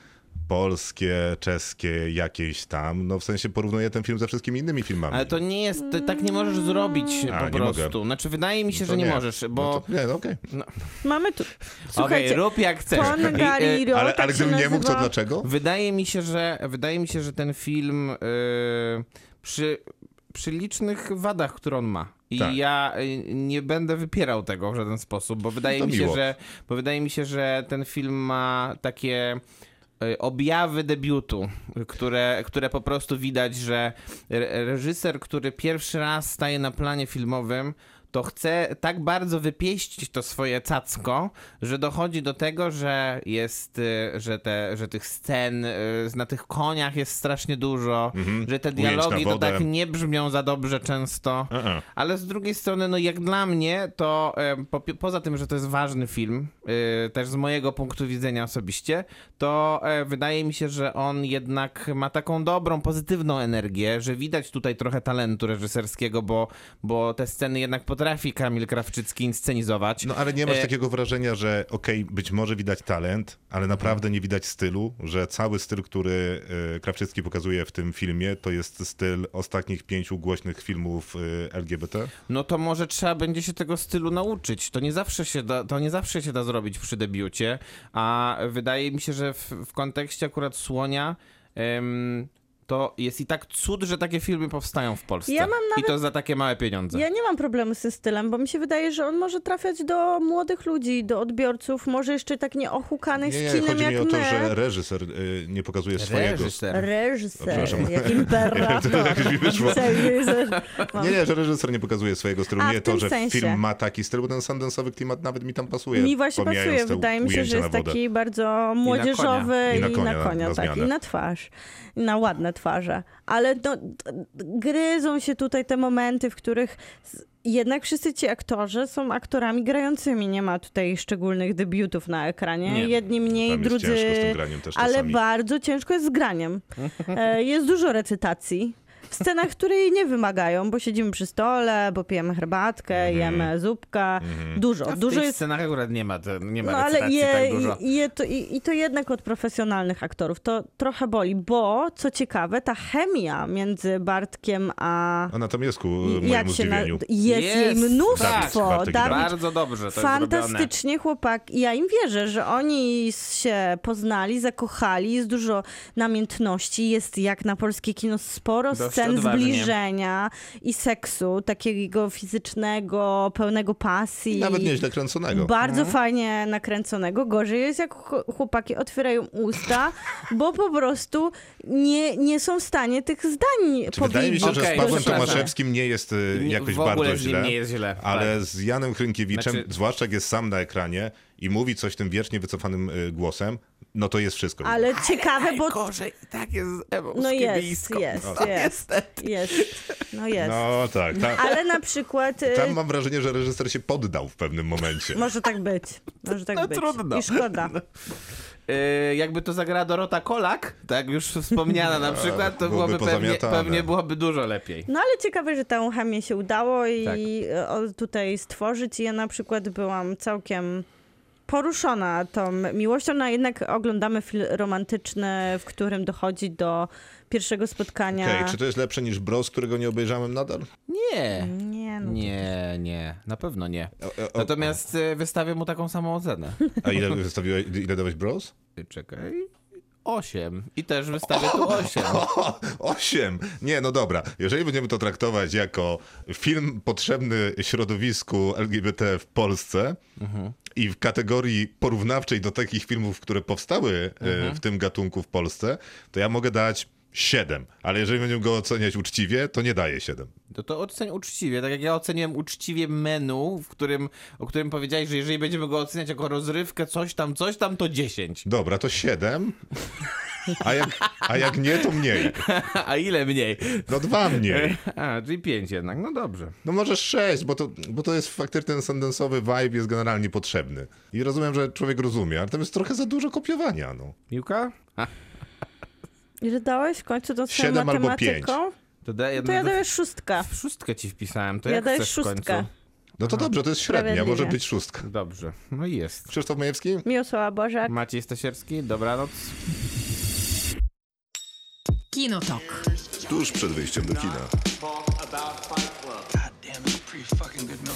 polskie, czeskie, jakieś tam. No w sensie porównuję ten film ze wszystkimi innymi filmami. Ale to nie jest, ty tak nie możesz zrobić A, po nie prostu. mogę. Znaczy wydaje mi się, No to że nie, nie. możesz, No bo... to, nie, no okej. Mamy tu... Okej, Słuchajcie, rób jak chcesz. Ton I, y, Gariro, Ale, tak ale się gdybym nie mógł, to nazywa. dlaczego? Wydaje mi się, że wydaje mi się, że ten film yy, przy, przy licznych wadach, które on ma. I Tak. ja y, nie będę wypierał tego w żaden sposób, bo wydaje To mi się, miło. że bo wydaje mi się, że ten film ma takie y, objawy debiutu, które, które po prostu widać, że re- reżyser, który pierwszy raz staje na planie filmowym, to chce tak bardzo wypieścić to swoje cacko, że dochodzi do tego, że jest, y, że, te, że tych scen y, na tych koniach jest strasznie dużo, Mhm. że te Ujęć na dialogi to wodę. tak nie brzmią za dobrze często. A-a. Ale z drugiej strony, no jak dla mnie, to e, po, poza tym, że to jest ważny film, e, też z mojego punktu widzenia osobiście, to e, wydaje mi się, że on jednak ma taką dobrą, pozytywną energię, że widać tutaj trochę talentu reżyserskiego, bo, bo te sceny jednak potrafi Kamil Krawczycki inscenizować. No ale nie masz E, takiego wrażenia, że okej, być może widać talent, ale naprawdę nie widać stylu, że cały styl, który e, Krawczycki pokazuje w tym filmie, to jest styl ostatnich pięciu głośnych filmów e, L G B T? No to może trzeba będzie się tego stylu nauczyć. To nie zawsze się da, to nie zawsze się da zrobić przy debiucie, a wydaje mi się, że w, w kontekście akurat Słonia em, to jest i tak cud, że takie filmy powstają w Polsce. Ja mam I to za takie małe pieniądze. Ja nie mam problemu z tym stylem, bo mi się wydaje, że on może trafiać do młodych ludzi, do odbiorców, może jeszcze tak nieochukanych Nie, nie, z kinem chodzi jak mi o my. to, że reżyser y, nie pokazuje swojego... Reżyser. Reżyser, Przepraszam. jak imperator. To jakoś mi wyszło. Reżyser. Mam- Nie, nie, że reżyser nie pokazuje swojego stylu. A, Nie w to, tym że sensie. film ma taki styl, bo ten sandensowy klimat nawet mi tam pasuje. Mi właśnie pomijając pasuje. te Wydaje mi się, ujęcia że na jest wodę. taki bardzo młodzieżowy I na i konia, na konia, na tak, zmianę. i na twarz. I na ładne twarze. Ale no, d- gryzą się tutaj te momenty, w których z- jednak wszyscy ci aktorzy są aktorami grającymi. Nie ma tutaj szczególnych debiutów na ekranie. Nie. Jedni mniej, Tam jest drudzy... ciężko z tym graniem też Ale czasami. bardzo ciężko jest z graniem. E, Jest dużo recytacji. W scenach, które jej nie wymagają, bo siedzimy przy stole, bo pijemy herbatkę, jemy zupka. Dużo, A w dużo tych jest. scenach akurat nie ma, to, nie ma No ale recytacji je, tak dużo. i, je to, i, i to jednak od profesjonalnych aktorów. To trochę boli, bo co ciekawe, ta chemia między Bartkiem a... A na Tomiesku, i- mojemu zdziwieniu. jest, jej mnóstwo. Bartek Dawid, Bardzo dobrze to jest fantastycznie chłopak. Ja im wierzę, że oni się poznali, zakochali, jest dużo namiętności, jest jak na polskie kino sporo Dość scen odważnie. zbliżenia i seksu, takiego fizycznego, pełnego pasji. Nawet nieźle kręconego. Bardzo fajnie nakręconego. Gorzej jest, jak ch- chłopaki otwierają usta, bo po prostu nie, nie są w stanie tych zdań Czy wydaje mi się, że Okej, z Pawłem przepraszam. Tomaszewskim nie jest y, Nie, jakoś w ogóle bardzo z nim źle, nie jest źle, ale tak. z Janem Hrynkiewiczem, Znaczy- zwłaszcza jak jest sam na ekranie i mówi coś tym wiecznie wycofanym y, głosem, no to jest wszystko. Ale ciekawe, bo... Gorzej, tak jest z Ewą No jest, Skibińską. jest, No, jest, jest. No jest. No tak, tam, Ale na przykład... y, tam mam wrażenie, że reżyser się poddał w pewnym momencie. Może tak być. Może tak No być. trudno. I szkoda. Yy, jakby to zagrała Dorota Kolak, tak już wspomniana na przykład, to Byłoby byłoby pewnie, pozamiatane. pewnie byłoby dużo lepiej. No ale ciekawe, że tę chemię się udało i Tak. o, tutaj stworzyć. Ja na przykład byłam całkiem poruszona tą miłością, no a jednak oglądamy film romantyczny, w którym dochodzi do pierwszego spotkania. Okej, czy to jest lepsze niż Bros, którego nie obejrzałem nadal? Nie. Nie, no Nie, nie, na pewno nie. O, o, o, Natomiast y, wystawię mu taką samą ocenę. A ile wystawiłeś, ile dałeś Bros? Y, Czekaj. Osiem. I też wystawię tu osiem. O, osiem! Nie, no dobra. Jeżeli będziemy to traktować jako film potrzebny środowisku L G B T w Polsce i w kategorii porównawczej do takich filmów, które powstały e, w tym gatunku w Polsce, to ja mogę dać siedem. Ale jeżeli będziemy go oceniać uczciwie, to nie daję siedem. To to oceń uczciwie, tak jak ja oceniłem uczciwie menu, w którym, o którym powiedziałeś, że jeżeli będziemy go oceniać jako rozrywkę, coś tam, coś tam, to dziesięć. Dobra, to siedem. A jak, a jak nie, to mniej. A ile mniej? No dwa mniej. A, czyli pięć jednak, no dobrze. No może sześć, bo to, bo to jest faktycznie ten sandensowy vibe jest generalnie potrzebny. I rozumiem, że człowiek rozumie, ale tam jest trochę za dużo kopiowania, no. Miłka? A, Ile dałeś w końcu tą swoją Siedem albo matematyką? to, da, To ja daję szóstka. w szóstkę ci wpisałem, to Ja jak daję chcesz w szóstkę. końcu? No to dobrze, to jest średnia, może Sprawiedliwie. być szóstka. Dobrze, no i jest. Krzysztof Majewski? Miłosława Bożek. Maciej Stasierski, dobranoc. Kinotok. Tuż przed wyjściem do kina. Talk about Fight Club. God damn, it's a pretty fucking good